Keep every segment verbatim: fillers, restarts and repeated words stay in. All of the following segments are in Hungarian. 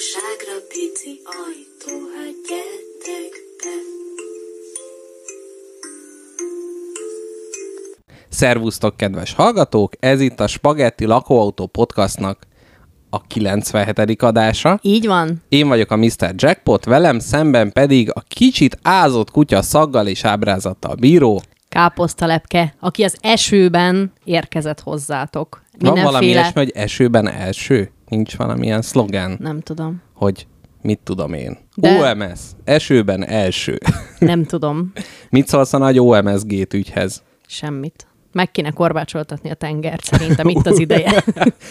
valóságra pici ajtó, hát gyertek be. Szervusztok, kedves hallgatók! Ez itt a Spagetti Lakóautó podcastnak a kilencvenhetedik adása. Így van. Én vagyok a miszter Jackpot, velem szemben pedig a kicsit ázott kutya szaggal és ábrázattal bíró Káposztalepke, aki az esőben érkezett hozzátok. Van valami ilyesmi, hogy esőben első? Nincs valamilyen szlogán? Nem tudom. Hogy mit tudom én? De... o em es. Esőben első. Nem tudom. Mit szólsz a nagy o em es gét ügyhez? Semmit. Meg kéne korbácsoltatni a tengert, szerintem itt az ideje.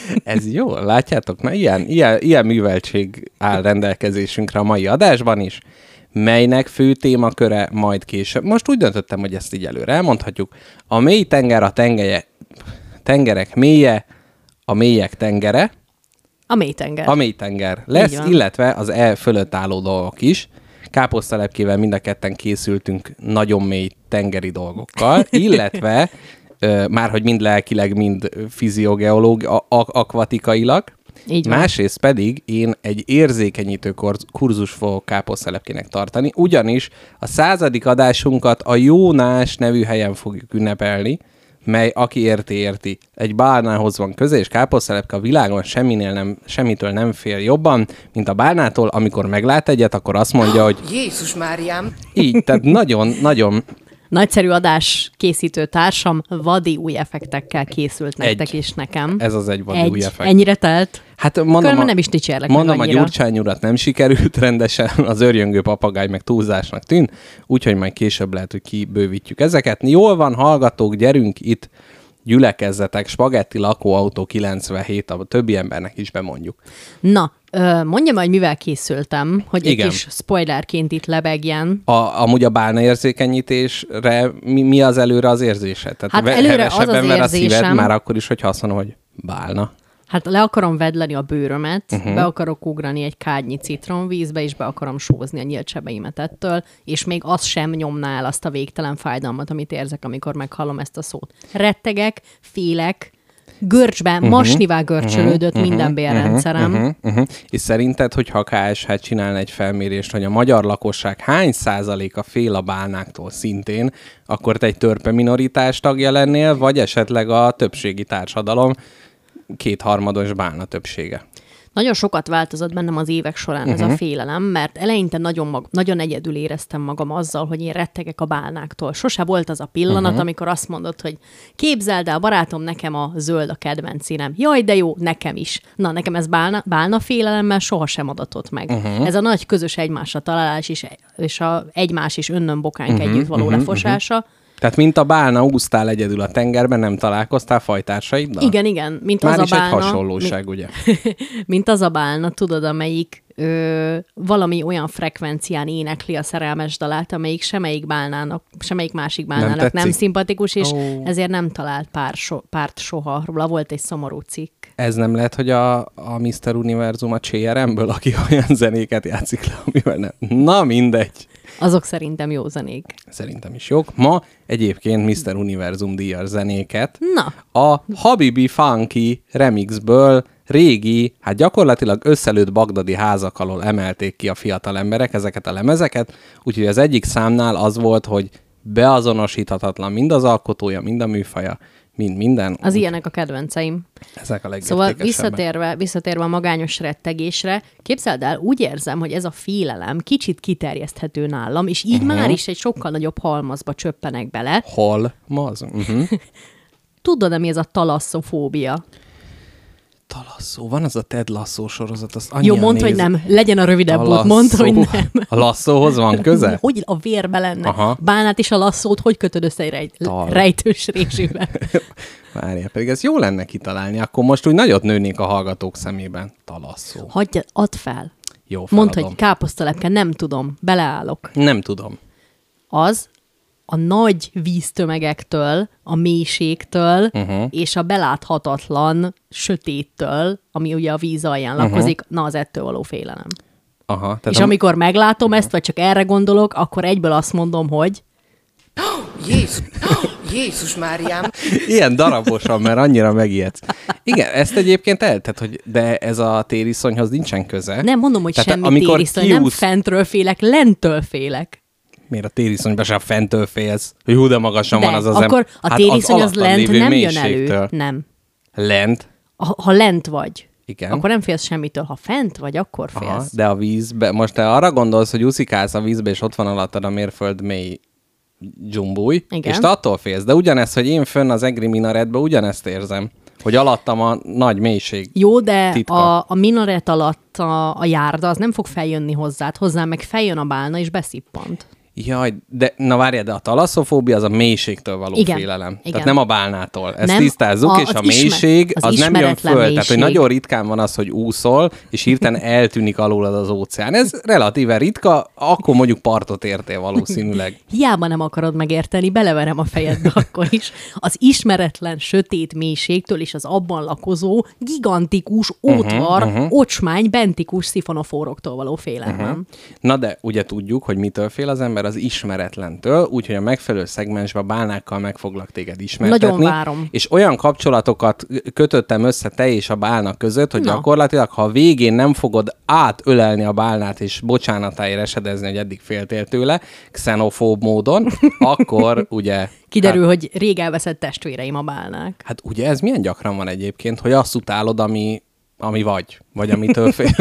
Ez jó, látjátok? Na, ilyen, ilyen, ilyen műveltség áll rendelkezésünkre a mai adásban is, melynek fő témaköre majd később. Most úgy döntöttem, hogy ezt így előre elmondhatjuk. A mély tenger, a tengelye, tengerek mélye, a mélyek tengere. A mély tenger. A mély tenger lesz, illetve az E fölött álló dolgok is. Káposztalepkével mind a ketten készültünk nagyon mély tengeri dolgokkal, illetve ö, már hogy mind lelkileg, mind fiziogeológ, a- a- akvatikailag. Így van. Másrészt pedig én egy érzékenyítő kurzus fogok Káposztalepkének tartani, ugyanis a századik adásunkat a Jónás nevű helyen fogjuk ünnepelni, mely, aki érti, érti, egy bálnához van köze, és Káposztalepke a világon semminél nem, semmitől nem fél jobban, mint a bálnától. Amikor meglát egyet, akkor azt mondja, hogy Jézus Máriám! így, tehát nagyon, nagyon... Nagyszerű adás készítő társam vadi új effektekkel készült nektek Egy. és nekem. Ez az egy vadi egy. új effekt. Ennyire telt? Hát mondom, Különben a, nem is dicsérlek mondom meg a annyira. Gyurcsány urat nem sikerült rendesen, az örjöngő papagáj meg túlzásnak tűnt, úgyhogy majd később lehet, hogy kibővítjük ezeket. Jól van, hallgatók, gyerünk itt, gyülekezzetek, Spagetti Lakóautó kilencvenhét, a többi embernek is bemondjuk. Na, ö, mondjam, hogy mivel készültem, hogy Igen. egy kis spoilerként itt lebegjen. A, amúgy a bálna érzékenyítésre mi, mi az előre az érzésed? Tehát Hát ve- előre az hevesebben az ver a szíved, érzésem- már akkor is, hogyha azt mondom, hogy bálna. Hát le akarom vedleni a bőrömet, Mhm. uh-huh. be akarok ugrani egy kádnyi citronvízbe, és be akarom sózni a nyílt sebeimet ettől, és még az sem nyomná el azt a végtelen fájdalmat, amit érzek, amikor meghallom ezt a szót. Rettegek, félek, görcsben, uh-huh. masnivá görcsölődött uh-huh. minden bélrendszerem. Uh-huh, uh-huh. És szerinted, hogyha a ká es há csinálna egy felmérést, hogy a magyar lakosság hány százaléka fél a bálnáktól szintén, akkor te egy törpe minoritás tagja lennél, vagy esetleg a többségi társadalom kétharmados bálna többsége? Nagyon sokat változott bennem az évek során uh-huh. ez a félelem, mert eleinte nagyon, mag- nagyon egyedül éreztem magam azzal, hogy én rettegek a bálnáktól. Sose volt az a pillanat, uh-huh. amikor azt mondod, hogy képzeld el, barátom, nekem a zöld a kedvenc színem. Jaj, de jó, nekem is. Na, nekem ez bálna, bálna félelemmel sohasem adatott meg. Uh-huh. Ez a nagy közös egymásra találás is, és a egymás és önnömbokánk uh-huh. együtt való uh-huh. lefosása. Uh-huh. Tehát mint a bálna, úsztál egyedül a tengerben, nem találkoztál fajtársaiddal? Igen, igen. Mint Már az is a bálna, egy hasonlóság, mi, ugye? mint az a bálna, tudod, amelyik ö, valami olyan frekvencián énekli a szerelmes dalát, amelyik semmelyik bálnának, semmelyik másik bálnának nem, nem szimpatikus, és oh. ezért nem talált pár so, párt soha. Róla volt egy szomorú cikk. Ez nem lehet, hogy a, a miszter Univerzum a cé er em-ből, aki olyan zenéket játszik le, amivel nem. Na, mindegy. Azok szerintem jó zenék. Szerintem is jók. Ma egyébként miszter Univerzum díjas zenéket Na. a Habibi Funky remixből régi, hát gyakorlatilag összelőtt bagdadi házak alól emelték ki a fiatal emberek ezeket a lemezeket, úgyhogy az egyik számnál az volt, hogy beazonosíthatatlan mind az alkotója, mind a műfaja, mind minden. Az úgy, ilyenek a kedvenceim. ezek a legértékesebbek. Szóval visszatérve, visszatérve a magányos rettegésre, képzeld el, úgy érzem, hogy ez a félelem kicsit kiterjeszthető nálam, és így uh-huh. már is egy sokkal nagyobb halmazba csöppenek bele. Hol? Ma az? Uh-huh. Tudod, mi ez a talasszofóbia? Talasszó. Van az a Ted Lasso sorozat, azt Jó, mondd, néz... hogy nem. Legyen a rövidebb út. Mondd, hogy nem. A lasszóhoz van köze? Hogy a vérbe lenne? Aha. Bánát és a lasszót hogy kötöd össze egy rejt... rejtős résűben? Várjál, pedig ez jó lenne kitalálni. Akkor most úgy nagyot nőnénk a hallgatók szemében. Talasszó. Hagyja, add fel. Jó, feladom. Mondd, hogy káposztalepke, nem tudom. Beleállok. Nem tudom. Az a nagy víztömegektől, a mélységtől Uh-huh. és a beláthatatlan sötéttől, ami ugye a víz alján Uh-huh. lakozik, na az ettől való félelem. Aha. Tehát És a... amikor meglátom ezt, vagy csak erre gondolok, akkor egyből azt mondom, hogy Jézus, Jézus Máriám! Ilyen darabosan, mert annyira megijedsz. Igen, ezt egyébként el, tehát, hogy de ez a tériszonyhoz nincsen köze. Nem mondom, hogy tehát, semmi amikor tériszony, nem kiúsz... fentről félek, lentől félek. Miért a tériszonyban sem fentől félsz? Hogy hú, de magasan De, van az az akkor em... a hát tériszony az, az az lent lévő nem jön elő. mélységtől. Nem. Lent? Ha, ha lent vagy, Igen. akkor nem félsz semmitől. Ha fent vagy, akkor félsz. Aha, de a vízbe, most te arra gondolsz, hogy úszikálsz a vízbe, és ott van alattad a mérföld mély dzsumbúj, Igen. és te attól félsz. De ugyanezt, hogy én fönn az egri minaretben ugyanezt érzem, hogy alattam a nagy mélység. Jó, de titka. a, a minaret alatt a, a járda, az nem fog feljönni hozzád, hozzá meg feljön a bálna, és beszippant. Jaj, de na várjál, de a talaszofóbia az a mélységtől való Igen, félelem. igen. Tehát nem a bálnától. Ezt Nem, tisztázzuk, a- és az a ismer- mélység az az, nem jön ismeretlen föl. Tehát, hogy mélység. nagyon ritkán van az, hogy úszol, és hirtelen eltűnik alólad az óceán. Ez relatíve ritka, akkor mondjuk partot értél valószínűleg. Hiába nem akarod megérteni, beleverem a fejedbe akkor is. Az ismeretlen sötét mélységtől és az abban lakozó, gigantikus, ótvar, uh-huh, uh-huh. ocsmány, bentikus szifonofóroktól való félelmem. Uh-huh. Na de ugye tudjuk, hogy mitől fél az ember az ismeretlentől, úgyhogy a megfelelő szegmensben bálnákkal meg foglak téged ismertetni. Nagyon várom. És olyan kapcsolatokat kötöttem össze te és a bálna között, hogy Na. gyakorlatilag, ha a végén nem fogod átölelni a bálnát és bocsánatáért esedezni, hogy eddig féltél tőle, xenofób módon, akkor ugye... Kiderül, hát, hogy rég elveszett testvéreim a bálnák. hát ugye ez milyen gyakran van egyébként, hogy azt utálod, ami, ami vagy, vagy amitől fél.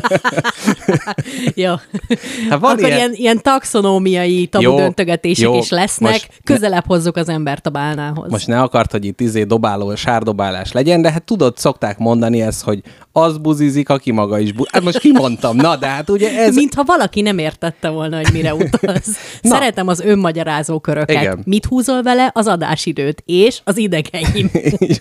Jó. Hát van Akkor ilyen- ilyen, ilyen taxonómiai tabu Jó, döntögetések jó, is lesznek, most közelebb hozzuk az embert a bálnához. Most ne akart, hogy itt izé dobáló, sárdobálás legyen, de hát tudod, szokták mondani ezt, hogy az buzizik, aki maga is buzizik. Hát most kimondtam, na, de hát ugye ez... Mintha valaki nem értette volna, hogy mire utalsz. Na. Szeretem az önmagyarázó köröket. Igen. Mit húzol vele? Az adásidőt és az idegeim.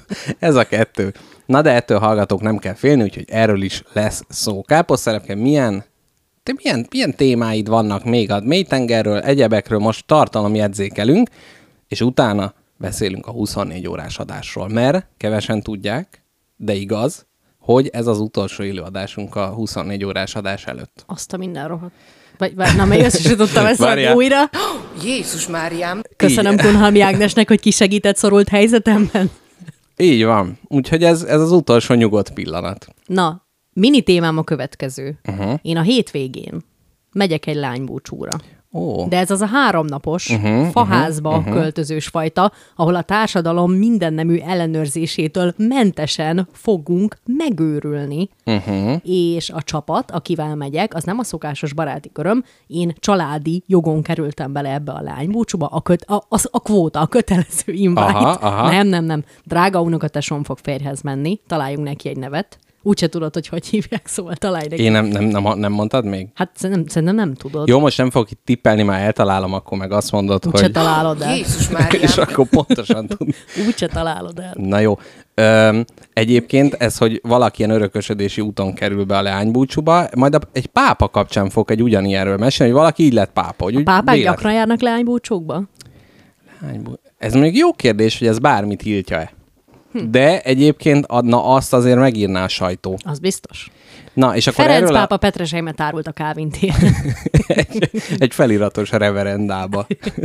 Ez a kettő. Na, de ettől hallgatók nem kell félni, úgyhogy erről is lesz szó. Káposztelepke, milyen, te milyen, milyen témáid vannak még a mélytengerről, egyebekről, most tartalomjegyzékelünk, és utána beszélünk a huszonnégy órás adásról, mert kevesen tudják, de igaz, hogy ez az utolsó élőadásunk a huszonnégy órás adás előtt. Azt a minden rohadt. Vagy, vagy na, még össze sem tudtam ezt mondani Várjál. újra. Jézus Máriám! Köszönöm Így. Kunhalmi Ágnesnek, hogy kisegített szorult helyzetemben. Így van. Úgyhogy ez, ez az utolsó nyugodt pillanat. Na, mini témám a következő. Uh-huh. Uh-huh. Én a hétvégén megyek egy lánybúcsúra. Ó. De ez az a háromnapos, Mhm, uh-huh, faházba mhm, uh-huh, mhm. költözős fajta, ahol a társadalom mindennemű ellenőrzésétől mentesen fogunk megőrülni, Uh-huh. és a csapat, akivel megyek, az nem a szokásos baráti köröm, én családi jogon kerültem bele ebbe a lánybúcsúba, a, köt, a, a, a kvóta, a kötelező invite. Aha, aha. Nem, nem, nem. Drága unokatesom fog férjhez menni, találjunk neki egy nevet. Úgyse tudod, hogy hogy hívják, szóval találj neki. Én nem, nem, nem, nem mondtad még? Hát szerintem, szerintem nem tudod. Jó, most nem fogok itt tippelni, már eltalálom, akkor meg azt mondod, Úgyse hogy... találod el. Jézus Máriám! És akkor pontosan tud. Úgyse találod el. Na jó. Öm, egyébként ez, hogy valaki ilyen örökösödési úton kerül be a leánybúcsúba, majd a, egy pápa kapcsán fog egy ugyanilyenről mesélni, hogy valaki így lett pápa. Hogy A úgy pápák véletlen- gyakran járnak leánybúcsókba? Leánybú- Ez még jó kérdés, hogy ez bármit tiltja-e. Hm. De egyébként adna azt azért megírná a sajtó. Az biztos. Na, és akkor Ferenc erről pápa Petreseimet árult a Kálvin téren. a... egy, egy feliratos reverendába.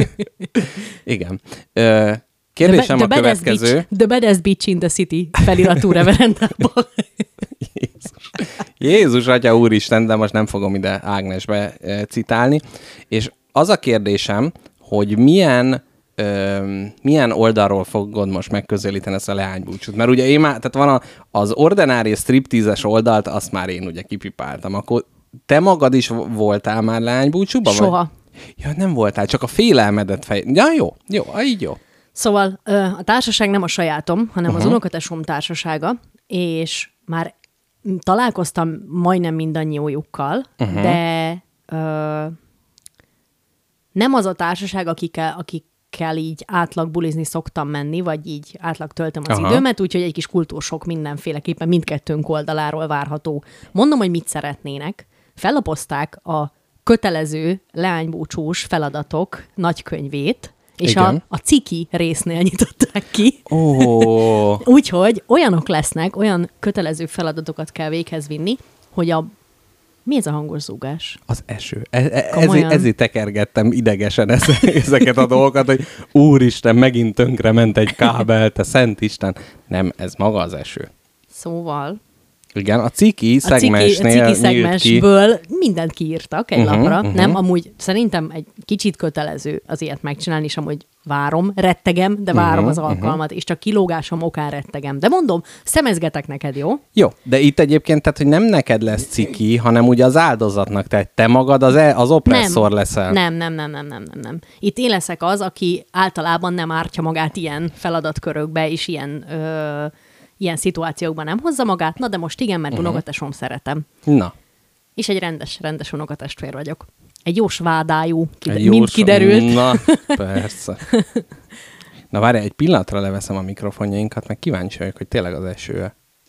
Igen. Ö, kérdésem a baddest következő. Beach, the baddest beach in the city feliratú reverendában. Jézus. Jézus, Atya Úristen, de most nem fogom ide Ágnesbe e, citálni. És az a kérdésem, hogy milyen, ö, milyen oldalról fogod most megközelíteni ezt a leánybúcsút. Mert ugye én már, tehát van a, az ordinári striptízes oldalt, azt már én ugye kipipáltam. Akkor te magad is voltál már leánybúcsúban? Soha. Vagy? Ja, nem voltál, csak a félelmedet fej... Ja, jó, jó, így jó. Szóval ö, a társaság nem a sajátom, hanem Aha. az unokatesom társasága, és már találkoztam majdnem mindannyiójukkal, Aha. de ö, nem az a társaság, akikkel, akikkel így átlag bulizni szoktam menni, vagy így átlag töltöm az Aha. időmet, úgyhogy egy kis kultúrsok mindenféleképpen mindkettőnk oldaláról várható. Mondom, hogy mit szeretnének. Fellapozták a kötelező leánybúcsús feladatok nagykönyvét, és a, Igen. a ciki résznél nyitották ki. Ó, Úgyhogy olyanok lesznek, olyan kötelező feladatokat kell véghez vinni, hogy a Mi ez a hangos zúgás? Az eső. E- e- Komolyan? ezért, ezért tekergettem idegesen ezt, ezeket a dolgokat, hogy úristen, megint tönkre ment egy kábel, te szent Isten. Nem, ez maga az eső. Szóval... Igen, a ciki A ciki, a szegmensnél ciki szegmensből mindent kiírtak egy Uh-huh, lapra. uh-huh. Nem, amúgy szerintem egy kicsit kötelező az ilyet megcsinálni, és amúgy várom, rettegem, de várom Uh-huh, az alkalmat, és csak kilógásom okán rettegem. De mondom, szemezgetek neked, jó? Jó, de itt egyébként, tehát, hogy nem neked lesz ciki, hanem ugye az áldozatnak, tehát te magad az, e- az opresszor leszel. Nem, nem, nem, nem, nem, nem, nem. Itt én leszek az, aki általában nem ártja magát ilyen feladatkörökbe, és ilyen, ö, ilyen szituációkban nem hozza magát. Na, de most igen, mert uh-huh. unokatesom szeretem. Na. És egy rendes, rendes unokatestvér vagyok. Egy jó svádájú, kide- Egy jó mint so- kiderült. Na, persze. Na várj, egy pillanatra leveszem a mikrofonjainkat, meg kíváncsi vagyok, hogy tényleg az eső.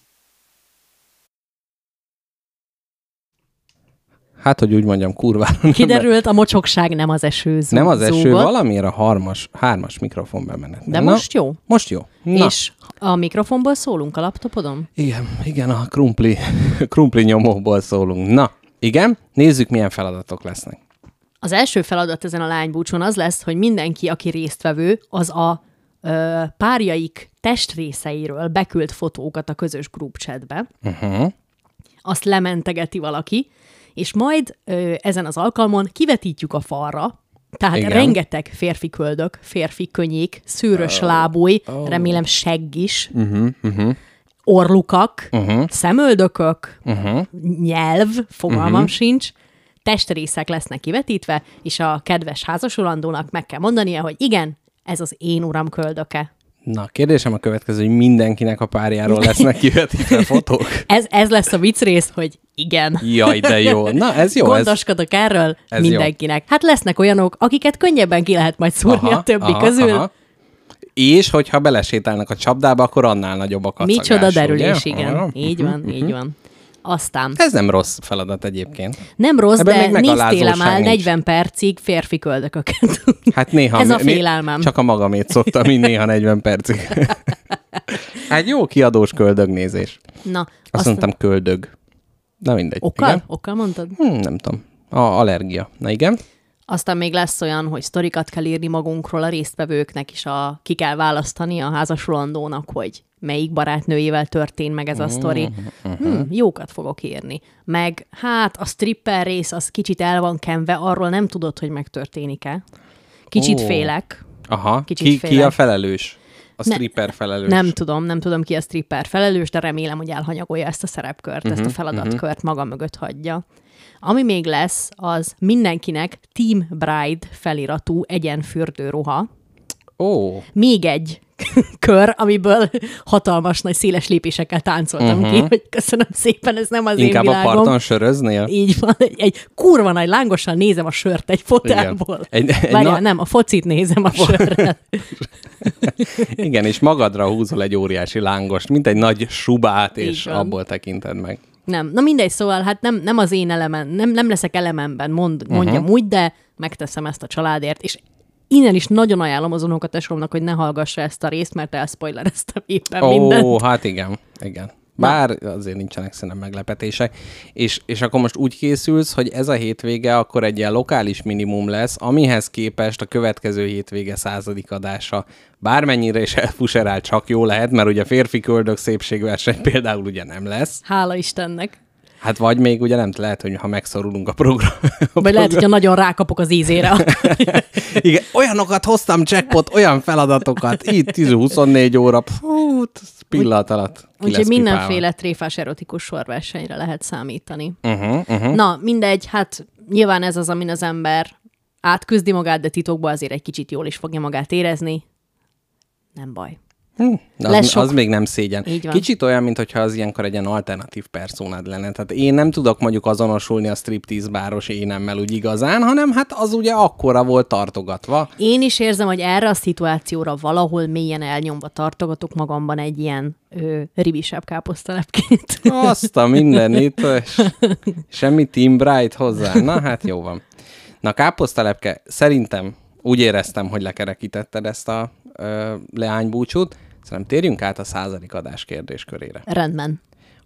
Hát, hogy úgy mondjam, kurvára. nem, Kiderült, a mocsokság nem az eső zú- Nem az eső, zúgott. valamiért a harmas, hármas mikrofon bemenet. De Na, most jó. Most jó. Na. És a mikrofonból szólunk a laptopodon? Igen, igen, a krumpli, krumpli nyomóból szólunk. Na, igen, nézzük, milyen feladatok lesznek. Az első feladat ezen a lánybúcson az lesz, hogy mindenki, aki résztvevő, az a ö, párjaik testrészeiről beküld fotókat a közös group chatbe. Uh-huh. Azt lementegeti valaki, és majd ö, ezen az alkalmon kivetítjük a falra, tehát Igen. igen. rengeteg férfi köldök, férfi könnyék, szőrös oh. lábúj, oh. remélem segg is, Uh-huh, uh-huh, orlukak, uh-huh, szemöldökök, uh-huh. nyelv, fogalmam Mhm. sincs, testrészek lesznek kivetítve, és a kedves házasulandónak meg kell mondania, hogy igen, ez az én uram köldöke. Na, a kérdésem a következő, hogy mindenkinek a párjáról lesznek kivetítve fotók? Ez, ez lesz a vicc rész, hogy igen. Jaj, de jó. Na, ez jó. Ez... Gondoskodok erről ez mindenkinek. Hát lesznek olyanok, akiket könnyebben ki lehet majd szúrni a többi aha, közül. Aha. És hogyha belesétálnak a csapdába, akkor annál nagyobb a kacagás. Micsoda derülés, ugye? igen. Aha. Így van, így van. Aztán Ez nem rossz feladat egyébként. nem rossz, Ebben de még megalázóság néztél már nincs. negyven percig férfi köldököket. Hát néha... Ez a né- félelmem. Csak a magamét szoktam, így néha negyven percig. Hát jó kiadós köldögnézés. Na, Azt aztán mondtam köldög. Na mindegy. okkal? Igen? Okkal mondtad? Hm, nem tudom. A allergia. Na igen. Aztán még lesz olyan, hogy sztorikat kell írni magunkról a résztvevőknek, és a, ki kell választani a házasulandónak, hogy melyik barátnőjével történt meg ez a sztori. Hmm, jókat fogok írni. Meg hát a stripper rész, az kicsit el van kenve, arról nem tudod, hogy megtörténik-e. Kicsit Ó. félek. Aha. Kicsit Ki, ki félek. a felelős? A Ne- stripper felelős. Nem tudom, nem tudom ki a stripper felelős, de remélem, hogy elhanyagolja ezt a szerepkört, uh-huh, ezt a feladatkört maga mögött hagyja. Ami még lesz, az mindenkinek Team Bride feliratú egyenfürdőruha. Ó. Még egy kör, amiből hatalmas nagy széles lépésekkel táncoltam Mhm. ki, hogy köszönöm szépen, ez nem az Inkább én a világom. parton söröznél? Így van, egy, egy kurva nagy lángossal nézem a sört egy fotelból. Egy- egy Várjál, na- nem, a focit nézem a sörrel. Igen, és magadra húzol egy óriási lángost, mint egy nagy subát, Így és van. abból tekinted meg. Nem, na mindegy, szóval hát nem, nem az én elemen, nem, nem leszek elememben, mond, mondjam Mhm. úgy, de megteszem ezt a családért, és innen is nagyon ajánlom az unokatesomnak, hogy ne hallgassa ezt a részt, mert elspoilereztem éppen Ó, mindent. hát igen, igen. Bár azért nincsenek szerintem meglepetések. És, és akkor most úgy készülsz, hogy ez a hétvége akkor egy ilyen lokális minimum lesz, amihez képest a következő hétvége századik adása bármennyire is elfuserál, csak jó lehet, mert ugye férfi köldök szépségverseny például ugye nem lesz. Hála Istennek. Hát vagy még ugye nem lehet, hogy ha megszorulunk a program. Vagy lehet, hogyha nagyon rákapok az ízére. Igen, olyanokat hoztam, jackpot, olyan feladatokat, itt tíz-huszonnégy óra, fú, pillanat alatt ki Úgyhogy lesz mindenféle tréfás erotikus sorversenyre lehet számítani. pipálva. Uh-huh, uh-huh. Na, mindegy, hát nyilván ez az, amin az ember átküzdi magát, de titokban azért egy kicsit jól is fogja magát érezni. Nem baj. Hm, az, Lesz sok- az még nem szégyen. Így van. Kicsit olyan, mintha az ilyenkor egy ilyen alternatív personád lenne. Tehát én nem tudok mondjuk azonosulni a striptease báros énemmel úgy igazán, hanem hát az ugye akkora volt tartogatva. Én is érzem, hogy erre a szituációra valahol mélyen elnyomva tartogatok magamban egy ilyen ö, ribisebb káposztalepként. Azt a mindenit, és semmi Team Bright hozzá. Na hát jó van. Na káposztalepke, szerintem úgy éreztem, hogy lekerekítetted ezt a ö, leánybúcsút. Szerintem térjünk át a századik adás kérdéskörére. Rendben.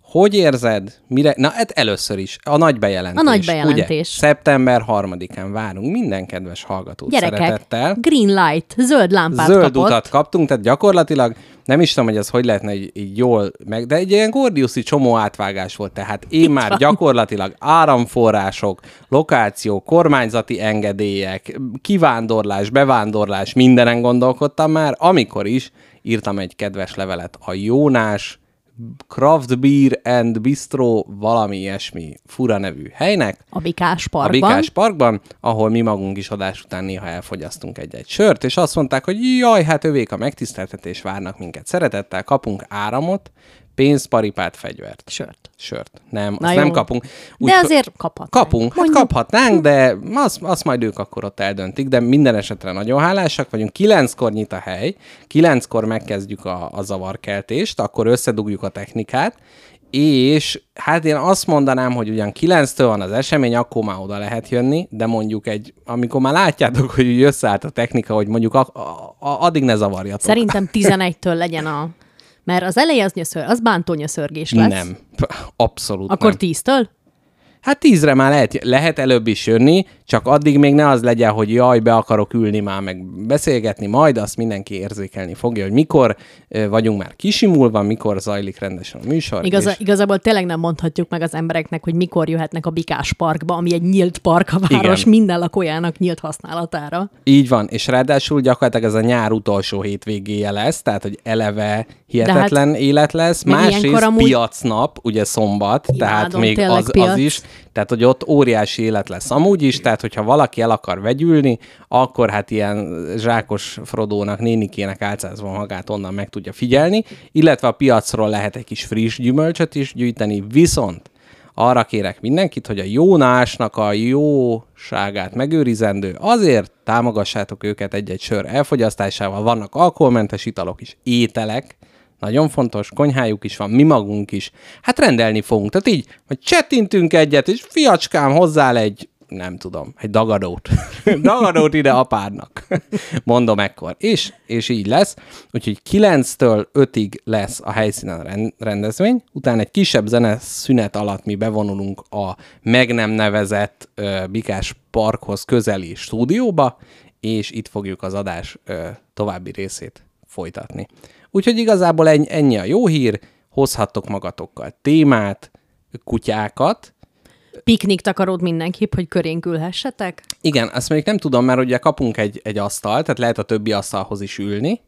Hogy érzed? Mire? Na, hát először is. A nagy bejelentés. A nagy bejelentés. Ugye? szeptember harmadikán várunk minden kedves hallgatót Gyerekek, szeretettel. green light, zöld lámpát Zöld kapott. utat kaptunk, tehát gyakorlatilag nem is tudom, hogy ez hogy lehetne így, így jól meg, de egy ilyen gordiuszi csomó átvágás volt, tehát én Itt már van. gyakorlatilag áramforrások, lokáció, kormányzati engedélyek, kivándorlás, bevándorlás, mindenen gondolkodtam már, amikor is írtam egy kedves levelet a Jónás Craft Beer and Bistro valami ilyesmi fura nevű helynek. A Bikás A Parkban. Bikás Parkban, ahol mi magunk is adás után néha elfogyasztunk egy-egy sört, és azt mondták, hogy jaj, hát övék a megtiszteltetés, várnak minket szeretettel, kapunk áramot, pénzt, paripát, fegyvert. Sört. Sört. Nem, Na azt jó. nem kapunk. De azért kaphatnánk. Kapunk, hát Mondjuk. kaphatnánk, de azt, azt majd ők akkor ott eldöntik, de minden esetre nagyon hálásak vagyunk. Kilenckor nyit a hely, kilenckor megkezdjük a, a zavarkeltést, akkor összedugjuk a technikát, és hát én azt mondanám, hogy ugyan kilenctől van az esemény, akkor már oda lehet jönni, de mondjuk egy, amikor már látjátok, hogy úgy összeállt a technika, hogy mondjuk a, a, a, addig ne zavarjatok. Szerintem tizenegytől legyen a... Mert az eleje az, nyöször, az bántó nyöszörgés lesz. Nem, abszolút Akkor nem. tíztől? Hát tízre már lehet, lehet előbb is jönni, csak addig még ne az legyen, hogy jaj, be akarok ülni már, meg beszélgetni, majd azt mindenki érzékelni fogja, hogy mikor ö, vagyunk már kisimulva, mikor zajlik rendesen a műsor. Igaza, és Igazából tényleg nem mondhatjuk meg az embereknek, hogy mikor jöhetnek a Bikás Parkba, ami egy nyílt park a város Igen. minden lakójának nyílt használatára. Így van, és ráadásul gyakorlatilag ez a nyár utolsó hétvégéje lesz, tehát hogy eleve hihetetlen hát, élet lesz. meg Másrészt ilyenkor amúgy- piacnap, ugye szombat, tehát Imádom, még tényleg az, az piac. is, tehát hogy ott óriási élet lesz amúgy is, tehát hogyha valaki el akar vegyülni, akkor hát ilyen zsákos Frodónak, nénikének álcázva magát onnan meg tudja figyelni, illetve a piacról lehet egy kis friss gyümölcsöt is gyűjteni, viszont arra kérek mindenkit, hogy a Jónásnak a jóságát megőrizendő, azért támogassátok őket egy-egy sör elfogyasztásával, vannak alkoholmentes italok is, ételek, nagyon fontos, konyhájuk is van, mi magunk is. Hát rendelni fogunk. Tehát így, hogy csettintünk egyet, és fiacskám hozzál egy, nem tudom, egy dagadót. dagadót ide apádnak. Mondom ekkor. És, és így lesz. Úgyhogy kilenctől ötig lesz a helyszínen rendezvény, utána egy kisebb zeneszünet alatt mi bevonulunk a meg nem nevezett uh, Bikás Parkhoz közeli stúdióba, és itt fogjuk az adás uh, további részét folytatni. Úgyhogy igazából ennyi a jó hír, hozhattok magatokkal témát, kutyákat. Piknik takarót mindenképp, hogy körénk ülhessetek. Igen, azt mondjuk nem tudom, mert ugye kapunk egy, egy asztalt, tehát lehet a többi asztalhoz is ülni,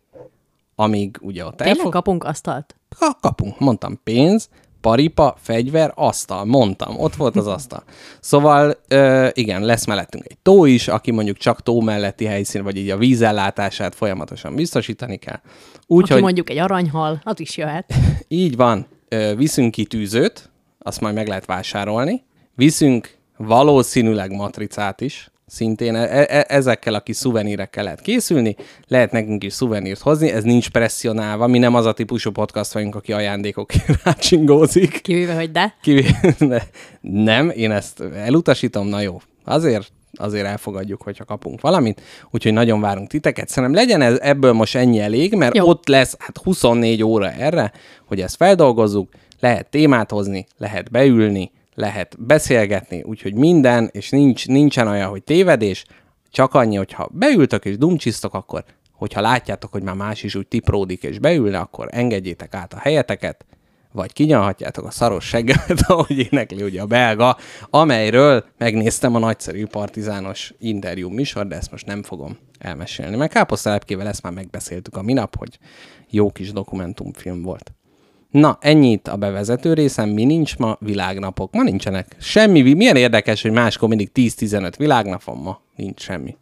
amíg ugye ott Tényleg elfog... kapunk asztalt? Ha, kapunk, mondtam, pénz, paripa, fegyver, asztal, mondtam, ott volt az asztal. Szóval ö, igen, lesz mellettünk egy tó is, aki mondjuk csak tó melletti helyszín, vagy így a vízellátását folyamatosan biztosítani kell. Úgy, Aki hogy mondjuk egy aranyhal, az is jöhet. így van, ö, viszünk ki tűzőt, azt majd meg lehet vásárolni, viszünk valószínűleg matricát is, szintén e- e- ezekkel a kis szuvenírekkel lehet készülni, lehet nekünk is szuvenírt hozni, ez nincs presszionálva, mi nem az a típusú podcast vagyunk, aki ajándékokért rácsingózik. Kivéve, hogy de. Kivéve, nem, én ezt elutasítom, na jó, azért, azért elfogadjuk, hogyha kapunk valamit, úgyhogy nagyon várunk titeket. Szerintem legyen ez, ebből most ennyi elég, mert Jó. ott lesz hát huszonnégy óra erre, hogy ezt feldolgozzuk, lehet témát hozni, lehet beülni, lehet beszélgetni, úgyhogy minden, és nincs, nincsen olyan, hogy tévedés, csak annyi, hogyha beültök és dumcsisztok, akkor, hogyha látjátok, hogy már más is úgy tipródik és beülne, akkor engedjétek át a helyeteket, vagy kinyalhatjátok a szaros seggemet, ahogy énekli ugye a belga, amelyről megnéztem a nagyszerű partizános interjú műsor, de ezt most nem fogom elmesélni. Mert Káposztelepkével ezt már megbeszéltük a minap, hogy jó kis dokumentumfilm volt. Na, ennyit a bevezető részem, mi nincs ma világnapok. Ma nincsenek semmi, milyen érdekes, hogy máskor mindig tíz-tizenöt világnapon, ma nincs semmi.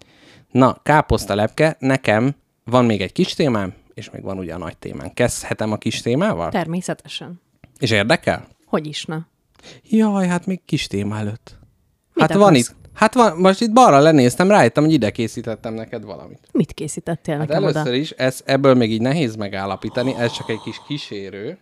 Na, káposztalepke, nekem van még egy kis témám, és még van ugye a nagy témán. Kezdhetem a kis témával? Természetesen. És érdekel? Hogy is, na? Jaj, hát még kis téma előtt. Mit hát van akarsz? itt, hát van, most itt balra lenéztem, rájöttem, hogy ide készítettem neked valamit. Mit készítettél Hát nekem először oda? is, ez, ebből még így nehéz megállapítani, ez csak egy kis kísérő.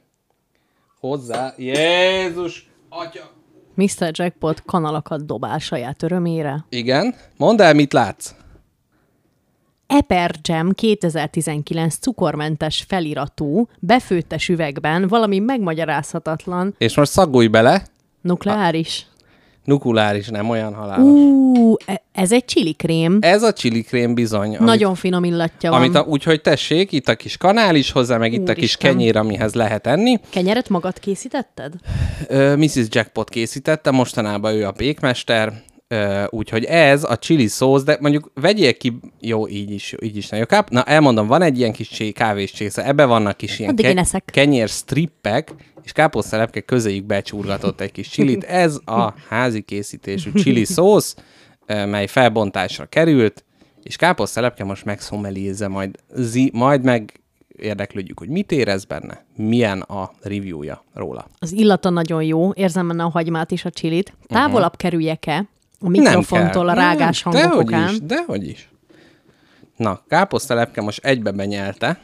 Hozzá, Jézus, atya! miszter Jackpot kanalakat dobál saját örömére. Igen, mondd el, mit látsz? Eper Jam kétezer-tizenkilenc cukormentes feliratú, befőttes üvegben, valami megmagyarázhatatlan, És most szagolj bele. nukleáris. Nukuláris, nem olyan halálos. Ú, e- ez egy csilikrém. Ez a csilikrém bizony. Amit, Nagyon finom illatja van. amit a, úgyhogy tessék, itt a kis kanál is hozzá, meg itt a kis Úristen. kenyér, amihez lehet enni. Kenyeret magad készítetted? Ö, missziz Jackpot készítette, mostanában ő a pékmester, ö, úgyhogy ez a chili szósz, de mondjuk vegyél ki, jó, így is, így is nagyon káp. Na, elmondom, van egy ilyen kis csé, kávés csésze, ebbe vannak kis ilyen Addig én eszek. kenyér strippek, és káposztelepke közéjük becsurgatott egy kis csilit. Ez a házi készítésű chili szósz, ö, mely felbontásra került, és káposztelepke most megszomelízze, majd, zi, majd meg érdeklődjük, hogy mit érez benne, milyen a reviewja róla. Az illata nagyon jó, érzem benne a hagymát és a csilit. Távolabb uh-huh. kerüljek-e a mikrofontól a rágás Nem, hangok dehogy okán? is, dehogy is. Na, káposztelepke most egybe benyelte,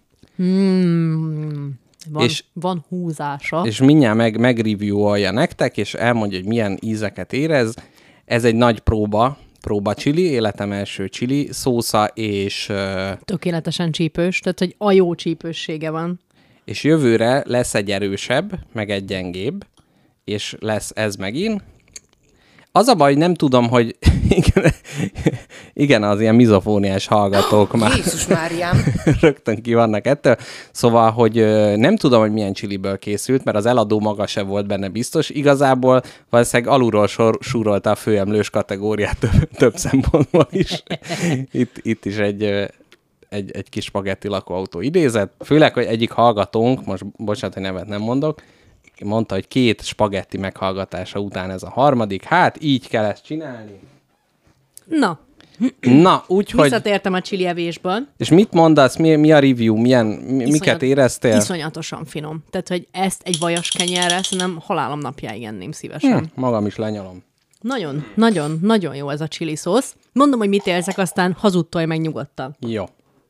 Mm, van, És- van húzása. és mindjárt meg, megreviewolja nektek, és elmondja, hogy milyen ízeket érez. Ez egy nagy próba, próba chili, életem első chili szósza, és, ö, Tökéletesen csípős, tehát hogy a jó csípőssége van. és jövőre lesz egy erősebb, meg egy gyengébb, és lesz ez megint. Az a baj, nem tudom, hogy igen, igen, az ilyen mizofóniás hallgatók már Jézus Máriám. rögtön ki vannak ettől. Szóval, hogy ö, nem tudom, hogy milyen chiliből készült, mert az eladó maga se volt benne biztos. Igazából valószínűleg alulról sor, súrolta a főemlős kategóriát több, több szempontból is. Itt, itt is egy, ö, egy, egy kis spagetti lakóautó idézet. Főleg, hogy egyik hallgatónk, most bocsánat, hogy nevet nem mondok, mondta, hogy két spagetti meghallgatása után ez a harmadik. Hát, így kell ezt csinálni. Na, Na, úgyhogy... visszatértem a chili evésből. És mit mondasz, mi, mi a review, milyen, mi, miket Iszonyat- éreztél? Iszonyatosan finom. Tehát, hogy ezt egy vajas kenyerrel szerintem halálom napjáig enném szívesen. Hm, magam is lenyalom. Nagyon, nagyon, nagyon jó ez a chili szósz. Mondom, hogy mit érzek, aztán hazudtolj meg nyugodtan. Jó.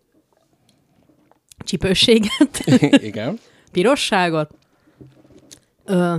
Csípősséget, Igen. pirosságot, ö,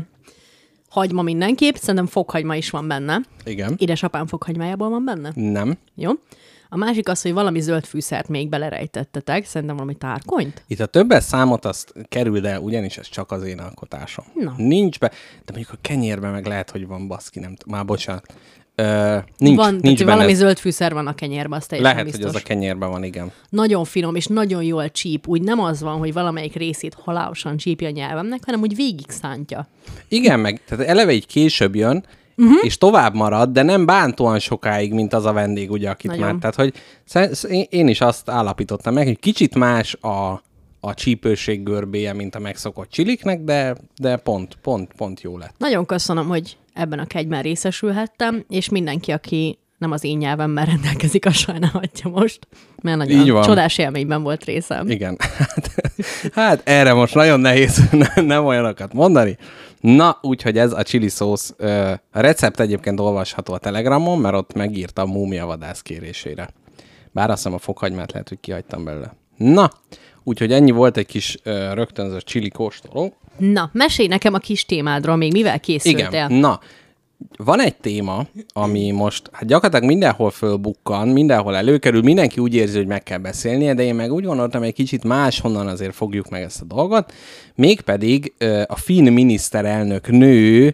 hagyma mindenképp, szerintem fokhagyma is van benne. Igen. Édesapám fokhagymájából van benne? Nem. Jó. A másik az, hogy valami zöld fűszert még belerejtettetek, szerintem valami tárkonyt. Itt a többes számot azt kerül, de ugyanis ez csak az én alkotásom. Na. Nincs be, de mondjuk a kenyérben meg lehet, hogy van baszki, nem tudom. Már bocsánat. Ö, nincs, van, nincs tehát, benne. valami Ez. zöld fűszer van a kenyérben, az teljesen Lehet, biztos. hogy az a kenyérben van, igen. Nagyon finom, és nagyon jól csíp. Úgy nem az van, hogy valamelyik részét halálosan csípja a nyelvemnek, hanem úgy végig szántja. Igen, meg tehát eleve így később jön, uh-huh. és tovább marad, de nem bántóan sokáig, mint az a vendég, ugye, akit Nagyon. már. Tehát, hogy sze- sz- én- én is azt állapítottam meg, hogy kicsit más a, a csípőség görbéje, mint a megszokott csiliknek, de, de pont, pont, pont jó lett. Nagyon köszönöm, hogy ebben a kegyben részesülhettem, és mindenki, aki nem az én nyelvemmel rendelkezik, a sajnálhatja most, mert Így nagyon van. csodás élményben volt részem. Igen. Hát, hát erre most nagyon nehéz ne- nem olyanokat mondani. Na, úgyhogy ez a chili szósz. ö, A recept egyébként olvasható a Telegramon, mert ott megírta a múmia vadász kérésére. Bár azt hiszem a fokhagymát lehet, hogy kihagytam belőle. Na, úgyhogy ennyi volt egy kis ö, rögtönzött chili kóstoló. Na, mesélj nekem a kis témádról, még mivel készültél. Igen, na, van egy téma, ami most hát gyakorlatilag mindenhol fölbukkan, mindenhol előkerül, mindenki úgy érzi, hogy meg kell beszélnie, de én meg úgy gondoltam, hogy egy kicsit máshonnan azért fogjuk meg ezt a dolgot, mégpedig ö, a finn miniszterelnök nő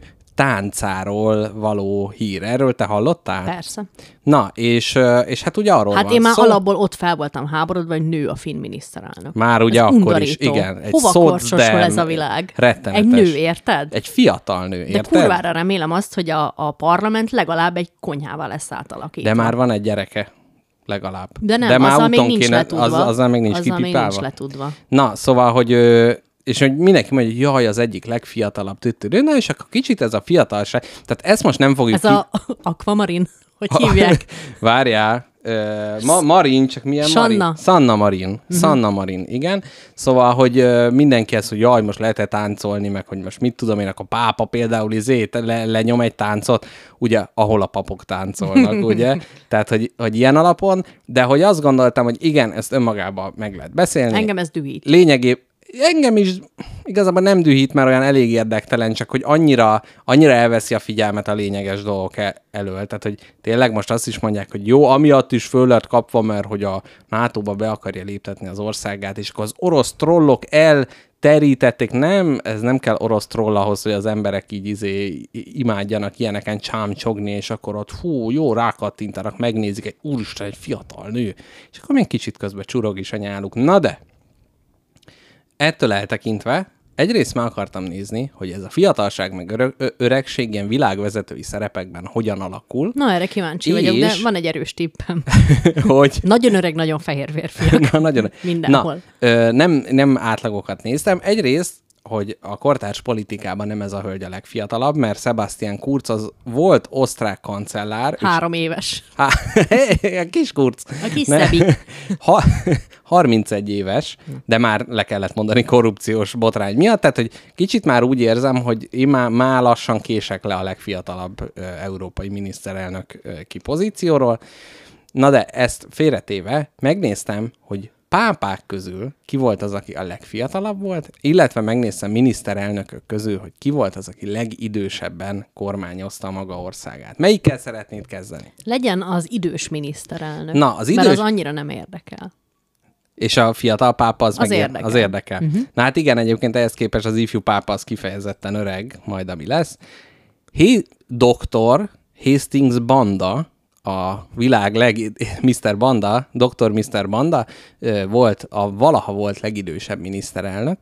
táncáról való hír. Erről te hallottál? Persze. Na, és, ö, és hát ugye arról Hát van én már szó. alapból ott fel voltam háborodva, hogy nő a finn miniszterelnök. Már ugye Ez akkor undorító. is, igen. Egy Hova korcsosul szocdem, ez a világ? rettenetes. Egy nő, érted? Egy fiatal nő, De érted? kurvára remélem azt, hogy a, a parlament legalább egy konyhával lesz átalakítva. De már van egy gyereke, legalább. De nem, De már azzal még úton nincs kéne, letudva. Az, azzal még nincs azzal még kipipálva. nincs letudva. Na, szóval, hogy... ö, és hogy mindenki mondja, hogy jaj, az egyik legfiatalabb tüttörő. Na, és akkor kicsit ez a fiatalság. Tehát ezt most nem fogjuk Ez a akvamarin, hogy ki... hívják? Várjál. Ö, ma, Marin, csak milyen Sanna. Marin? Sanna Marin. Uh-huh. Sanna Marin, igen. Szóval, hogy ö, mindenki ezt, hogy jaj, most lehet-e táncolni, meg hogy most mit tudom én, akkor a pápa például izé, le, lenyom egy táncot, ugye, ahol a papok táncolnak, ugye? Tehát, hogy, hogy ilyen alapon, de hogy azt gondoltam, hogy igen, ezt önmagában meg lehet beszélni. Engem ez dühít. Lényegében, engem is igazából nem dühít, mert olyan elég érdektelen, csak hogy annyira, annyira elveszi a figyelmet a lényeges dolgok el- elől. Tehát, hogy tényleg most azt is mondják, hogy jó, amiatt is föl lett kapva, mert hogy a nátóba be akarja léptetni az országát, és akkor az orosz trollok elterítették. Nem, ez nem kell orosz troll ahhoz, hogy az emberek így izé imádjanak ilyeneken csámcsogni, és akkor ott fú, jó, rákattintanak, megnézik, egy úristen, egy fiatal nő, és akkor még kicsit közben csurog is a nyáluk. Na de, ettől eltekintve, egyrészt már akartam nézni, hogy ez a fiatalság meg öreg, öregség ilyen világvezetői szerepekben hogyan alakul. Na, erre kíváncsi és... vagyok, de van egy erős tippem. hogy... Nagyon öreg, nagyon fehér férfiak. Na, nagyon... Mindenhol. Na, ö, nem, nem átlagokat néztem. Egyrészt, hogy a kortárs politikában nem ez a hölgy a legfiatalabb, mert Sebastian Kurz az volt osztrák kancellár. Három és... éves. Há... a kis Kurz. A kis Szebi. Ha... harmincegy éves, de már le kellett mondani korrupciós botrány miatt, tehát hogy kicsit már úgy érzem, hogy én már, már lassan kések le a legfiatalabb ö, európai miniszterelnök ö, ki pozícióról. Na de ezt félretéve megnéztem, hogy pápák közül ki volt az, aki a legfiatalabb volt, illetve megnéztem miniszterelnökök közül, hogy ki volt az, aki legidősebben kormányozta maga országát. Melyikkel szeretnéd kezdeni? Legyen az idős miniszterelnök. Na, az idős... Mert az annyira nem érdekel. És a fiatal pápa az, az meg érdekel. Az érdekel. Uh-huh. Na hát igen, egyébként ehhez képest az ifjú pápa az kifejezetten öreg, majd ami lesz. Hé, doktor Hastings Banda, a világ leg... miszter Banda, doktor miszter Banda volt, a valaha volt legidősebb miniszterelnök,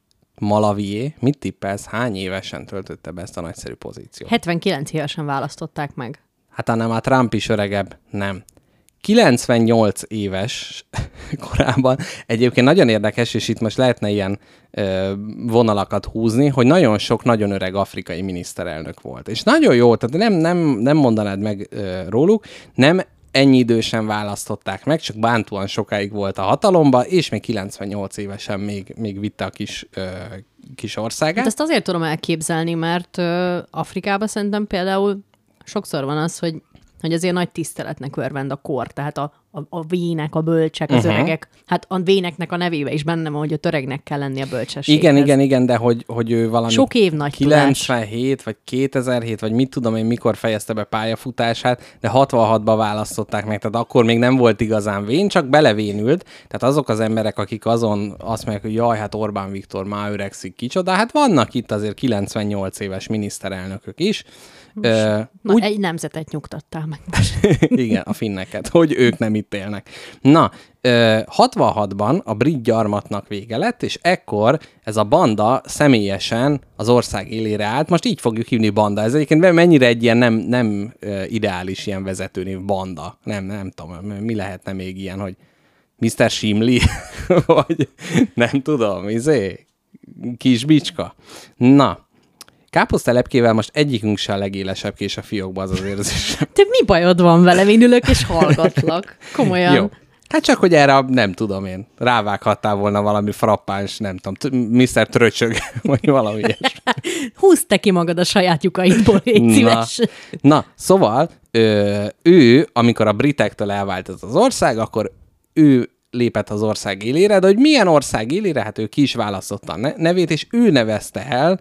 Malawié. Mit tippelsz, hány évesen töltötte be ezt a nagyszerű pozíciót? hetvenkilenc évesen választották meg. Hát annál már Trump is öregebb. Nem. kilencvennyolc éves korában. Egyébként nagyon érdekes, és itt most lehetne ilyen ö, vonalakat húzni, hogy nagyon sok nagyon öreg afrikai miniszterelnök volt. És nagyon jó, tehát nem, nem, nem mondanád meg ö, róluk, nem ennyi idősen választották meg, csak bántóan sokáig volt a hatalomba, és még kilencvennyolc évesen még, még vitte a kis, ö, kis országát. Hát ezt azért tudom elképzelni, mert ö, Afrikában szerintem például sokszor van az, hogy hogy azért nagy tiszteletnek örvend a kor, tehát a, a, a vének, a bölcsek, az uh-huh. öregek. Hát a véneknek a nevébe is benne van, hogy a öregnek kell lenni a bölcsességhez. Igen, igen, igen, de hogy, hogy ő valami sok év nagy kilencvenhét tudás. Vagy kétezer-hét, vagy mit tudom én, mikor fejezte be pályafutását, de hatvanhatban választották meg, tehát akkor még nem volt igazán vén, csak belevénült. Tehát azok az emberek, akik azon azt mondják, hogy jaj, hát Orbán Viktor már öregszik, kicsoda, hát vannak itt azért kilencvennyolc éves miniszterelnökök is. Uh, Na, úgy... egy nemzetet nyugtattál meg. Igen, a finneket, hogy ők nem itt élnek. Na, uh, hatvanhatban a brit gyarmatnak vége lett, és ekkor ez a Banda személyesen az ország élére állt. Most így fogjuk hívni Banda. Ez egyébként mennyire egy ilyen nem, nem uh, ideális ilyen vezetőnév, Banda. Nem, nem tudom, mi lehetne még ilyen, hogy miszter Simli, vagy nem tudom, izé, kis bicska. Na, káposztelepkével most egyikünk se a legélesebb kés a fiókba, az az érzés. Te mi bajod van velem? Én ülök és hallgatlak. Komolyan. Jó. Hát csak, hogy erre nem tudom én. Rávághattál volna valami frappáns, nem tudom, miszter Tröcsög, vagy valami ilyesmi. Húzd te ki magad a saját lyukaidból, légy szíves. Na, na, szóval ö, ő, amikor a britektől elvált ez az ország, akkor ő lépett az ország élére, de hogy milyen ország élére, hát ő ki is választotta a nevét, és ő nevezte el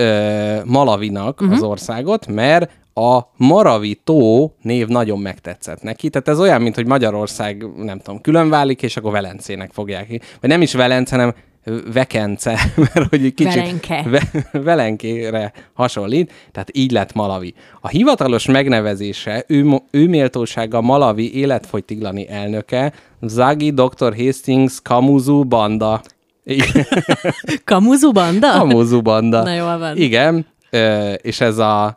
Ö, Malawinak uh-huh. az országot, mert a Marawi tó név nagyon megtetszett neki. Tehát ez olyan, mint hogy Magyarország, nem tudom, külön válik, és akkor Velencének fogják. Vagy nem is Velence, hanem Vekence, mert hogy egy kicsit Velenke. Ve- Velenkére hasonlít, tehát így lett Malawi. A hivatalos megnevezése, ő, ő méltósága Malawi életfogytiglani elnöke, Zagi doktor Hastings Kamuzu Banda. Kamuzu Banda? Kamuzu Banda. Na jól van. Igen, és ez a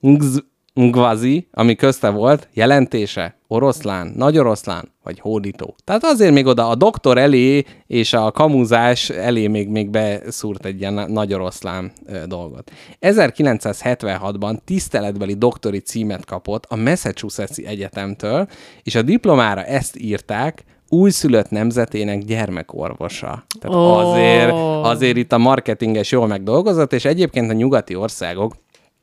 Ngvazi, ami közte volt, jelentése oroszlán, nagy oroszlán, vagy hódító. Tehát azért még oda a doktor elé és a kamuzás elé még, még beszúrt egy ilyen nagy oroszlán dolgot. ezerkilencszázhetvenhatban tiszteletbeli doktori címet kapott a Massachusetts-i Egyetemtől, és a diplomára ezt írták, újszülött nemzetének gyermekorvosa. Tehát oh. azért, azért itt a marketinges jól megdolgozott, és egyébként a nyugati országok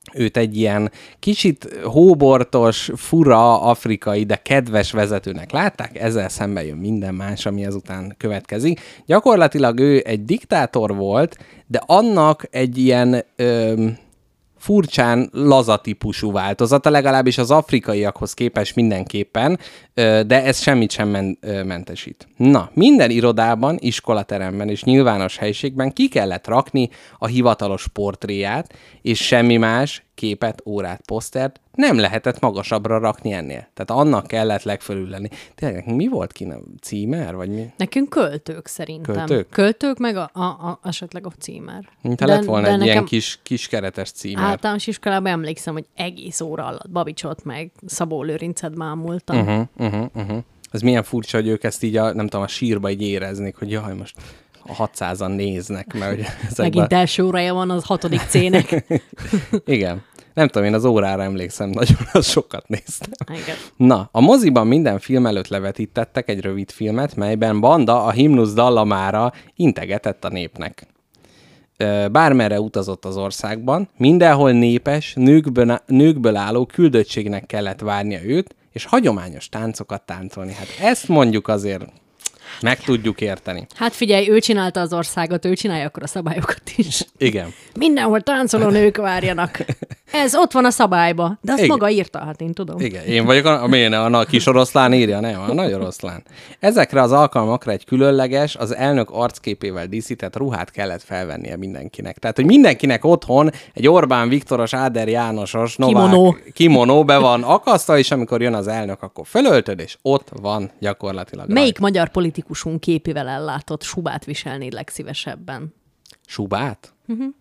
őt egy ilyen kicsit hóbortos, fura, afrikai, de kedves vezetőnek látták, ezzel szemben jön minden más, ami ezután következik. Gyakorlatilag ő egy diktátor volt, de annak egy ilyen öm, furcsán laza típusú változata, legalábbis az afrikaiakhoz képest mindenképpen, de ez semmit sem men- mentesít. Na, minden irodában, iskolateremben és nyilvános helyiségben ki kellett rakni a hivatalos portréját, és semmi más, képet, órát, posztert nem lehetett magasabbra rakni ennél. Tehát annak kellett legfölül lenni. Tényleg, mi volt ki? Nem? Címer? Vagy mi? Nekünk költők szerintem. Költők? Költők, meg a, a, a, esetleg a címer. Mint ha lett volna egy nekem... ilyen kis, kis keretes címer. Általános iskolában emlékszem, hogy egész óra alatt Babicsot meg Szabó Lőrincet bámultam. Uh-huh, uh-huh, uh-huh. Ez milyen furcsa, hogy ők ezt így a, nem tudom, a sírba így éreznék, hogy jaj, most a hatszázan néznek, mert hogy ezekben... Megint első órája van az hatodik C-nek. Igen. Nem tudom, én az órára emlékszem, nagyon az sokat néztem. Igen. Na, a moziban minden film előtt levetítettek egy rövid filmet, melyben Banda a himnusz dallamára integetett a népnek. Bármerre utazott az országban, mindenhol népes, nőkből, nőkből álló küldöttségnek kellett várnia őt, és hagyományos táncokat táncolni. Hát ezt mondjuk azért meg tudjuk érteni. Hát figyelj, ő csinálta az országot, ő csinálja akkor a szabályokat is. Igen. Mindenhol táncoló nők várjanak. Ez ott van a szabályba, de azt Igen. maga írta, hát én tudom. Igen, én vagyok a, a, a, a kis oroszlán írja, nem, a nagy oroszlán. Ezekre az alkalmakra egy különleges, az elnök arcképével díszített ruhát kellett felvennie mindenkinek. Tehát, hogy mindenkinek otthon egy Orbán Viktoros, Áder Jánosos, Novák Kimono. kimono be van akasztva, és amikor jön az elnök, akkor fölöltöd, és ott van gyakorlatilag. Melyik rajta. magyar politikusunk képével ellátott subát viselnéd legszívesebben? Subát?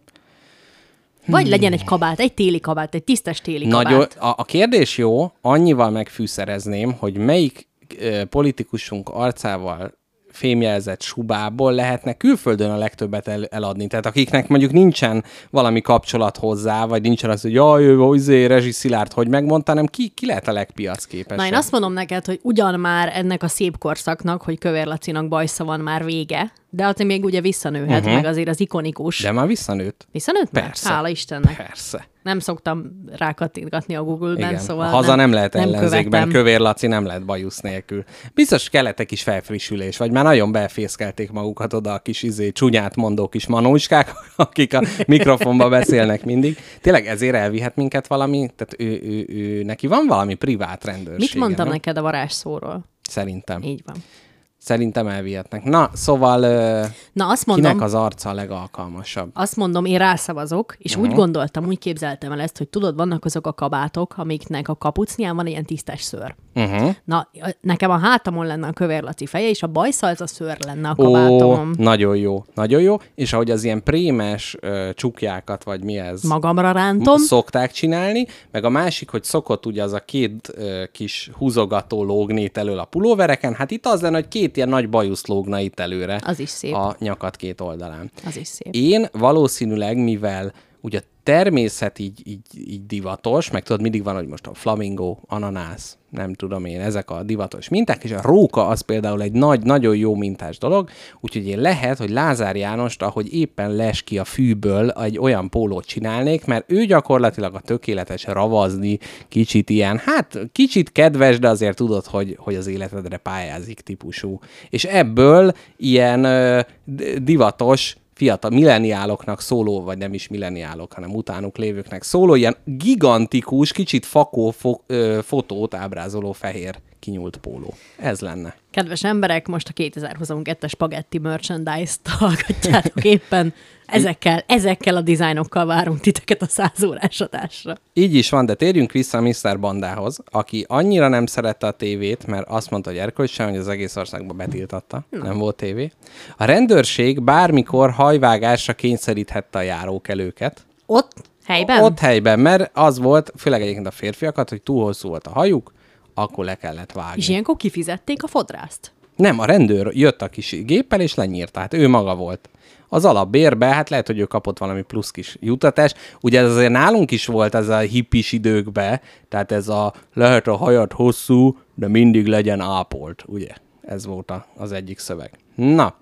Vagy legyen egy kabát, egy téli kabát, egy tisztes téli Nagyon, kabát. a, a kérdés jó, annyival megfűszerezném, hogy melyik ö, politikusunk arcával fémjelzett subából lehetne külföldön a legtöbbet el, eladni. Tehát akiknek mondjuk nincsen valami kapcsolat hozzá, vagy nincsen az, hogy jaj, ő, izé, Rezsi Szilárd, hogy megmondta, hanem ki, ki lehet a legpiacképesebb. Na, én azt mondom neked, hogy ugyan már ennek a szép korszaknak, hogy Kövér Lacinak bajsza van, már vége, de azért még ugye visszanőhet, Uh-huh. meg azért az ikonikus. De már visszanőtt. Visszanőtt már? Persze. Hála Istennek. Persze. Nem szoktam rákattintgatni a Google-ben, Igen. szóval Haza nem, nem lehet ellenzékben, követem. Kövér Laci nem lehet bajusz nélkül. Biztos kellett egy kis felfrissülés, vagy már nagyon befészkelték magukat oda a kis izé, csúnyát mondó kis manócskák, akik a mikrofonba beszélnek mindig. Tényleg ezért elvihet minket valami, tehát ő, ő, ő, neki van valami privát rendőrsége. Mit mondtam nem? neked a varázsszóról? Szerintem. Így van. Szerintem elvihetnek. Na, szóval ö, Na, azt mondom, kinek az arca a legalkalmasabb? azt mondom, én rászavazok, és uh-huh. úgy gondoltam, úgy képzeltem el ezt, hogy tudod, vannak azok a kabátok, amiknek a kapucnyán van ilyen tisztes szőr. Uh-huh. Na, nekem a hátamon lenne a Kövér Laci feje, és a bajszalca szőr lenne a Ó, kabátomon. nagyon jó, nagyon jó. És ahogy az ilyen prémes ö, csukjákat, vagy mi ez? Magamra rántom. Szokták csinálni, meg a másik, hogy szokott ugye az a két ö, kis húzogató lógni itt elől a pulóvereken, hát itt az lenne, hogy két ilyen nagy bajusz lógna itt előre. Az is szép. A nyakat két oldalán. Az is szép. Én valószínűleg, mivel ugye a természet így, így, így divatos, meg tudod, mindig van, hogy most a flamingo, ananász, nem tudom én, ezek a divatos minták, és a róka az például egy nagy, nagyon jó mintás dolog, úgyhogy én lehet, hogy Lázár Jánost, ahogy éppen les ki a fűből, egy olyan pólót csinálnék, mert ő gyakorlatilag a tökéletes ravazni, kicsit ilyen, hát kicsit kedves, de azért tudod, hogy, hogy az életedre pályázik típusú. És ebből ilyen ö, divatos, fiatal milleniáloknak szóló, vagy nem is milleniálok, hanem utánuk lévőknek szóló, ilyen gigantikus, kicsit fakó fo- ö, fotót ábrázoló fehér kinyúlt póló. Ez lenne. Kedves emberek, most a kétezer-huszonkettes spagetti merchandise-t hallgatjátok éppen. Ezekkel, ezekkel a dizájnokkal várunk titeket a száz órás adásra. Így is van, de térjünk vissza a miszter Bandához, aki annyira nem szerette a tévét, mert azt mondta, hogy erkölcsön, hogy az egész országban betiltatta. Na. Nem volt tévé. A rendőrség bármikor hajvágásra kényszeríthette a járókelőket. Ott helyben? Ott helyben, mert az volt, főleg egyébként a férfiakat, hogy túl hosszú volt a hajuk, akkor le kellett vágni. És ilyenkor kifizették a fodrászt? Nem, a rendőr jött a kis géppel, és lenyírta. Hát ő maga volt. Az alapbérbe, hát lehet, hogy ő kapott valami plusz kis jutatást. Ugye ez azért nálunk is volt ez a hippis időkbe, tehát ez a lehet a hajat hosszú, de mindig legyen ápolt, ugye? Ez volt a, az egyik szöveg. Na,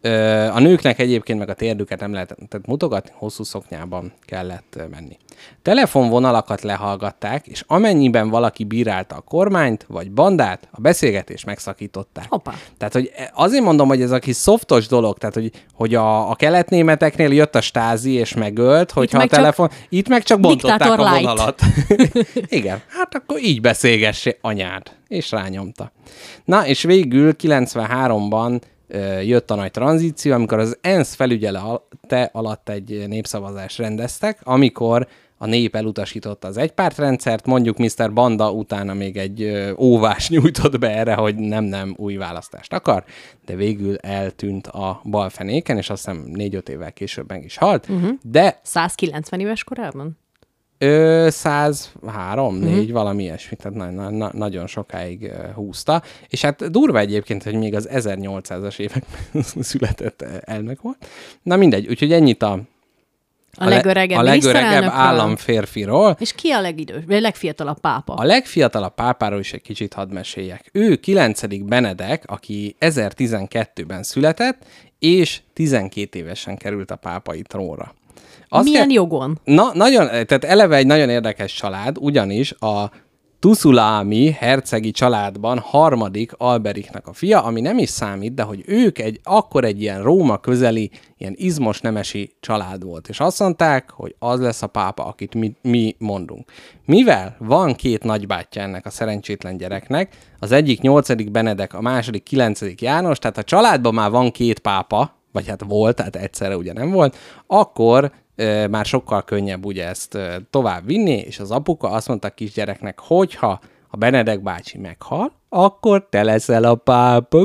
A nőknek egyébként meg a térdüket nem lehetett mutogatni, hosszú szoknyában kellett menni. Telefonvonalakat lehallgatták, és amennyiben valaki bírálta a kormányt, vagy bandát, a beszélgetést megszakították. Hoppá. Tehát, hogy azért mondom, hogy ez a kis szoftos dolog, tehát, hogy, hogy a, a keletnémeteknél jött a stázi, és megölt, hogyha a telefon... Itt meg csak bontották a vonalat. Igen, hát akkor így beszélgessé anyád. És rányomta. Na, és végül kilencvenháromban jött a nagy tranzíció, amikor az ENSZ felügyelete alatt egy népszavazást rendeztek, amikor a nép elutasította az egypártrendszert, mondjuk miszter Banda utána még egy óvás nyújtott be erre, hogy nem-nem új választást akar, de végül eltűnt a balfenéken, és azt hiszem négy-öt évvel később meg is halt, uh-huh. de... százkilencven éves korában? Ö, százhárom, négy, uh-huh. valami ilyesmi, tehát na, na, na, nagyon sokáig uh, húzta. És hát durva egyébként, hogy még az ezernyolcszázas években született elnök volt. Na mindegy, úgyhogy ennyit a, a, a legöregebb, a legöregebb államférfiról. És ki a legidős, vagy a legfiatalabb pápa? A legfiatalabb pápáról is egy kicsit hadd meséljek. Ő kilencedik Benedek, aki ezertizenkettőben született, és tizenkét évesen került a pápai trónra. Azt Milyen kell... jogon? Na, nagyon, tehát eleve egy nagyon érdekes család, ugyanis a Tuszulámi hercegi családban harmadik Alberiknak a fia, ami nem is számít, de hogy ők egy, akkor egy ilyen Róma közeli, ilyen izmos nemesi család volt. És azt mondták, hogy az lesz a pápa, akit mi, mi mondunk. Mivel van két nagybátyja ennek a szerencsétlen gyereknek, az egyik nyolcadik Benedek, a második kilencedik János, tehát a családban már van két pápa, vagy hát volt, tehát egyszerre ugye nem volt, akkor e, már sokkal könnyebb ugye ezt e, tovább vinni, és az apuka azt mondta a kisgyereknek, hogyha a Benedek bácsi meghal, akkor te leszel a pápa.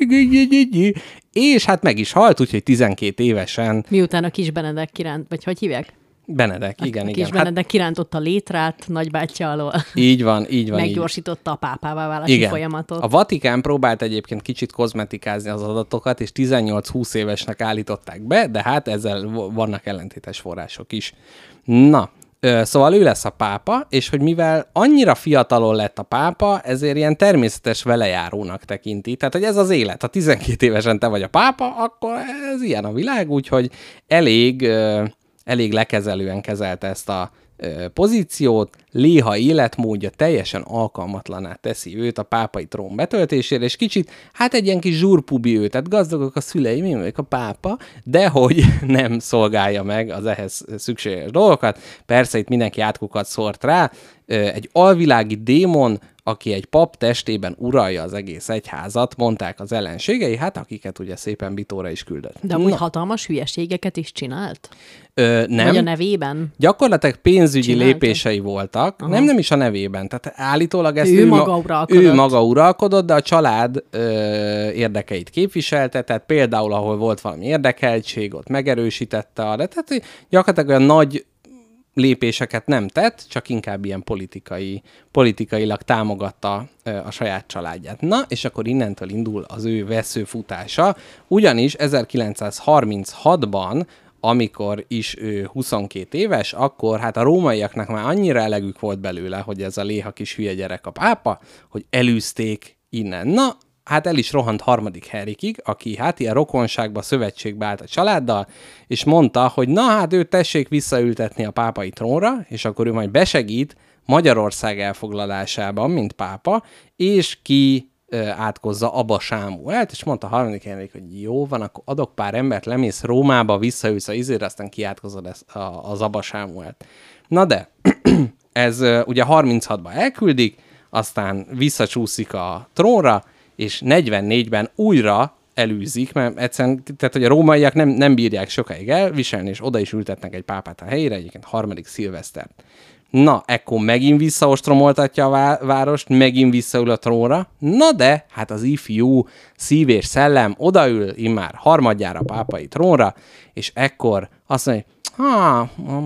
És hát meg is halt, úgyhogy tizenkét évesen... Miután a kis Benedek kiránt, vagy hogy hívják? Benedek, igen, a igen. kis Benedek hát, kirántotta létrát nagybátyja alól. Így van, így van. Meggyorsította így. a pápává válási igen. folyamatot. A Vatikán próbált egyébként kicsit kozmetikázni az adatokat, és tizennyolc-húsz évesnek állították be, de hát ezzel vannak ellentétes források is. Na, szóval ő lesz a pápa, és hogy mivel annyira fiatalon lett a pápa, ezért ilyen természetes velejárónak tekinti. Tehát, hogy ez az élet. Ha tizenkét évesen te vagy a pápa, akkor ez ilyen a világ, úgyhogy elég... elég lekezelően kezelte ezt a ö, pozíciót, léha életmódja teljesen alkalmatlaná teszi őt a pápai trón betöltésére, és kicsit, hát egy ilyen kis zsúrpubi ő, tehát gazdagok a szüleim, én vagyok a pápa, de hogy nem szolgálja meg az ehhez szükséges dolgokat. Persze itt mindenki átkukat szórt rá, ö, egy alvilági démon, aki egy pap testében uralja az egész egyházat, mondták az ellenségei, hát akiket ugye szépen bitóra is küldött. De amúgy hatalmas hülyeségeket is csinált? Ö, nem. Vagy a nevében? Gyakorlatilag pénzügyi Csinálta? lépései voltak. Aha. Nem, nem is a nevében. Tehát állítólag ezt ő, ő, maga uralkodott. ő maga uralkodott, de a család ö, érdekeit képviselte, tehát például, ahol volt valami érdekeltség, ott megerősítette, de tehát gyakorlatilag olyan nagy lépéseket nem tett, csak inkább ilyen politikai, politikailag támogatta ö, a saját családját. Na, és akkor innentől indul az ő veszőfutása, ugyanis ezerkilencszázharminchatban, amikor is ő huszonkét éves, akkor hát a rómaiaknak már annyira elegük volt belőle, hogy ez a léha kis hülye gyerek a pápa, hogy elűzték innen. Na, hát el is rohant harmadik Henrikig, aki hát ilyen rokonságba, szövetségbe állt a családdal, és mondta, hogy na hát őt tessék visszaültetni a pápai trónra, és akkor ő majd besegít Magyarország elfoglalásában, mint pápa, és ki ö, átkozza Aba Sámuelt, és mondta harmadik Henrik, hogy jó van, akkor adok pár embert, lemész Rómába, visszaülsz a izére, aztán kiátkozod ezt, a, az Aba Sámuelt. Na de, ez ö, ugye harminchatban elküldik, aztán visszacsúszik a trónra, és negyvennégyben újra elűzik, mert egyszerűen, tehát hogy a rómaiak nem, nem bírják sokáig elviselni, és oda is ültetnek egy pápát a helyére, egyébként harmadik szilvesztert. Na, ekkor megint visszaostromoltatja a vá- várost, megint visszaül a trónra, na de, hát az ifjú szív és szellem odaül immár harmadjára a pápai trónra, és ekkor azt mondja, ha,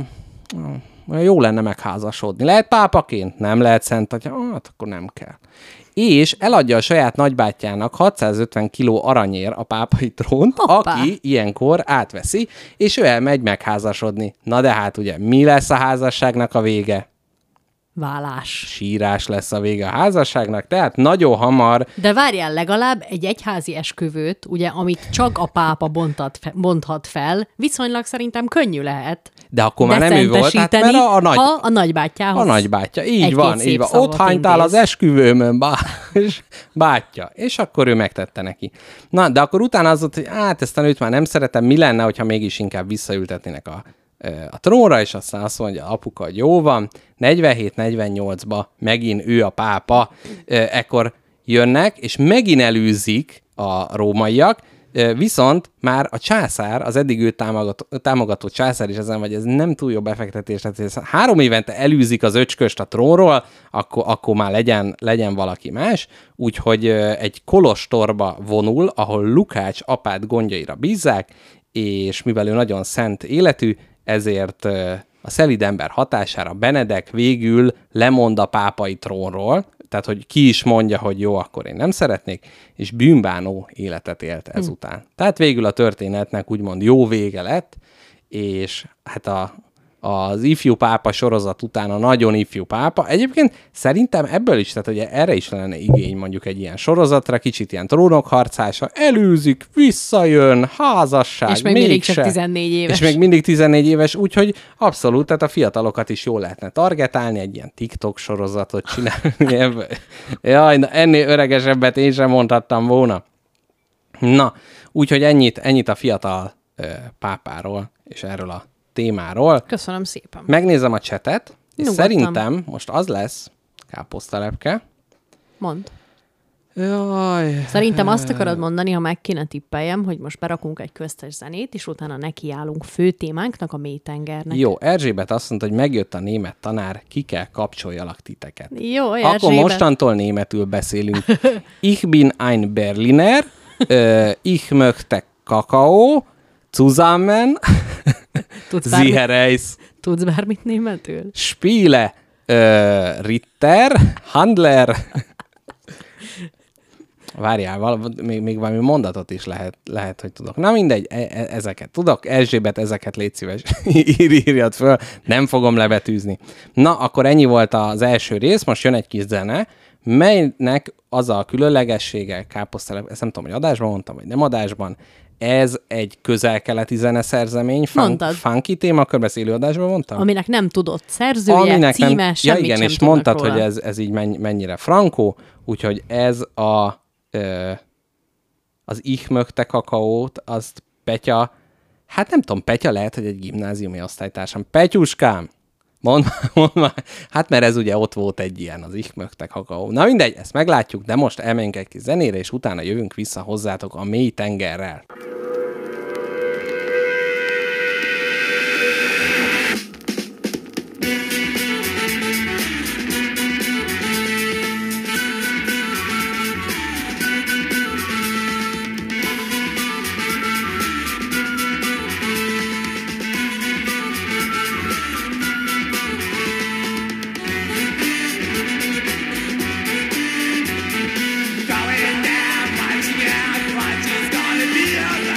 jó lenne megházasodni. Lehet pápaként? Nem lehet szent atya? Hát akkor nem kell. És eladja a saját nagybátyjának hatszázötven kiló aranyér a pápai trónt, hoppá, aki ilyenkor átveszi, és ő elmegy megházasodni. Na de hát ugye, mi lesz a házasságnak a vége? Válás. Sírás lesz a vége a házasságnak, tehát nagyon hamar... De várjál, legalább egy egyházi esküvőt, ugye, amit csak a pápa bontat fe, bonthat fel, viszonylag szerintem könnyű lehet. De akkor már nem ő volt, hát mert a, a, nagy, ha a nagybátyjához. A nagybátyja, így egy-két van, szép így van. szavat Ott hánytál intéz. az esküvőmön, bá, és bátyja. És akkor ő megtette neki. Na, de akkor utána az volt, hogy hát ezt a nőt már nem szeretem, mi lenne, hogyha mégis inkább visszaültetnének a, a trónra, és aztán azt mondja, apuka, hogy jó van, negyvenhét negyvennyolcba megint ő a pápa, ekkor jönnek, és megint elűzik a rómaiak, viszont már a császár, az eddig őt támogató, támogató császár is ezen, vagy ez nem túl jó befektetés, tehát ez három évente elűzik az öcsköst a trónról, akkor, akkor már legyen, legyen valaki más, úgyhogy egy kolostorba vonul, ahol Lukács apát gondjaira bízzák, és mivel ő nagyon szent életű, ezért a szelíd ember hatására Benedek végül lemond a pápai trónról, tehát, hogy ki is mondja, hogy jó, akkor én nem szeretnék, és bűnbánó életet élt ezután. Hmm. Tehát végül a történetnek úgymond jó vége lett, és hát a, az ifjú pápa sorozat után a nagyon ifjú pápa. Egyébként szerintem ebből is, tehát ugye erre is lenne igény mondjuk egy ilyen sorozatra, kicsit ilyen trónokharcása, elűzik, visszajön, házasság, és még mégse. mindig csak tizennégy éves. És még mindig tizennégy éves, úgyhogy abszolút, tehát a fiatalokat is jól lehetne targetálni, egy ilyen TikTok sorozatot csinálni. Jaj, na, ennél öregesebbet én sem mondhattam volna. Na, úgyhogy ennyit, ennyit a fiatal ö, pápáról, és erről a témáról. Köszönöm szépen. Megnézem a csetet, és Nyugodtan. szerintem most az lesz, káposztalepke. Mondd. Jaj. Szerintem azt akarod mondani, ha meg kéne tippeljem, hogy most berakunk egy köztes zenét, és utána nekiállunk fő témánknak, a mélytengernek. Jó, Erzsébet azt mondta, hogy megjött a német tanár, ki kell kapcsoljalak titeket. Jó, Akkor Erzsébet. mostantól németül beszélünk. Ich bin ein Berliner, uh, ich möchte Kakao, zusammen, Tudsz bármit, Sie Reis, tudsz bármit németül? Spiele, uh, Ritter, Handler. Várjál, val- még, még valami mondatot is lehet, lehet, hogy tudok. Na mindegy, e- e- ezeket tudok. Erzsébet, ezeket légy szíves, Ír, írjad föl, nem fogom lebetűzni. Na, akkor ennyi volt az első rész, most jön egy kis zene, melynek az a különlegessége, káposztalep, ezt nem tudom, hogy adásban mondtam, vagy nem adásban, ez egy közel-keleti zeneszerzemény, fun- funky témakörben, ezt élőadásban mondtam? Aminek nem tudott szerzője, Aminek címe, nem... semmit Ja igen, sem és tudnak mondtad, róla. hogy ez, ez így menny- mennyire frankó, úgyhogy ez a ö, az Ich möchte Kakaót, azt Petya, hát nem tudom, Petya lehet, hogy egy gimnáziumi osztálytársam. Petyuskám, mondd mond már, hát mert ez ugye ott volt egy ilyen, az Ich möchte Kakaó. Na mindegy, ezt meglátjuk, de most elmenjünk egy kis zenére, és utána jövünk vissza hozzátok a mély tengerrel. Going down, watching out, watch is gonna be alright.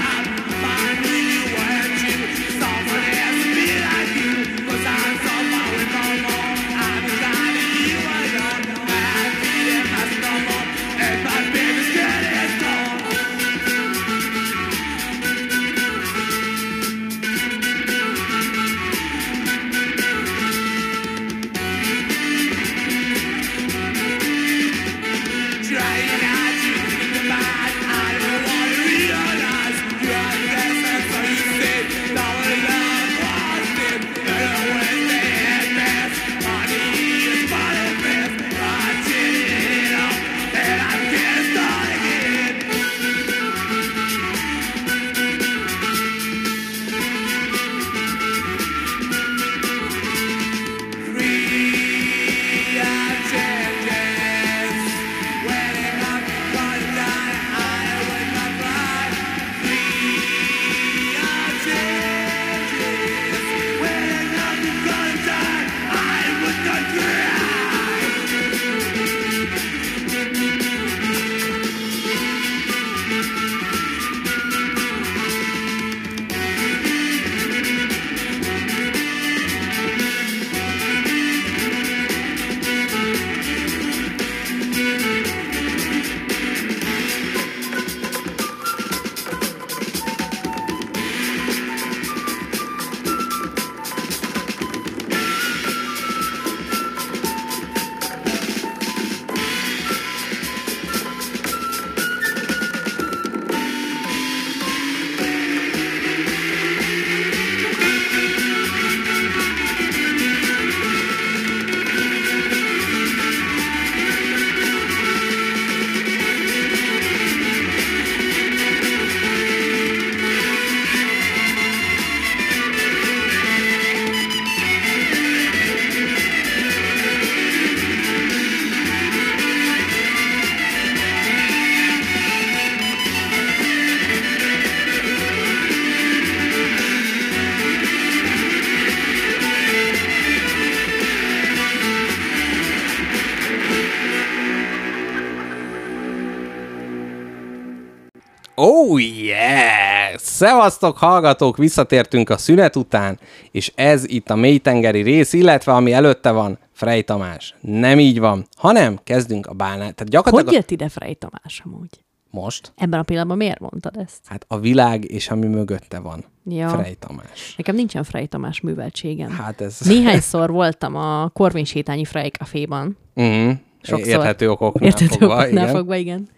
Oh yeah! Szevasztok, hallgatók! Visszatértünk a szünet után, és ez itt a mélytengeri rész, illetve ami előtte van, Frey Tamás. Nem így van, hanem kezdünk a bálnát. Tehát gyakorlatilag Hogy jött ide Frey Tamás amúgy? most, Ebben a pillanatban miért mondtad ezt? hát a világ és ami mögötte van. Ja. Frey Tamás. Nekem nincsen Frey Tamás műveltségem. Hát ez... Néhányszor voltam a Korvin sétányi Frey Caféban. Uh-huh. Sokszor. Érthető okoknál Értető fogva, okoknál igen. fogva, igen.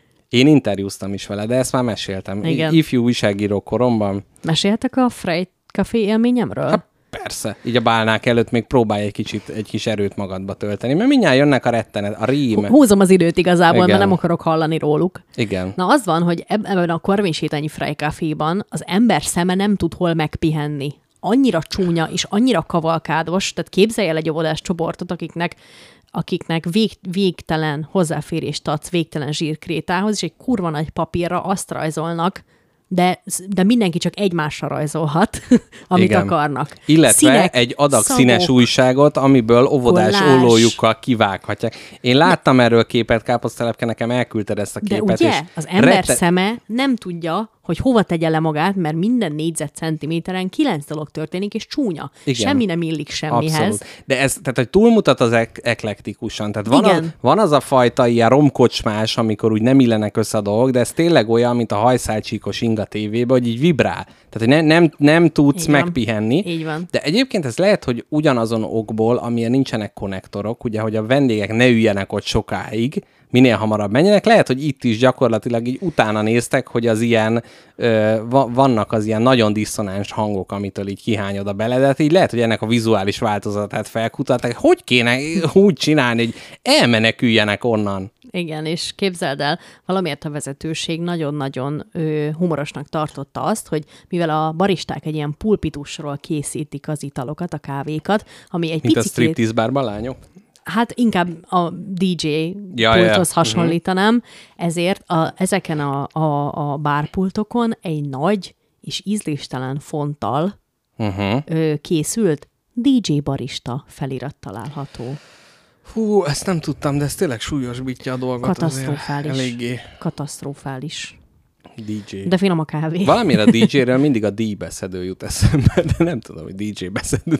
Én interjúztam is vele, de ezt már meséltem. Igen. Ifjú újságíró koromban. Meséltek a Frey Café élményemről? Hát persze. Így a bálnák előtt még próbálj egy kicsit, egy kis erőt magadba tölteni, mert mindjárt jönnek a rettenet, a rím. Húzom az időt igazából, Igen. mert nem akarok hallani róluk. Igen. Na az van, hogy eb- ebben a Korvin sétányi Frey Caféban az ember szeme nem tud hol megpihenni. Annyira csúnya és annyira kavalkádos, tehát képzelj el egy óvodás csoportot, akiknek akiknek vég, végtelen hozzáférést adsz végtelen zsírkrétához, és egy kurva nagy papírra azt rajzolnak, de, de mindenki csak egymásra rajzolhat, amit Igen. akarnak. Illetve Színek, egy adag szagok, színes újságot, amiből óvodás kollázs. ollójukkal kivághatják. Én láttam erről képet, Káposztelepke, nekem elküldted ezt a De képet. ugye, és az ember rette- szeme nem tudja, hogy hova tegye le magát, mert minden négyzetcentiméteren kilenc dolog történik, és csúnya. Igen. Semmi nem illik semmihez. Abszolút. De ez, tehát, hogy túlmutat az ek- eklektikusan. Tehát van, Igen. az, van az a fajta ilyen romkocsmás, amikor úgy nem illenek össze a dolgok, de ez tényleg olyan, mint a hajszálcsíkos inga tévében, hogy így vibrál. Tehát, hogy ne, nem, nem tudsz Így van. megpihenni. Így van. De egyébként ez lehet, hogy ugyanazon okból, amilyen nincsenek konnektorok, ugye, hogy a vendégek ne üljenek ott sokáig, minél hamarabb menjenek. Lehet, hogy itt is gyakorlatilag így utána néztek, hogy az ilyen, ö, va- vannak az ilyen nagyon diszonáns hangok, amitől így kihányod a beledet. Így lehet, hogy ennek a vizuális változatát felkutatták. Hogy kéne úgy csinálni, hogy elmeneküljenek onnan? Igen, és képzeld el, valamiért a vezetőség nagyon-nagyon ö, humorosnak tartotta azt, hogy mivel a baristák egy ilyen pulpitusról készítik az italokat, a kávékat, ami egy Mint a picikét... striptease bárban lányok? Hát inkább a dé dzsé Ja, pulthoz ja. hasonlítanám, ezért a, ezeken a, a, a bárpultokon egy nagy és ízléstelen fonttal Uh-huh. ö, készült dé dzsé barista felirat található. Hú, ezt nem tudtam, de ez tényleg súlyosbítja a dolgot. Katasztrofális. Azért eléggé Katasztrofális. dé dzsé. De finom a kávé. Valamiért a dé dzséről mindig a D-beszedő jut eszembe, de nem tudom, hogy dé dzsé beszedő.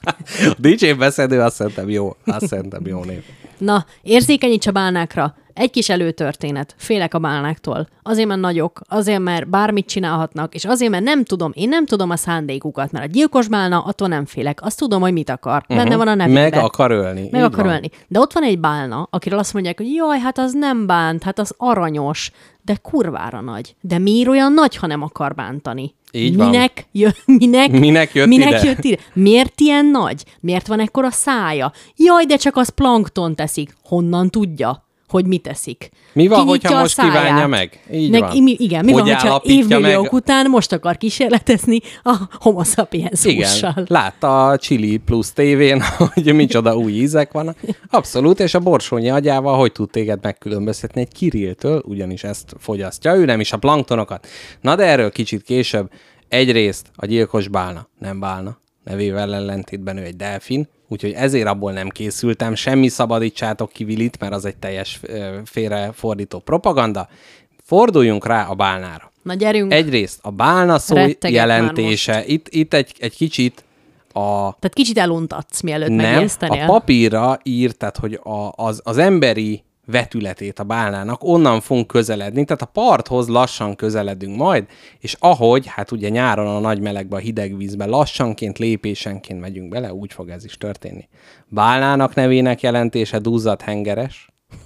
A dé dzsé beszedő azt szerintem jó, azt szerintem jó név. Na, érzékenyíts a bálnákra. Egy kis előtörténet. Félek a bálnáktól. Azért, mert nagyok, azért, mert bármit csinálhatnak, és azért, mert nem tudom, én nem tudom a szándékukat, mert a gyilkos bálna, attól nem félek. Azt tudom, hogy mit akar. Benne Uh-huh. van a nevében. Meg akar ölni. Meg Így akar van. ölni. De ott van egy bálna, akiről azt mondják, hogy jaj, hát az nem bánt, hát az aranyos, de kurvára nagy. De miért olyan nagy, ha nem akar bántani? Így van. minek, jö, minek, Minek jött minek ide? jött ide? Miért ilyen nagy? Miért van ekkora szája? Jaj, de csak az plankton teszik. Honnan tudja, hogy mit teszik? Mi van, Kinyitja hogyha a most száját. kívánja meg? Így Meg, van. mi, igen, mi Hogy van, hogyha állapítja évmilliók meg? után most akar kísérletezni a homo sapiens hússal? Igen, látta a Chili Plus tévén, hogy micsoda új ízek vannak. Abszolút, és a borsonyi agyával hogy tud téged megkülönböztetni egy kirilltől, ugyanis ezt fogyasztja, ő nem is a planktonokat. Na de erről kicsit később. Egyrészt a gyilkos bálna, nem bálna, nevével ellentétben ő egy delfin, úgyhogy ezért abból nem készültem, semmi szabadítsátok ki Willit, mert az egy teljes ö, félrefordító propaganda. Forduljunk rá a bálnára. Na gyerünk. Egyrészt a bálna szó Rettegek jelentése, itt, itt egy, egy kicsit a... Tehát kicsit eluntatsz, mielőtt Nem, megijesztenél. a papírra írt, tehát hogy a, az, az emberi vetületét a bálnának, onnan fogunk közeledni, tehát a parthoz lassan közeledünk majd, és ahogy, hát ugye nyáron a nagy melegben, a hideg vízben lassanként, lépésenként megyünk bele, úgy fog ez is történni. Bálnának nevének jelentése duzzadt hengeres.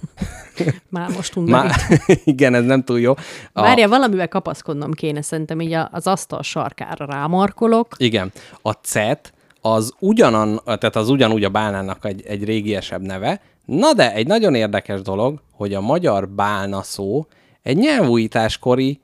Már most undorít. Már, igen, ez nem túl jó. A, Várja, valamivel kapaszkodnom kéne, szerintem így a- az asztal sarkára rámarkolok. Igen. A cet az ugyanan, tehát az ugyanúgy a bálnának egy, egy régiesebb neve. Na de egy nagyon érdekes dolog, hogy a magyar bálna szó egy nyelvújításkori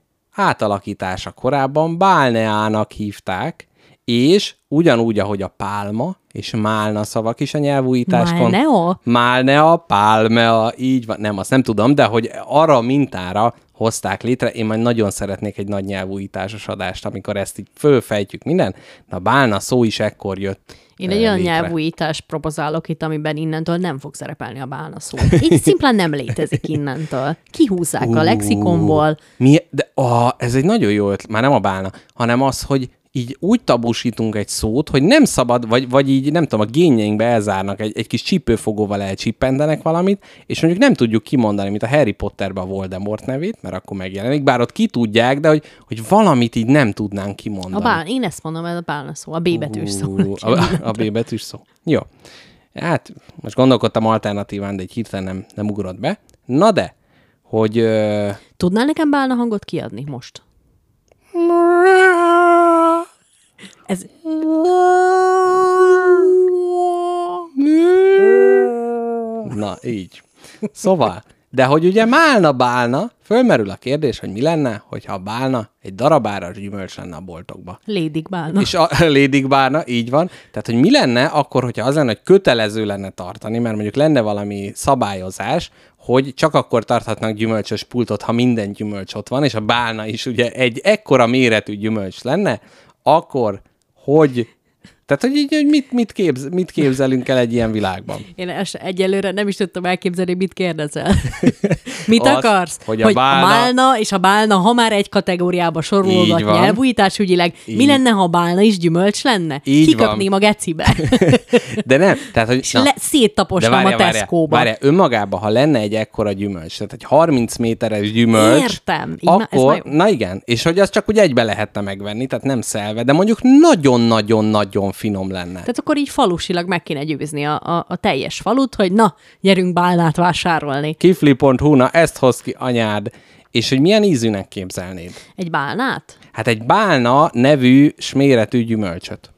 átalakítása korábban bálneának hívták, és ugyanúgy, ahogy a pálma, és málna szavak is a nyelvújításkon. Málnea? Málnea, pálmea, így van. Nem, azt nem tudom, de hogy arra a mintára hozták létre, én majd nagyon szeretnék egy nagy nyelvújításos adást, amikor ezt így fölfejtjük minden. Na, bálna szó is ekkor jött. Én egy olyan nyelvújítást propozálok itt, amiben innentől nem fog szerepelni a bálna szó. Így szimplán nem létezik innentől. Kihúzzák uh, a lexikonból. Mi? De ah, ez egy nagyon jó ötlet. Már nem a bálna, hanem az, hogy így úgy tabusítunk egy szót, hogy nem szabad, vagy, vagy így nem tudom, a génjeinkbe elzárnak, egy, egy kis csípőfogóval elcsippendenek valamit, és mondjuk nem tudjuk kimondani, mint a Harry Potterben a Voldemort nevét, mert akkor megjelenik, bár ott ki tudják, de hogy, hogy valamit így nem tudnánk kimondani. A bál, én ezt mondom, ez a bálna szó, a B betűs szó. A, a B betűs szó. Jó. Hát, most gondolkodtam alternatíván, de egy hirtelen nem, nem ugrott be. Na de, hogy... Ö... Tudnál nekem bálna hangot kiadni most? Ez... Na, így. Szóval, de hogy ugye málna-bálna, fölmerül a kérdés, hogy mi lenne, hogyha a bálna egy darabáras gyümölcs lenne a boltokba. Lédik bálna. És a lédik bálna, így van. Tehát, hogy mi lenne akkor, hogyha az lenne, hogy kötelező lenne tartani, mert mondjuk lenne valami szabályozás, hogy csak akkor tarthatnak gyümölcsös pultot, ha minden gyümölcs ott van, és a bálna is ugye egy ekkora méretű gyümölcs lenne, akkor hogy... Tehát, hogy így hogy mit, mit, képz, mit képzelünk el egy ilyen világban? Én ezt egyelőre nem is tudtam elképzelni, mit kérdezel. Mit Azt, akarsz? hogy a hogy bálna... a bálna és a bálna, ha már egy kategóriába sorolódott nyelvújításügyileg, mi lenne, ha a bálna is gyümölcs lenne? Így Kiköpném van. a gecibe. De nem. Tehát, hogy, És le, széttaposnám a Tesco-ba. Várjál, önmagában, ha lenne egy ekkora gyümölcs, tehát egy harminc méteres gyümölcs, Értem. akkor, na igen, és hogy az csak úgy egybe lehetne megvenni, tehát nem szelve, de mondjuk nagyon-nagyon-nagyon finom lenne. Tehát akkor így falusilag meg kéne győzni a, a, a teljes falut, hogy na, gyerünk bálnát vásárolni. Kifli pont hu, na ezt hoz ki anyád. És hogy milyen ízűnek képzelnéd? Egy bálnát? Hát egy bálna nevű sméretű gyümölcsöt.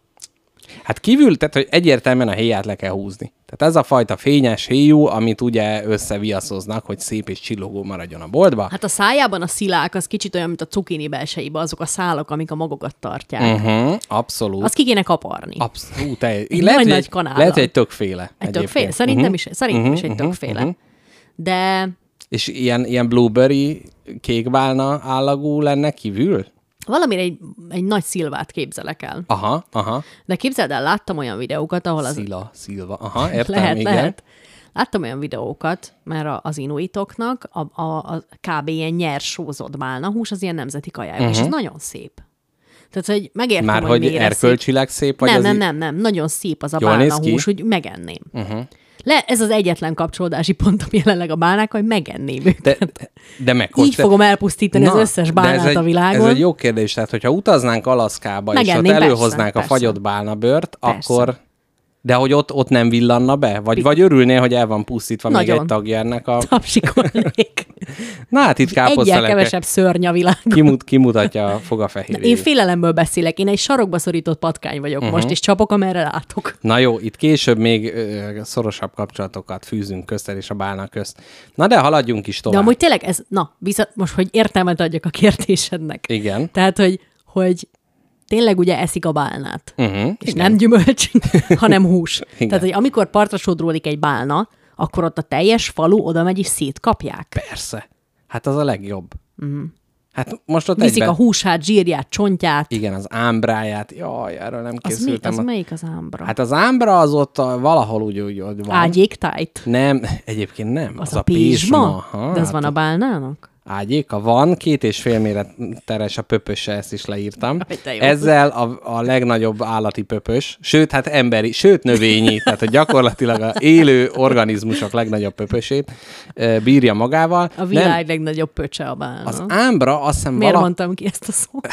Hát kívül, tehát hogy egyértelműen a héját le kell húzni. Tehát ez a fajta fényes héjú, amit ugye összeviaszoznak, hogy szép és csillogó maradjon a boltba. Hát a szájában a szilák az kicsit olyan, mint a cukini belsejében, azok a szálak, amik a magokat tartják. Uh-huh, abszolút. Azt ki kéne kaparni. Abszolút. Egy Lehet, nagy, nagy kanállal. Lehet, hogy egy többféle. Egy többféle? Szerintem uh-huh. is, szerintem uh-huh, is egy uh-huh, többféle. Uh-huh. De... És ilyen, ilyen blueberry kékbálna állagú lenne kívül? Valamire egy, egy nagy szilvát képzelek el. Aha, aha. De képzeld el, láttam olyan videókat, ahol az... Szila, szilva. Aha, értem, lehet, igen. lehet. Láttam olyan videókat, mert az inuitoknak a, a, a kb. Ilyen nyers sózott bálnahús az ilyen nemzeti kajájuk, uh-huh. és ez nagyon szép. Tehát, hogy megértem, Már hogy, hogy miért erkölcsileg szép? szép vagy nem, az nem, í- nem, nem. Nagyon szép az a Jól néz bálnahús, ki? hogy megenném. Uh-huh. Le, ez az egyetlen kapcsolódási pontom jelenleg a bálnák, hogy megenném őket. De, de meg, Így de, fogom elpusztítani na, az összes bálnát ez egy, a világon. Ez egy jó kérdés, tehát hogyha utaznánk Alaszkába, Megenném, és ott persze, előhoznák persze. a fagyott bálnabört, Persze. akkor... De hogy ott, ott nem villanna be? Vagy, vagy örülnél, hogy el van pusztítva Nagyon. még egy tagja ennek a... Tapsikolnék. Na hát itt Egyel káposztelepke kevesebb szörny a világon. kimut, kimutatja a fogafehérjét. Én félelemből beszélek, én egy sarokba szorított patkány vagyok uh-huh. most, és csapok, amerre látok. Na jó, itt később még ö, szorosabb kapcsolatokat fűzünk közted és a bálna közt. Na de haladjunk is tovább. De amúgy tényleg ez, na, vissza, most, hogy értelmet adjak a kérdésednek. Igen. Tehát, hogy, hogy tényleg ugye eszik a bálnát. Uh-huh, és igen. nem gyümölcs, hanem hús. Igen. Tehát, hogy amikor partra sodródik egy bálna, akkor ott a teljes falu oda megy és szétkapják. Persze. Hát az a legjobb. Uh-huh. Hát most ott Viszik egyben... a húsát, zsírját, csontját. Igen, az ámbráját. Jaj, erről nem Az, mi, készültem. az melyik az ámbra? Hát az ámbra az ott a, valahol úgy, úgy, úgy van. Ágyéktájt? Nem, egyébként nem. Az, Az, a, a pézsma? pézsma. De az hát van a bálnának? Ágyéka van, két és fél méteres a pöpöse, ezt is leírtam. Aj, de jó. Ezzel a, a legnagyobb állati pöpös, sőt, hát emberi, sőt növényi, tehát hogy gyakorlatilag a élő organizmusok legnagyobb pöpösét e, bírja magával. A világ Nem, legnagyobb pöcse a bálna. az ámbra, azt hiszem Miért vala, mondtam ki ezt a szót?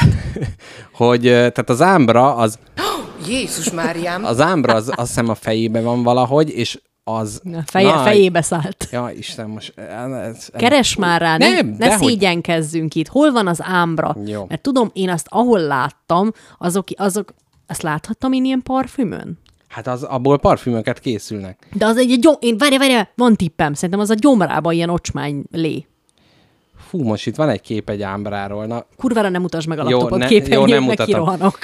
hogy, e, tehát az ámbra, az, Jézus Máriám. az ámbra, az, azt hiszem a fejében van valahogy, és az... Na, feje, na, fejébe szállt. Ja, Isten, most... Ez, Keres már rá, ne, nem, ne dehogy. szégyenkezzünk itt. Hol van az ámbra? Jó. Mert tudom, én azt ahol láttam, azok, azok azt láthattam én ilyen parfümön? Hát az, abból parfümöket készülnek. De az egy, egy gyom... Én, várj, várj, van tippem. Szerintem az a gyomrában ilyen ocsmány lé. Fú, most itt van egy kép egy ámbráról. Na, Kurvára nem mutasd meg a Jó, laptopot, ne- képen jó, nem meg mutatom. kirohanok.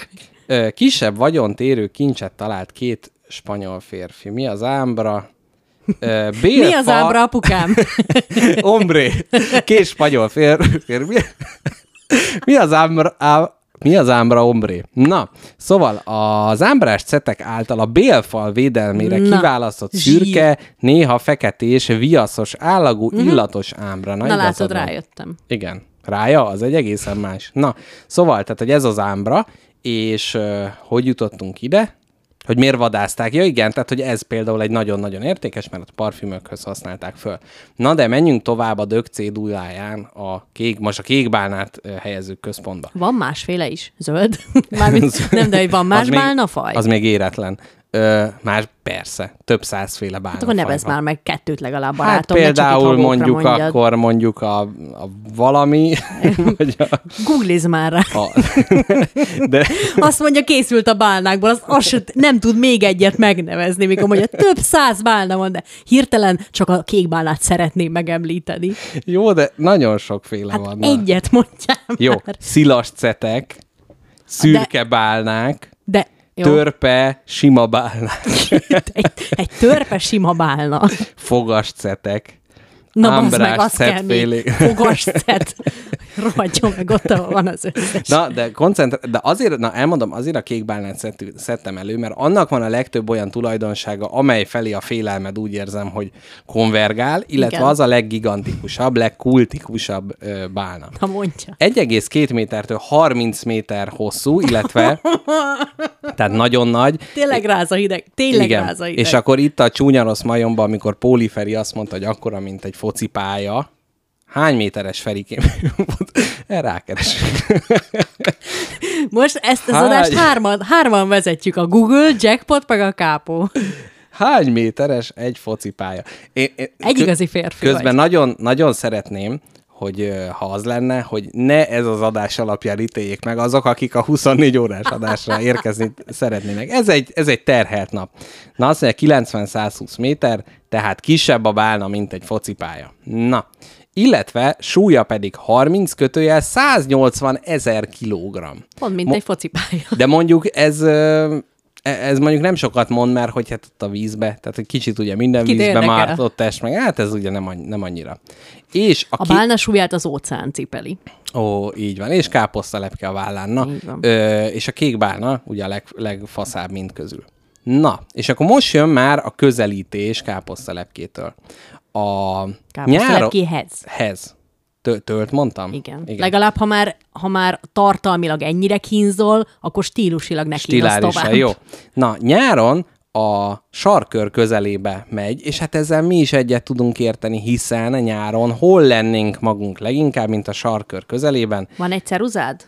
Ö, kisebb vagyont érő kincset talált két spanyol férfi. Mi az ámbra? Ö, bélfa... Mi az ámbra, apukám? Ombré. Két spanyol férfi. Fér... Mi... Mi az ámbra... Á... Mi az ámbra ombré? Na, szóval az ámbrás cetek által a bélfal védelmére Na, kiválasztott zsír. szürke, néha feketés, viaszos, állagú, uh-huh. illatos ámbra. Na, Na igazad látod, van. rájöttem. Igen. Rája, az egy egészen más. Na, szóval, tehát, hogy ez az ámbra, és uh, hogy jutottunk ide? Hogy miért vadázták? Ja igen, tehát hogy ez például egy nagyon-nagyon értékes, mert a parfümökhöz használták föl. Na de menjünk tovább a dög céduláján, a kék, most a kékbálnát uh, helyezzük központba. Van másféle is? Zöld? Mármint, nem, de hogy van más Az még- bálnafaj? Az még éretlen. Ö, más persze, több százféle bálnafaj Hát akkor nevezd van. már meg kettőt legalább, Hát barátom. ne csak itt például habokra mondjuk mondjad. akkor mondjuk a, a valami, vagy a, Googlizz már rá. a de Azt mondja, készült a bálnákból, az, az se, nem tud még egyet megnevezni, mikor mondja, több száz bálna van, de hirtelen csak a kék bálnát szeretném megemlíteni. jó, de nagyon sokféle Hát van. na. egyet mondjál Jó, már. szilas cetek, szürke bálnák, De jó, törpe, sima bálnák, egy, egy törpe sima bálna. fogas cetek, Na, bazd meg, ámbrás azt kell még. cetfélék. Fogasztet. Rohadjon meg, ott ahol van az összes. Na, de koncentrál, de azért, na elmondom, azért a kékbálnát szett, szedtem elő, mert annak van a legtöbb olyan tulajdonsága, amely felé a félelmed úgy érzem, hogy konvergál, illetve Igen. az a leggigantikusabb, legkultikusabb ö, bálna. Na mondja. egy egész két métertől harminc méter hosszú, illetve, tehát nagyon nagy. Tényleg ráz a hideg. Tényleg ráz a hideg. És akkor itt a Csúnya Rossz Majomban, amikor Póli Feri azt mondta, hogy akkora, mint egy focipálya, hány méteres Ferikém? Erre rákeresünk. Most ezt az Hány? adást hárman, hárman vezetjük, a Google, Jackpot, meg a Kápó. Hány méteres egy focipálya? Én, én, Egy kö- igazi férfi Közben vagy. nagyon, nagyon szeretném, hogy ö, ha az lenne, hogy ne ez az adás alapján ítéljék meg azok, akik a huszonnégy órás adásra érkezni szeretnének. Ez egy, ez egy terhelt nap. Na azt mondja, kilencven-százhúsz méter, tehát kisebb a bálna, mint egy focipálya. Na, illetve súlya pedig harminc kötőjel száznyolcvan ezer kilogramm. Pont, mint Mo- egy focipálya. De mondjuk ez... ö, ez mondjuk nem sokat mond, mert hogy hát ott a vízbe, tehát egy kicsit ugye minden Kit vízbe érdekel? mártott test, meg hát ez ugye nem, anny- nem annyira. És a, A ki... bálna súlyát az óceán cipeli. Ó, így van, és káposztalepke a vállán, na. Így van. Ö, és a kék bálna ugye a leg, legfaszább mind közül. Na, és akkor most jön már a közelítés káposztalepkétől. A Káposztalepkéhez. Hez. Tö- Tölt mondtam? Igen. Igen. Legalább, ha már, ha már tartalmilag ennyire kínzol, akkor stílusilag ne kínozz Stilárisan, tovább. jó. Na, nyáron a sarkör közelébe megy, és hát ezzel mi is egyet tudunk érteni, hiszen nyáron hol lennénk magunk leginkább, mint a sarkör közelében? Van egy ceruzád?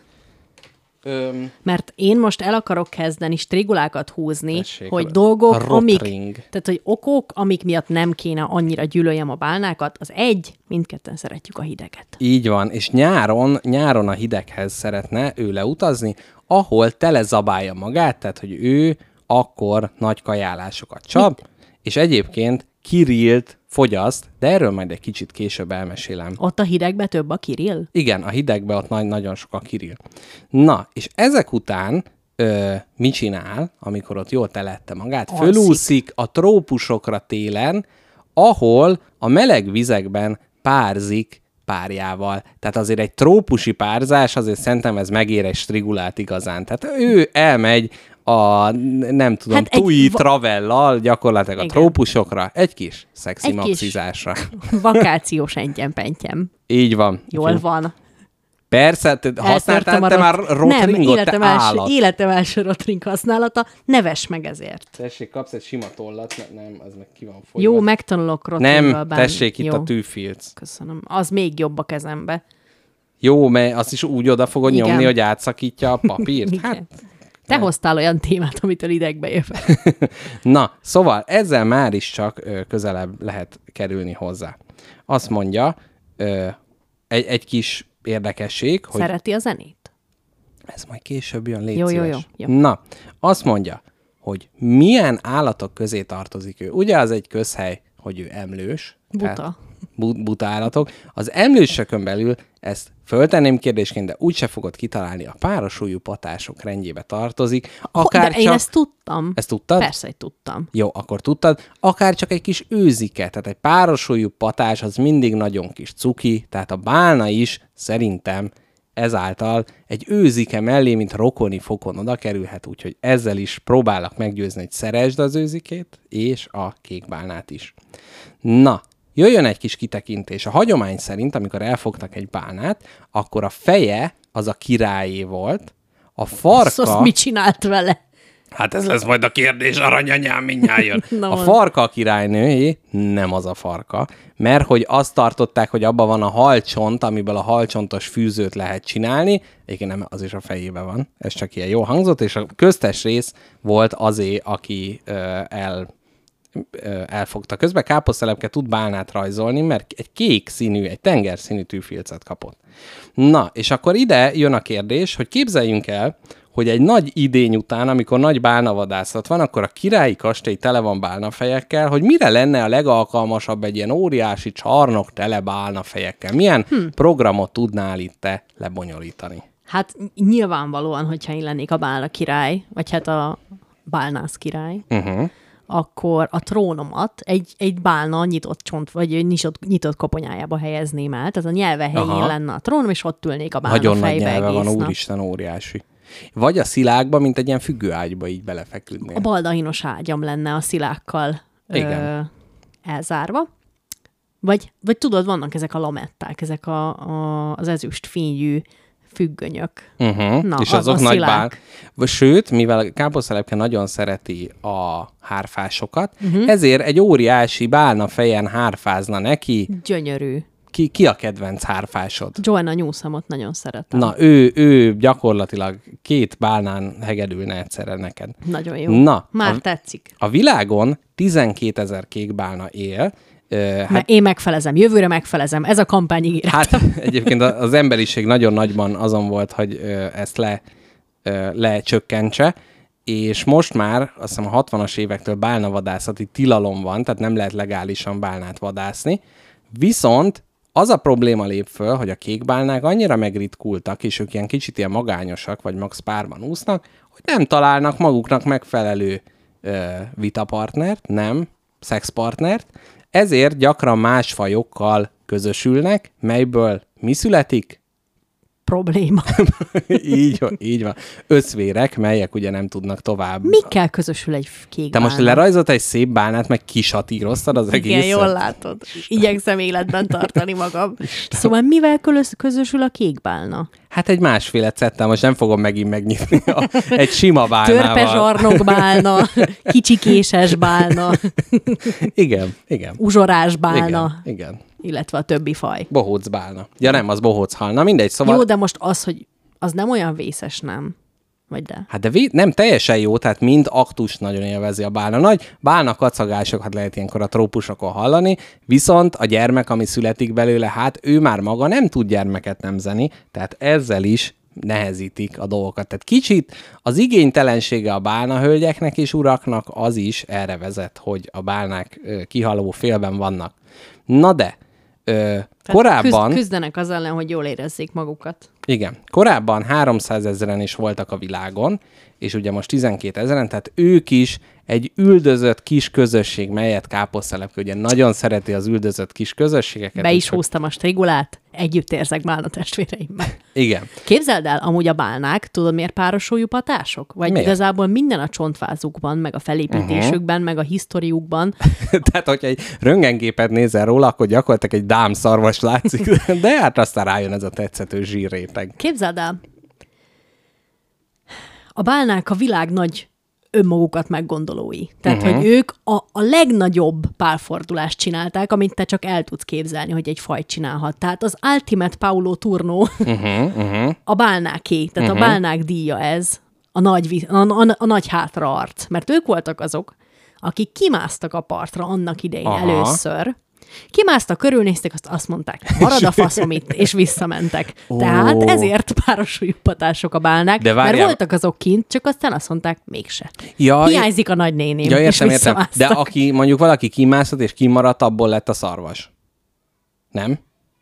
Öm, Mert én most el akarok kezdeni strigulákat húzni, Tessék, hogy a- dolgok, a amik, rotring. tehát hogy okok, amik miatt nem kéne annyira gyűlöljem a bálnákat, az egy, mindketten szeretjük a hideget. így van, és nyáron, nyáron a hideghez szeretne ő leutazni, ahol tele zabálja magát, tehát hogy ő akkor nagy kajálásokat csap, Mit? és egyébként kirillt fogyaszt, de erről majd egy kicsit később elmesélem. Ott a hidegbe több a Kirill? Igen, a hidegben ott nagy, nagyon sok a kirill. Na, és ezek után ö, mit csinál, amikor ott jól telette magát? Alszik. Fölúszik a trópusokra télen, ahol a meleg vizekben párzik párjával. Tehát azért egy trópusi párzás, azért szerintem ez megér egy strigulát igazán. Tehát ő elmegy a, nem tudom, Hát hát egy tui va- travellal gyakorlatilag a Igen. trópusokra, egy kis szexi Egy kis- maxizásra. Vakációs entyen-pentyem. Így van. Jól van. Persze, te használtál Eltörtem te a már rot- rotringot, Nem, te életem első, állat. életem első rotring használata. Neves meg ezért. Tessék, kapsz egy sima tollat, ne, nem, az meg ki van fogyva. Jó, megtanulok rotringgal Nem, bánni. tessék, itt Jó, a tűfilc. köszönöm. Az még jobb a kezembe. Jó, mert azt is úgy oda fogod Igen. nyomni, hogy átszakítja a papírt. Igen. Hát, Te hoztál olyan témát, amitől idegbe jövök. na, szóval ezzel már is csak ö, közelebb lehet kerülni hozzá. Azt mondja, ö, egy, egy kis érdekesség, hogy Szereti a zenét? ez majd később jön, légy Jó, jó, szíves. jó, jó. Na, azt mondja, hogy milyen állatok közé tartozik ő. Ugye az egy közhely, hogy ő emlős. Buta. Tehát butállatok. Az emlősökön belül ezt föltenném kérdésként, de úgyse fogod kitalálni, a párosúlyú patások rendjébe tartozik. Akár de én csak... ezt tudtam. Ezt tudtad? Persze, hogy tudtam. Jó, akkor tudtad. Akár csak egy kis őzike, tehát egy párosúlyú patás az mindig nagyon kis cuki, tehát a bálna is szerintem ezáltal egy őzike mellé, mint rokoni fokon oda kerülhet, úgyhogy ezzel is próbálok meggyőzni, hogy szeresd az őzikét, és a kékbálnát is. Na, jöjjön egy kis kitekintés. A hagyomány szerint, amikor elfogtak egy bálnát, akkor a feje az a királyé volt, a farka... Szóval mit csinált vele? Hát ez lesz majd a kérdés, aranyanyám, mindjárt jön. Na, a farka a királynőjé, nem az a farka, mert hogy azt tartották, hogy abban van a halcsont, amiből a halcsontos fűzőt lehet csinálni, egyébként nem, az is a fejében van, ez csak ilyen jó hangzott, és a köztes rész volt azé, aki ö, el... elfogta. Közben káposztelepke tud bálnát rajzolni, mert egy kék színű, egy tengerszínű tűfilcet kapott. Na, és akkor ide jön a kérdés, hogy képzeljünk el, hogy egy nagy idény után, amikor nagy bálnavadászat van, akkor a királyi kastély tele van bálnafejekkel, hogy mire lenne a legalkalmasabb egy ilyen óriási csarnok tele bálnafejekkel? Milyen hm. programot tudnál itt te lebonyolítani? Hát nyilvánvalóan, hogyha én lennék a bálna király, vagy hát a bálnász király, uh-huh. akkor a trónomat egy, egy bálna nyitott csont, vagy nyitott, nyitott koponyájába helyezném el. Tehát a nyelve helyén Aha. lenne a trónom, és ott ülnék a bálna Nagyon fejbe nagy nyelve egész van, nap. úristen, óriási. Vagy a szilákba, mint egy ilyen függőágyba így belefeküdnél. A baldahinos ágyam lenne a szilákkal ö, elzárva. Vagy, vagy tudod, vannak ezek a lametták, ezek a, a, az ezüst fényű függönyök. Uh-huh. Na, és az azok a nagy szilák. bál... Sőt, mivel a káposztelepke nagyon szereti a hárfásokat, uh-huh. ezért egy óriási bálna fejen hárfázna neki. Gyönyörű. Ki, ki a kedvenc hárfásod? Joanna Newsomot nagyon szeretem. Na, ő, ő gyakorlatilag két bálnán hegedülne egyszerre neked. Nagyon jó. Na, Már a, tetszik. A világon tizenkétezer kék bálna él. Uh, hát, én megfelezem, jövőre megfelezem. Ez a kampányígéret. Hát egyébként az emberiség nagyon nagyban azon volt, hogy uh, ezt le, uh, lecsökkentse, és most már azt hiszem a hatvanas évektől bálnavadászati tilalom van, tehát nem lehet legálisan bálnát vadászni. Viszont az a probléma lép föl, hogy a kékbálnák annyira megritkultak, és ők ilyen kicsit ilyen magányosak, vagy max párban úsznak, hogy nem találnak maguknak megfelelő ö, vitapartnert, nem szexpartnert, ezért gyakran más fajokkal közösülnek, melyből mi születik? Probléma. így van, így van. Összvérek, melyek ugye nem tudnak tovább. Mikkel közösül egy kék Te most lerajzolt egy szép bálnát, meg kisatíroztad az egészet? Igen, jól látod. Igyekszem életben tartani magam. Szóval mivel közösül a kék bálna? Hát egy másféle cettel, most nem fogom megint megnyitni. A, egy sima bálnával. Törpezsarnok bálna, kicsikéses bálna. igen, igen. Uzsorás bálna. Igen, igen. Illetve a többi faj. Bohóc bálna. Ja nem, az bohóc hal. Na mindegy, szóval... Jó, de most az, hogy az nem olyan vészes, nem? Vagy de? Hát de vé... nem teljesen jó, tehát mind aktust nagyon élvezi a bálna. Nagy bálna kacagásokat lehet ilyenkor a trópusokon hallani, viszont a gyermek, ami születik belőle, hát ő már maga nem tud gyermeket nemzeni, tehát ezzel is nehezítik a dolgokat. Tehát kicsit az igénytelensége a bálnahölgyeknek és uraknak az is erre vezet, hogy a bálnák kihaló félben vannak. Na de, Ö, korábban... Küzd, küzdenek az ellen, hogy jól érezzék magukat. Igen. Korábban háromszázezren is voltak a világon, és ugye most tizenkétezren, tehát ők is egy üldözött kis közösség, melyet káposztelepke ugye nagyon szereti az üldözött kis közösségeket. Be is húztam a strigulát, együtt érzek bálna testvéreimmel. Igen. Képzeld el, amúgy a bálnák, tudod miért párosúlyú patások? Vagy miért? Igazából minden a csontvázukban, meg a felépítésükben, uh-huh. meg a historiukban. Tehát, hogyha egy röntgenképet nézel róla, akkor gyakorlatilag egy dámszarvas látszik, de hát aztán rájön ez a tetszető zsírréteg. Képzeld el, a bálnák a világ nagy önmagukat meggondolói. Tehát, uh-huh. hogy ők a, a legnagyobb pálfordulást csinálták, amit te csak el tudsz képzelni, hogy egy faj csinálhat. Tehát az Ultimate Paulo Turno uh-huh, uh-huh. a bálnáké, tehát uh-huh. a bálnák díja ez, a nagy, a, a, a nagy hátraarc. Mert ők voltak azok, akik kimásztak a partra annak idején Aha. először, kimásztak, körülnéztek, azt, azt mondták, marad a faszom itt, és visszamentek. Oh. Tehát ezért párosúlyú patások a bálnák, de mert voltak azok kint, csak aztán azt mondták, mégse. Ja, Hiányzik a nagynéném, ja, értem, és értem. De aki mondjuk valaki kimászott, és kimaradt, abból lett a szarvas. Nem?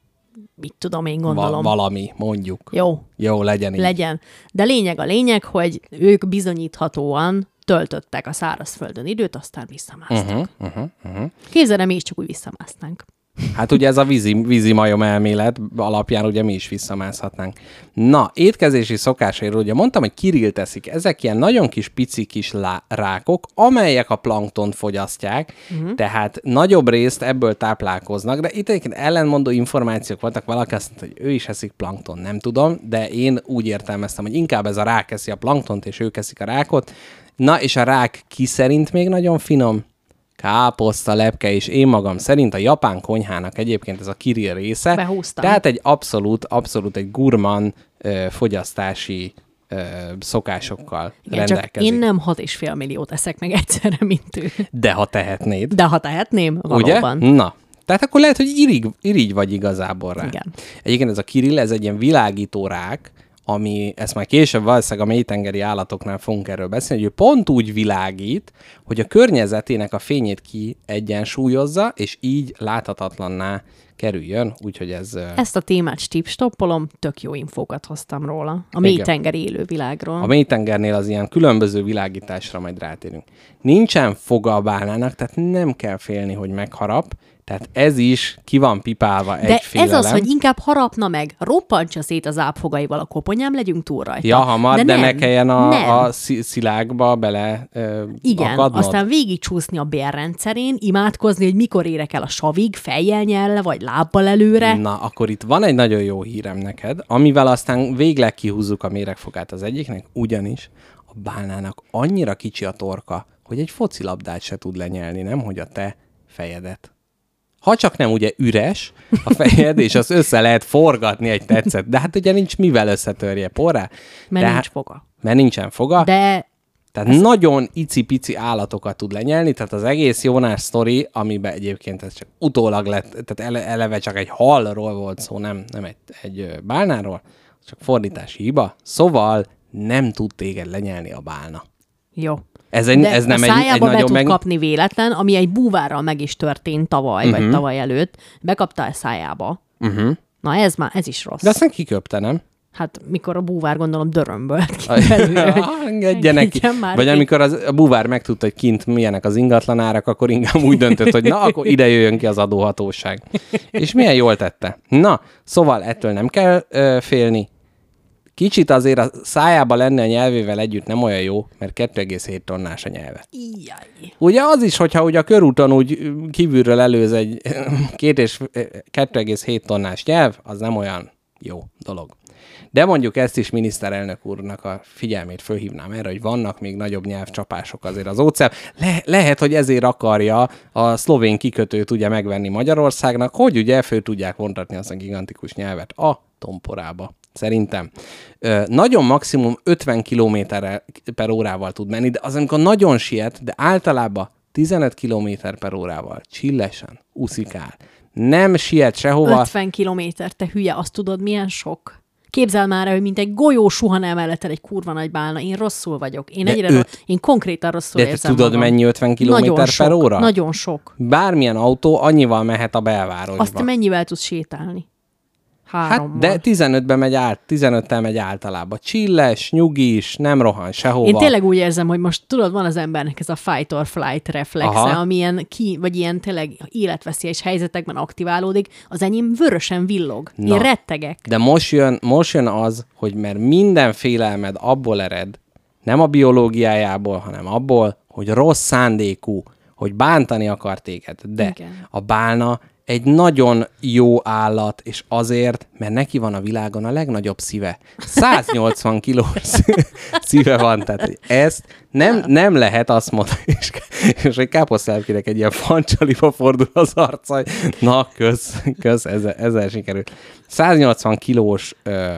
Mit tudom, én gondolom. Va- valami, mondjuk. Jó. Jó, legyen így. Legyen. De lényeg a lényeg, hogy ők bizonyíthatóan töltöttek a szárazföldön időt, aztán visszamásztak. Uh-huh, uh-huh, uh-huh. Képzeld, mi is csak úgy visszamásznánk. Hát ugye ez a vízi, vízi majom elmélet alapján ugye mi is visszamászhatnánk. Na, étkezési szokásairól ugye mondtam, hogy Kirill teszik. Ezek ilyen nagyon kis pici kis lá- rákok, amelyek a planktont fogyasztják, uh-huh. tehát nagyobb részt ebből táplálkoznak, de itt egyébként ellenmondó információk voltak, valaki azt mondta, hogy ő is eszik plankton, nem tudom, de én úgy értelmeztem, hogy inkább ez a rák eszi a planktont, és ők eszik a rákot. Na, és a rák ki szerint még nagyon finom? Káposzta, lepke, és én magam szerint a japán konyhának egyébként ez a Kirill része. Behúztam. Tehát egy abszolút, abszolút egy gurman ö, fogyasztási ö, szokásokkal Igen, rendelkezik. csak én nem hat és fél milliót eszek meg egyszerre, mint ő. De ha tehetnéd. De ha tehetném, valóban. Ugye? Na. Tehát akkor lehet, hogy irigy, irigy vagy igazából rá. Igen. Egyébként ez a Kirill, ez egy ilyen világító rák, ami, ezt már később valószínűleg a mélytengeri állatoknál fogunk erről beszélni, hogy ő pont úgy világít, hogy a környezetének a fényét kiegyensúlyozza, és így láthatatlanná kerüljön, úgyhogy ez... Ezt a témát stip-stoppolom, tök jó infókat hoztam róla. A mélytengeri élővilágról. A mélytengernél az ilyen különböző világításra majd rátérünk. Nincsen foga a bálnának, tehát nem kell félni, hogy megharap, tehát ez is ki van pipálva egy De félelem. ez az, hogy inkább harapna meg, roppantsa szét az ápfogaival a koponyám, legyünk túl rajta. Ja, hamar, de, de nem, ne kelljen a, nem. a szilágba bele ö, Igen, akadnod. aztán végigcsúszni a bérrendszerén, imádkozni, hogy mikor érek el a savig, fejjel nyelle, vagy lábbal előre. Na, akkor itt van egy nagyon jó hírem neked, amivel aztán végleg kihúzzuk a méregfogát az egyiknek, ugyanis a bálnának annyira kicsi a torka, hogy egy focilabdát se tud lenyelni, nem, hogy a te fejedet. Ha csak nem ugye üres a fejed, és azt össze lehet forgatni egy tetszet. De hát ugye nincs mivel összetörje porrá. Mert de nincs hát, foga. Mert nincsen foga. De Tehát ez... nagyon icipici állatokat tud lenyelni, tehát az egész Jónás sztori, amiben egyébként ez csak utólag lett, tehát ele, eleve csak egy halról volt szó, nem, nem egy, egy bálnáról, csak fordítási hiba. Szóval nem tud téged lenyelni a bálna. jó. Ez, egy, De ez nem a egy, egy szájába be nagyon tud meg... kapni véletlen, ami egy búvárral meg is történt tavaly, uh-huh. vagy tavaly előtt. Bekapta a szájába. Uh-huh. Na ez már, ez is rossz. De aztán kiköpte, nem? Hát mikor a búvár gondolom dörömbölt ki Ah, belőle, hogy engedje neki. engedjen már Vagy ki. amikor az, a búvár megtudta, hogy kint milyenek az ingatlanárak, akkor inkább úgy döntött, hogy na, akkor ide jöjjön ki az adóhatóság. És milyen jól tette. Na, szóval ettől nem kell ö, félni. Kicsit azért a szájába lenni a nyelvével együtt nem olyan jó, mert kettő egész hét tonnás a nyelve. Ijjaj. Ugye az is, hogyha ugye a körúton úgy kívülről előz egy két és kettő egész hét tonnás nyelv, az nem olyan jó dolog. De mondjuk ezt is miniszterelnök úrnak a figyelmét fölhívnám erre, hogy vannak még nagyobb nyelvcsapások azért az óceán. Le- lehet, hogy ezért akarja a szlovén kikötőt ugye megvenni Magyarországnak, hogy ugye föl tudják vontatni azt a gigantikus nyelvet a tomporába. Szerintem. Ö, nagyon maximum ötven kilométer per órával tud menni, de az, amikor nagyon siet, de általában tizenöt kilométer per órával csillesen úszikál. Nem siet sehova. ötven kilométer, te hülye, azt tudod, milyen sok? Képzel már el, hogy mint egy golyó suhan el melletted egy kurva nagy bálna. Én rosszul vagyok. Én, De egyre öt- ro- én konkrétan rosszul De te érzem tudod, magam. mennyi ötven kilométer per sok, óra? Nagyon sok. Bármilyen autó annyival mehet a belvárosba. Azt te mennyivel tudsz sétálni? Hát, Hárommal. de tizenötben megy át, tizenöttel megy általában. Csilles, nyugis, nem rohan sehova. Én tényleg úgy érzem, hogy most tudod, van az embernek ez a fight or flight reflexe, Aha. ami ilyen, ki, vagy ilyen tényleg életveszélyes helyzetekben aktiválódik, az enyém vörösen villog. Na. Én rettegek. De most jön, most jön az, hogy mert minden félelmed abból ered, nem a biológiájából, hanem abból, hogy rossz szándékú, hogy bántani akar téged. De Igen. a bálna egy nagyon jó állat, és azért, mert neki van a világon a legnagyobb szíve. száznyolcvan kilós szíve van, tehát ezt nem, nem lehet azt mondani, és, és egy káposztelepkének egy ilyen fancsaliba fordul az arca, hogy na, kösz, kösz, ezzel, ezzel sikerült. száznyolcvan kilós, ö,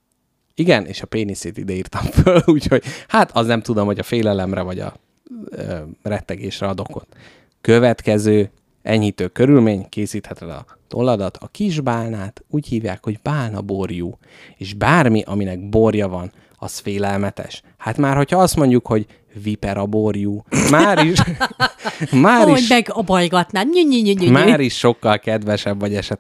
igen, és a péniszét ide írtam föl, úgyhogy hát az nem tudom, hogy a félelemre vagy a ö, rettegésre ad okot. Következő enyhítő körülmény, készítheted a tolladat, a kis bálnát úgy hívják, hogy bálnaborjú, és bármi, aminek borja van, az félelmetes. Hát már, hogyha azt mondjuk, hogy viperaborjú, már is, már Hogy is, meg a bajgatnád. Nyű, nyű, nyű, nyű. már is sokkal kedvesebb, vagy esetleg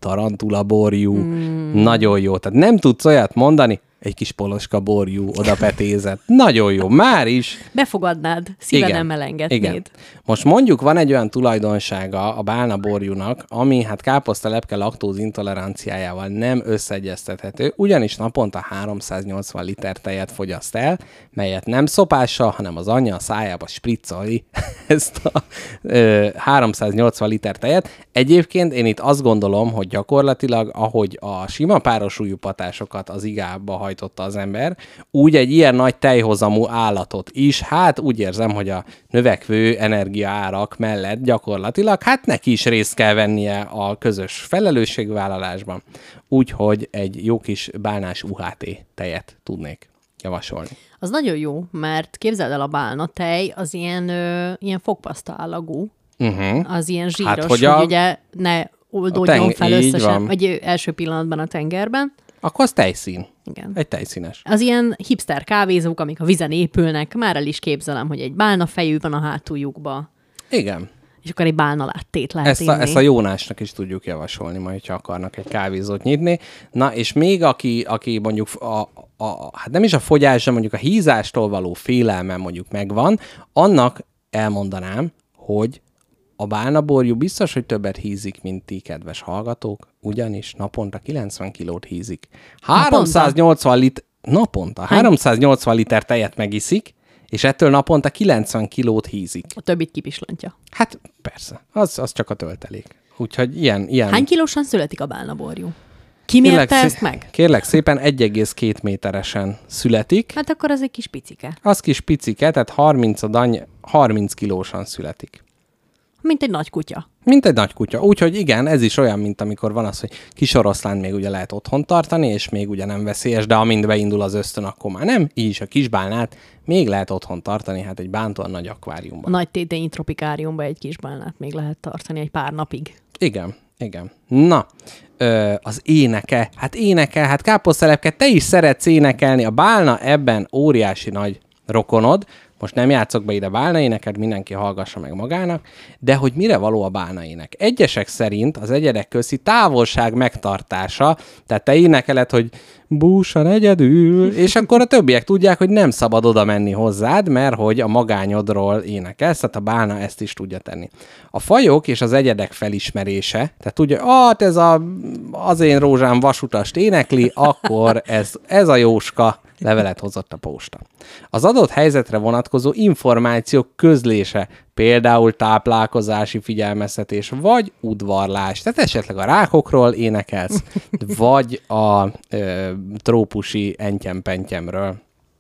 tarantula borjú, mm. nagyon jó. Tehát nem tudsz olyat mondani, egy kis poloska borjú oda petézett. Nagyon jó, már is. Befogadnád, szíven Igen. nem elengednéd. Igen. Most mondjuk van egy olyan tulajdonsága a bálna borjúnak, ami hát káposztalepke laktóz intoleranciájával nem összeegyeztethető, ugyanis naponta háromszáznyolcvan liter tejet fogyaszt el, melyet nem szopással, hanem az anyja a szájába spriccoli ezt a ö, háromszáznyolcvan liter tejet. Egyébként én itt azt gondolom, hogy gyakorlatilag, ahogy a sima párosúlyú patásokat az igába hajtotta az ember, úgy egy ilyen nagy tejhozamú állatot is, hát úgy érzem, hogy a növekvő energiaárak mellett gyakorlatilag, hát neki is részt kell vennie a közös felelősségvállalásban, úgyhogy egy jó kis bálnás u há té tejet tudnék javasolni. Az nagyon jó, mert képzeld el, a bálna tej az ilyen, ö, ilyen fogpaszta állagú, Uh-huh. az ilyen zsíros, Hát, hát, hogy hogy, a- hogy ugye ne oldódjon teng- fel így összesen, van. vagy ö, első pillanatban a tengerben. Akkor az tejszín. Igen. Egy tejszínes. Az ilyen hipster kávézók, amik a vízen épülnek, már el is képzelem, hogy egy bálna fejű van a hátuljukba, Igen. és akkor egy bálna láttét lehet Ezt a, inni. ezt a Jónásnak is tudjuk javasolni, majd, hogyha akarnak egy kávézót nyitni. Na, és még aki, aki mondjuk, a, a, hát nem is a fogyás, de mondjuk a hízástól való félelme mondjuk megvan, annak elmondanám, hogy a bálnaborjú biztos, hogy többet hízik, mint ti, kedves hallgatók, ugyanis naponta kilencven kilót hízik. háromszáznyolcvan liter, naponta, háromszáznyolcvan liter tejet megiszik, és ettől naponta kilencven kilót hízik. A többit kipislantja. Hát persze, az, az csak a töltelék. Úgyhogy ilyen... ilyen... Hány kilósan születik a bálnaborjú? Ki mérte szé- ezt meg? Kérlek szépen, egy egész két méteresen születik. Hát akkor az egy kis picike. Az kis picike, tehát harminc a dany, harminc kilósan születik. Mint egy nagy kutya. Mint egy nagy kutya. Úgyhogy igen, ez is olyan, mint amikor van az, hogy kis oroszlán még ugye lehet otthon tartani, és még ugye nem veszélyes, de amint beindul az ösztön, akkor már nem. Így is a kisbálnát még lehet otthon tartani, hát egy bántóan nagy A akváriumban. nagy tétényi tropikáriumban egy kis bálnát még lehet tartani egy pár napig. Igen, igen. Na, ö, az éneke. Hát énekel, hát káposztelepke, te is szeretsz énekelni. A bálna ebben óriási nagy rokonod. Most nem játszok be ide bálna éneket, mindenki hallgassa meg magának, de hogy mire való a bálna ének? Egyesek szerint az egyedek közti távolság megtartása, tehát te énekeled, hogy búsan egyedül, és akkor a többiek tudják, hogy nem szabad oda menni hozzád, mert hogy a magányodról énekelsz, tehát a bálna ezt is tudja tenni. A fajok és az egyedek felismerése, tehát tudja, ah, ez a, az én rózsám vasutast énekli, akkor ez, ez a Jóska levelet hozott a posta. Az adott helyzetre vonatkozó információk közlése, például táplálkozási figyelmeztetés, vagy udvarlás. Tehát esetleg a rákokról énekelsz, vagy a ö, trópusi entyempentyemről.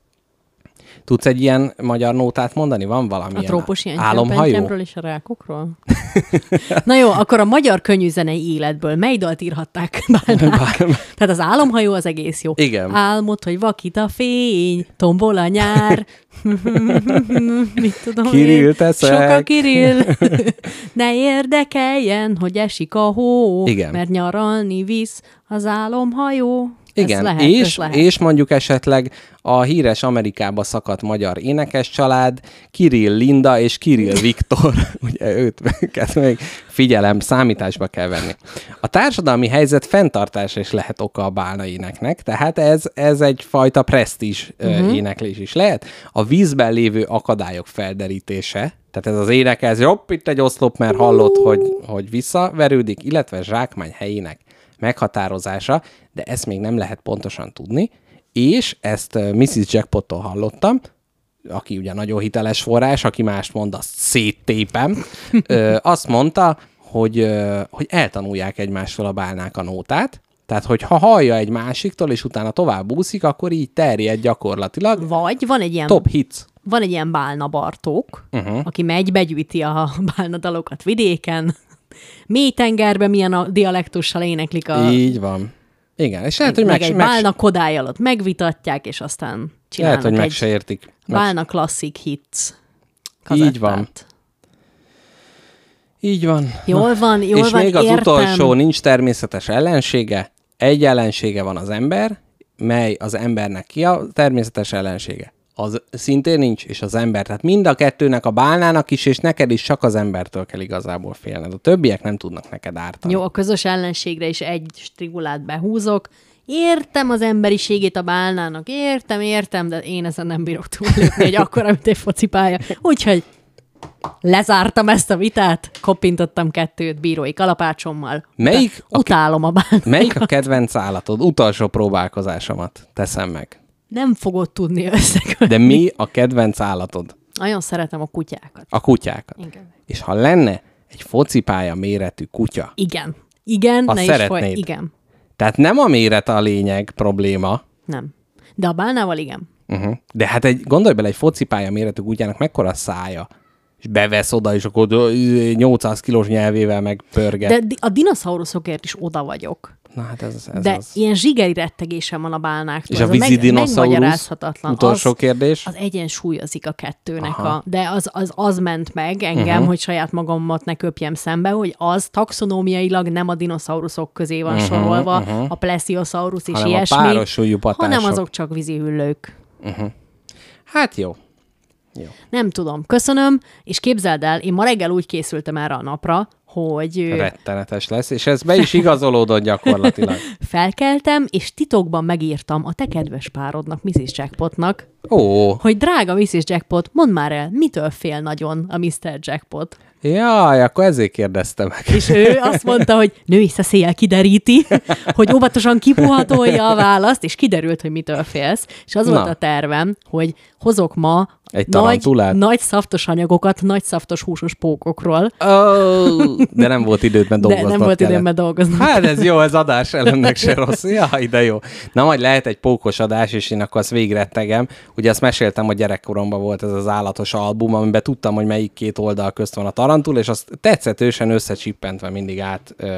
Tudsz egy ilyen magyar nótát mondani? Van valami A trópusi álomhajó? entyempentyemről és a rákokról? Na jó, akkor a magyar könnyűzenei életből mely dalt írhatták bálnák? Tehát az álomhajó az egész jó. Igen. Álmod, hogy vakít a fény, tombol a nyár. Mit tudom Kirill én? teszek. Sok a Kirill. Ne érdekeljen, hogy esik a hó, Igen. mert nyaralni visz az álomhajó. Igen, ez lehet, és, ez lehet. és mondjuk esetleg a híres Amerikába szakadt magyar énekes család, Kirill Linda és Kirill Viktor, ugye őt, őket még figyelem, számításba kell venni. A társadalmi helyzet fenntartása is lehet oka a bálna éneknek, tehát ez, ez egyfajta presztízs uh-huh. éneklés is lehet. A vízben lévő akadályok felderítése, tehát ez az énekelés, jobb itt egy oszlop, mert hallott, hogy, hogy visszaverődik, illetve zsákmány helyének meghatározása, de ezt még nem lehet pontosan tudni, és ezt missziz Jackpottól hallottam, aki ugye nagyon hiteles forrás, aki mást mond, azt széttépem, ö, azt mondta, hogy, ö, hogy eltanulják egymástól a bálnák a nótát, tehát hogy ha hallja egy másiktól, és utána tovább úszik, akkor így terjed gyakorlatilag. Vagy van egy ilyen... Top hits. Van egy ilyen Bálna Bartók, Uh-huh. aki megy, begyűjti a bálna dalokat vidéken, mély tengerben milyen a dialektussal éneklik a... Így van. Igen, és lehet, hogy meg meg, egy meg, Bálna Kodály alatt megvitatják, és aztán csinálnak lehet, hogy meg egy se értik. Meg, Bálna Classic Hits kazettát. Így van. Így van. Jól van, jól és van, még az értem. utolsó, nincs természetes ellensége. Egy ellensége van az ember, mely az embernek ki a természetes ellensége? az szintén nincs, és az ember. Tehát mind a kettőnek, a bálnának is, és neked is csak az embertől kell igazából félned. A többiek nem tudnak neked ártani. Jó, a közös ellenségre is egy strigulát behúzok. Értem az emberiségét a bálnának, értem, értem, de én ezen nem bírok túllépni, egy akkora, mint egy focipálya. Úgyhogy lezártam ezt a vitát, koppintottam kettőt bírói kalapácsommal. Melyik a, Utálom a bálnákat. melyik a kedvenc állatod? Utolsó próbálkozásomat teszem meg. Nem fogod tudni összekötni. De mi a kedvenc állatod? Nagyon szeretem a kutyákat. A kutyákat. Igen. És ha lenne egy focipálya méretű kutya, Igen. Igen, azt ne is szeretnéd? foly... Igen. Tehát nem a méret a lényeg probléma, Nem. De a bálnával igen. uh-huh. de hát egy, gondolj bele, egy focipálya méretű kutyának mekkora a szája, és bevesz oda, és akkor nyolcszáz kilós nyelvével megpörget. De di- a dinoszauruszokért is oda vagyok. Na hát ez, ez De az. ilyen zsigeri rettegésem van a bálnáktól. És a Ez vízi meg- dinoszaurusz? megmagyarázhatatlan. Utolsó az, kérdés. az egyensúlyozik a kettőnek. Aha. A, de az, az, az ment meg engem, uh-huh. hogy saját magamat ne köpjem szembe, hogy az taxonómiailag nem a dinoszauruszok közé van uh-huh, sorolva, uh-huh. a plesiosaurus és hanem ilyesmi, a párosuljú patások. hanem azok csak vízi hüllők. Uh-huh. Hát jó. Jó. Nem tudom. Köszönöm, és képzeld el, én ma reggel úgy készültem erre a napra, hogy Rettenetes lesz, és ez be is igazolódott gyakorlatilag. felkeltem, és titokban megírtam a te kedves párodnak, missis Jackpotnak, Ó, hogy drága missis Jackpot, mondd már el, mitől fél nagyon a miszter Jackpot? jaj, akkor ezért kérdeztem meg. És ő azt mondta, hogy női szeszéllyel kideríti, hogy óvatosan kipuhatolja a választ, és kiderült, hogy mitől félsz. És az Na. volt a tervem, hogy hozok ma Egy nagy, tarantulát? nagy szaftos anyagokat, nagy szaftos húsos pókokról, Oh, de nem volt időt, mert de dolgoztat nem volt kellett. időmben dolgozni. Hát ez jó, ez adás ellennek se rossz. Jaj, de jó. Na majd lehet egy pókos adás, és én akkor azt végrettegem. Ugye azt meséltem, hogy gyerekkoromban volt ez az állatos album, amiben tudtam, hogy melyik két oldal közt van a tarantul, és azt tetszetősen összecsippentve mindig át... Ö,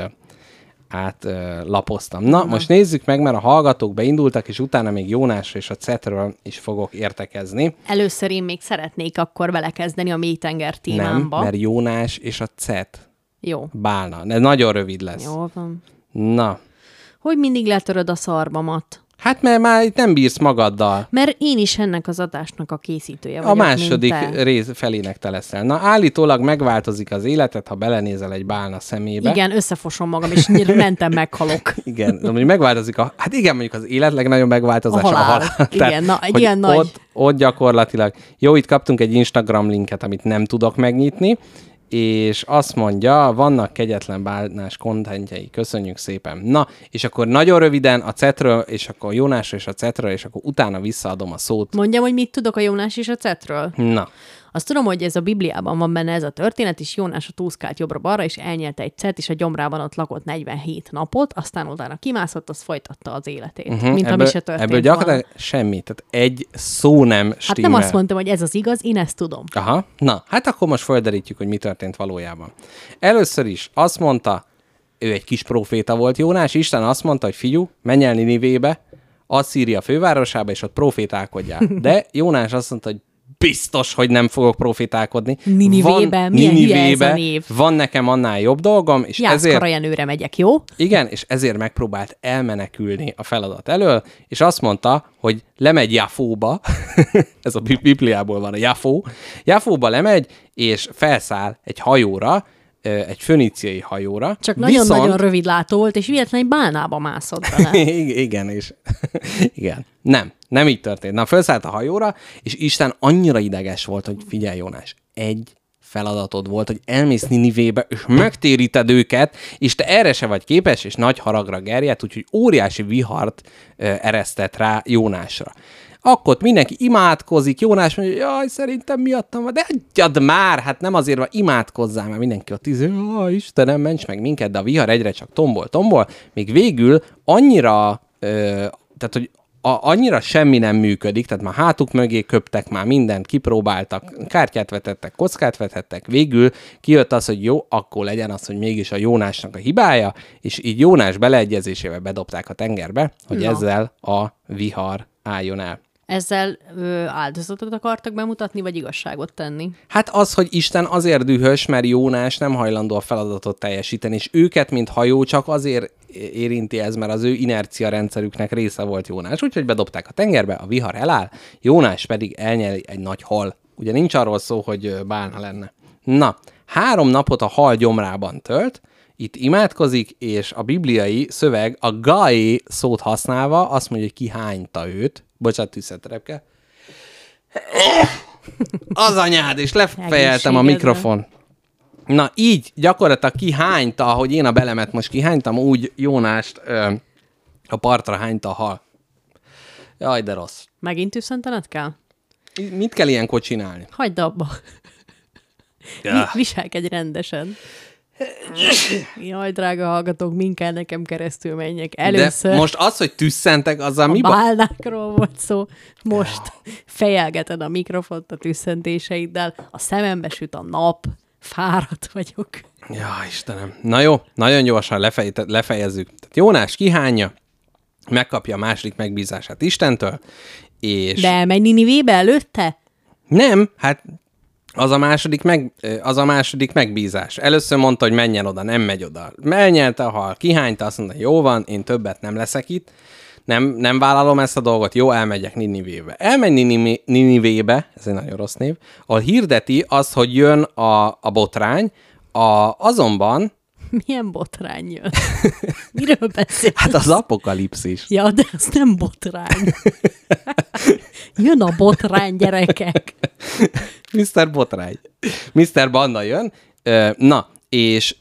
át ö, lapoztam. Na, Aha. most nézzük meg, mert a hallgatók beindultak, és utána még Jónásról és a Cetről is fogok értekezni. Először én még szeretnék akkor belekezdeni a mélytenger Nem, témámba. mert Jónás és a Cet Jó. bálna. Ez nagyon rövid lesz. Jó van. Na, Hogy mindig letöröd a szarvamat? hát mert már itt nem bírsz magaddal. Mert én is ennek az adásnak a készítője vagyok, A második mint te. rész felének te leszel. Na, állítólag megváltozik az életed, ha belenézel egy bálna szemébe. Igen, összefosom magam, és nyír, mentem meghalok. Igen, de mondjuk megváltozik a... Hát igen, mondjuk az élet legnagyobb megváltozása A halál. Tehát, Igen, na, egy hogy ilyen nagy- Ott, ott gyakorlatilag... Jó, itt kaptunk egy Instagram linket, amit nem tudok megnyitni, és azt mondja, vannak kegyetlen bálnás kontentjei, köszönjük szépen. Na, és akkor nagyon röviden a Cetről, és akkor Jónásról és a Cetről, és akkor utána visszaadom a szót. Mondjam, hogy mit tudok a Jónás és a Cetről? Na, Azt tudom, hogy ez a Bibliában van benne ez a történet, és Jónás a túszkált jobbra-balra, és elnyelte egy cet, és a gyomrában ott lakott negyvenhét napot, aztán utána kimászott, az folytatta az életét. uh-huh. Mint ebből, ami se történt ebből gyakorlatilag volna. semmi, tehát egy szó nem Hát stimmel. nem azt mondtam, hogy ez az igaz, én ezt tudom. Aha, na, hát akkor most felderítjük, hogy mi történt valójában. Először is azt mondta, ő egy kis proféta volt, Jónás, Isten azt mondta, hogy figyú, menj el Ninivébe, Asszíria fővárosába, és ott profétálkodjál. De Jónás azt mondta, hogy biztos, hogy nem fogok profétálkodni. Ninivébe? Van, Milyen hülye ez a Ninivébe név? van nekem annál jobb dolgom, és ezért... Jászkarajenőre megyek, jó? Igen, és ezért megpróbált elmenekülni a feladat elől, és azt mondta, hogy lemegy Jafóba, ez a Bibliából van a Jafó, Jafóba lemegy, és felszáll egy hajóra, egy föníciai hajóra. Csak nagyon-nagyon rövidlátó volt, és véletlenül egy bálnába mászott bele. Igen, és igen. Nem, nem így történt. Na, felszállt a hajóra, és Isten annyira ideges volt, hogy figyelj, Jónás, egy feladatod volt, hogy elmész Ninivébe, és megtéríted őket, és te erre se vagy képes, és nagy haragra gerjedt, úgyhogy óriási vihart ö, eresztett rá Jónásra. Akkor mindenki imádkozik, Jónás mondja, jaj, szerintem miattam van, de hagyjad már, hát nem azért van, imádkozzál, mert mindenki ott íz, jaj, Istenem, ments meg minket, de a vihar egyre csak tombol, tombol, még végül annyira, ö, tehát, hogy a, annyira semmi nem működik, tehát már hátuk mögé köptek, már mindent kipróbáltak, kártyát vetettek, kockát vetettek, végül kijött az, hogy jó, akkor legyen az, hogy mégis a Jónásnak a hibája, és így Jónás beleegyezésével bedobták a tengerbe, hogy Na. ezzel a vihar álljon el. Ezzel ö, áldozatot akartak bemutatni, vagy igazságot tenni? Hát az, hogy Isten azért dühös, mert Jónás nem hajlandó a feladatot teljesíteni, és őket, mint hajó, csak azért érinti ez, mert az ő inercia rendszerüknek része volt Jónás, úgyhogy bedobták a tengerbe, a vihar eláll, Jónás pedig elnyeli egy nagy hal. Ugye nincs arról szó, hogy bálna lenne. Na, három napot a hal gyomrában tölt, itt imádkozik, és a bibliai szöveg a gaé szót használva azt mondja, hogy kihányta őt. Bocsánat, tűzszerterepke. Az anyád, és lefejeltem a mikrofon. Na, így gyakorlatilag kihányta, ahogy én a belemet most kihánytam, úgy Jónást ö, a partra hányta a hal. Jaj, de rossz. Megint tűzszentened kell? Mit kell ilyenkor csinálni? Hagyd abba. Ja. Viselkedj rendesen. Jaj, drága hallgatók, min kell nekem keresztül menjek. Először De most az, hogy tüsszentek, azzal a mi ba- bálnákról volt szó. Most fejelgeted a mikrofont a tüsszentéseiddel, a szemembe süt a nap, fáradt vagyok. Ja, Istenem. Na jó, nagyon gyorsan lefej- lefejezzük. Tehát Jónás kihányja, megkapja a második megbízását Istentől, és... De elmegy Ninivébe előtte? Nem, hát az a második, meg, az a második megbízás. Először mondta, hogy menjen oda, nem megy oda. Elnyelte a hal, kihányta, azt mondta, jó van, én többet nem leszek itt, nem, nem vállalom ezt a dolgot, jó, elmegyek Ninivébe. Elmegy Ninivé, Ninivébe, ez egy nagyon rossz név, ahol hirdeti azt, hogy jön a, a botrány, a, azonban... Milyen botrány jön? Miről beszélsz? Hát az apokalipszis. Ja, de ez nem botrány. Jön a botrány, gyerekek. miszter Botrány. miszter Banda jön. Na, és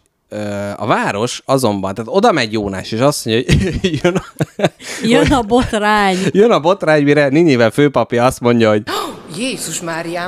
a város azonban, tehát oda megy Jónás, és azt mondja, hogy jön a, jön a botrány. Jön a botrány, mire Ninive főpapja azt mondja, hogy Jézus Máriám!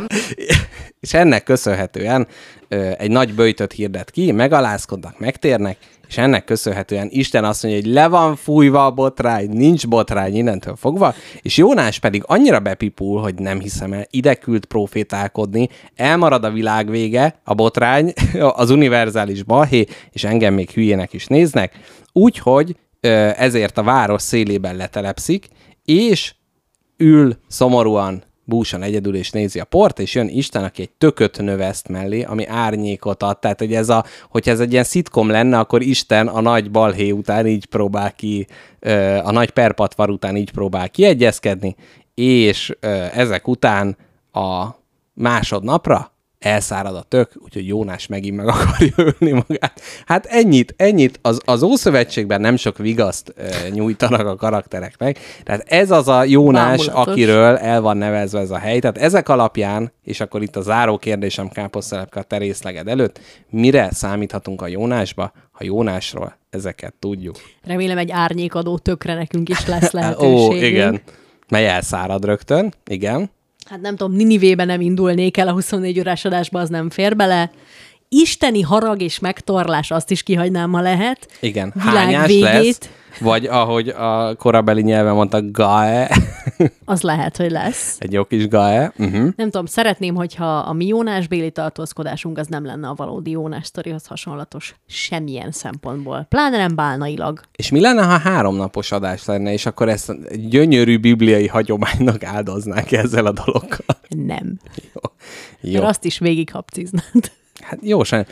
és ennek köszönhetően egy nagy böjtöt hirdet ki, megalázkodnak, megtérnek, és ennek köszönhetően Isten azt mondja, hogy le van fújva a botrány, nincs botrány innentől fogva, és Jónás pedig annyira bepipul, hogy nem hiszem el, ide küld profétálkodni, elmarad a világ vége, a botrány, az univerzális balhé, és engem még hülyének is néznek, úgyhogy ezért a város szélében letelepszik, és ül szomorúan, búsan egyedül, és nézi a port, és jön Isten, aki egy tököt növeszt mellé, ami árnyékot ad. Tehát, hogy ez a, hogyha ez egy ilyen szitkom lenne, akkor Isten a nagy balhé után így próbál ki, a nagy perpatvar után így próbál kiegyezkedni, és ezek után a másodnapra elszárad a tök, úgyhogy Jónás megint meg akarja ölni magát. Hát ennyit, ennyit. Az, az Ószövetségben nem sok vigaszt e, nyújtanak a karaktereknek. Tehát ez az a Jónás, Bámulatos. Akiről el van nevezve ez a hely. Tehát ezek alapján, és akkor itt a záró kérdésem káposztelepke a te részleged előtt, mire számíthatunk a Jónásba, ha Jónásról ezeket tudjuk? Remélem egy árnyékadó tökre nekünk is lesz lehetőségünk. Ó, igen. Mely elszárad rögtön, igen. Hát nem tudom, Ninivébe nem indulnék el, a huszonnégy órás adásba az nem fér bele. Isteni harag és megtorlás, azt is kihagynám, ha lehet. Igen, hányás lesz, vagy ahogy a korabeli nyelven mondta, gae. Az lehet, hogy lesz. Egy jó kis gae. Uh-huh. Nem tudom, szeretném, hogyha a mi Jónás-béli tartózkodásunk az nem lenne a valódi Jónás sztorihoz hasonlatos semmilyen szempontból. Pláne nem bálnailag. És mi lenne, ha háromnapos adás lenne, és akkor ezt gyönyörű bibliai hagyománynak áldoznánk ezzel a dologgal? Nem. Jó. Jó. Mert azt is végighabciznád. Hát jó, sajnos.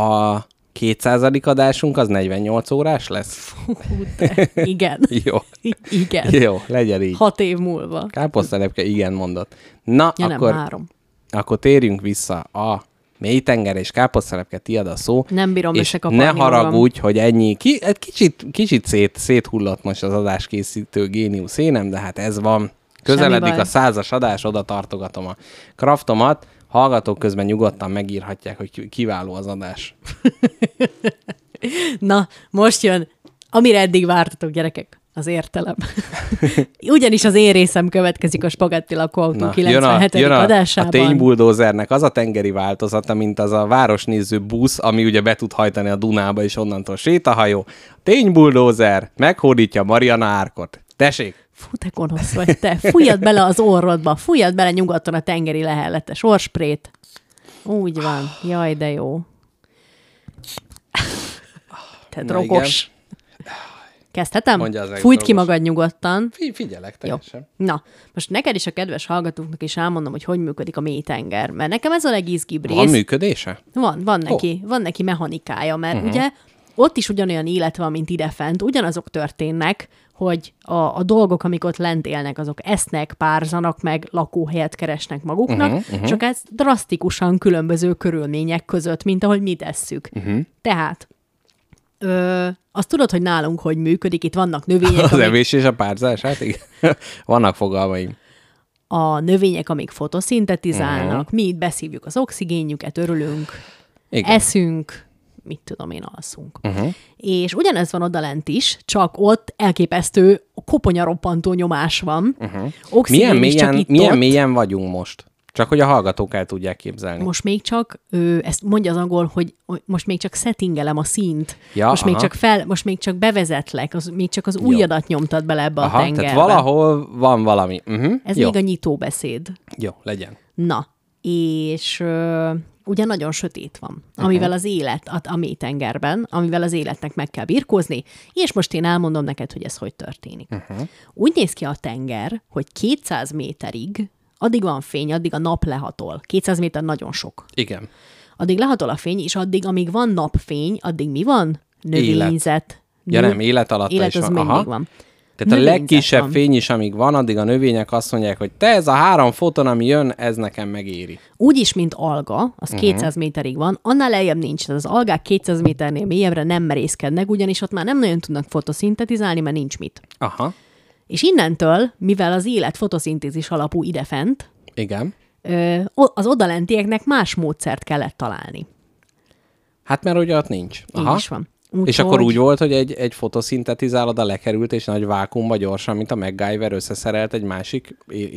A kétszázadik adásunk az negyvennyolc órás lesz? Fú, de igen. Jó. Igen. Jó, legyen így. Hat év múlva. Káposztelepke igen mondott. Na, ja, akkor, nem, három. akkor térjünk vissza a mélytenger és káposztelepke, tiad a szó. Nem bírom és összekaparni ne haragudj, magam. hogy ennyi. Ki, egy kicsit, kicsit szét, széthullott most az adáskészítő géniusz énem, de hát ez van. Közeledik a százas adás, oda tartogatom a kraftomat. Hallgatók közben nyugodtan megírhatják, hogy kiváló az adás. Na, most jön, amire eddig vártatok, gyerekek, az értelem. Ugyanis az én részem következik a Spagetti lakóautó kilencvenhetedik jön a, adásában. A ténybuldózernek az a tengeri változata, mint az a városnéző busz, ami ugye be tud hajtani a Dunába, és onnantól sétahajó. A ténybuldózer meghódítja Mariana árkot. Tessék! Fú, te gonosz vagy te. Fújjad bele az orrodba, fújjad bele nyugodtan a tengeri lehelletes orsprét. Úgy van. Jaj, de jó. Te drogos. Kezdhetem? Fújt ki magad nyugodtan. Fi- figyelek teljesen. Jó. Na, most neked is a kedves hallgatóknak is elmondom, hogy hogy működik a mélytenger, mert nekem ez a legizgibb rész. Van működése? Van, van neki, oh. van neki mechanikája, mert uh-huh. ugye ott is ugyanolyan élet van, mint idefent, ugyanazok történnek, hogy a, a dolgok, amik ott lent élnek, azok esznek, párzanak, meg lakóhelyet keresnek maguknak, uh-huh, uh-huh. csak ez drasztikusan különböző körülmények között, mint ahogy mi tesszük. Uh-huh. Tehát ö, azt tudod, hogy nálunk hogy működik, itt vannak növények, Az amik... evés és a párzás, hát igen. Vannak fogalmaim. A növények, amik fotoszintetizálnak, uh-huh. mi itt beszívjuk az oxigénjüket, örülünk, igen. eszünk, mit tudom én, alszunk. Uh-huh. És ugyanez van odalent is, csak ott elképesztő koponyaroppantó nyomás van. Uh-huh. Oxigén milyen is mélyen, csak itt milyen ott. mélyen vagyunk most? Csak hogy a hallgatók el tudják képzelni. Most még csak, ő, ezt mondja az angol, hogy most még csak settingelem a színt. Ja, most, aha. még csak fel, most még csak bevezetlek, az, még csak az ujjadat nyomtad bele ebbe aha, a tengerbe. Tehát valahol van valami. Uh-huh. Ez Jó. még a nyitóbeszéd. Jó, legyen. Na, és ö, ugye nagyon sötét van, amivel az élet, a, a mélytengerben, amivel az életnek meg kell birkózni, és most én elmondom neked, hogy ez hogy történik. Uh-huh. Úgy néz ki a tenger, hogy kétszáz méterig, addig van fény, addig a nap lehatol. kétszáz méter nagyon sok. Igen. Addig lehatol a fény, és addig, amíg van napfény, addig mi van? Növényzet. Ja nem, élet alatt élet is az van. mindig Aha. van. Tehát Növényzet a legkisebb van. fény is, amíg van, addig a növények azt mondják, hogy te ez a három foton, ami jön, ez nekem megéri. Úgy is, mint alga, az uh-huh. kétszáz méterig van, annál lejjebb nincs. Tehát az algák kétszáz méternél mélyebbre nem merészkednek, ugyanis ott már nem nagyon tudnak fotoszintetizálni, mert nincs mit. Aha. És innentől, mivel az élet fotoszintézis alapú idefent, Igen. ö, az odalentieknek más módszert kellett találni. Hát mert ugye ott nincs. Aha. Így is van. Úgy, És akkor úgy volt, hogy egy, egy fotoszintetizál oda lekerült, és nagy vákuumba gyorsan, mint a MacGyver összeszerelt egy másik é-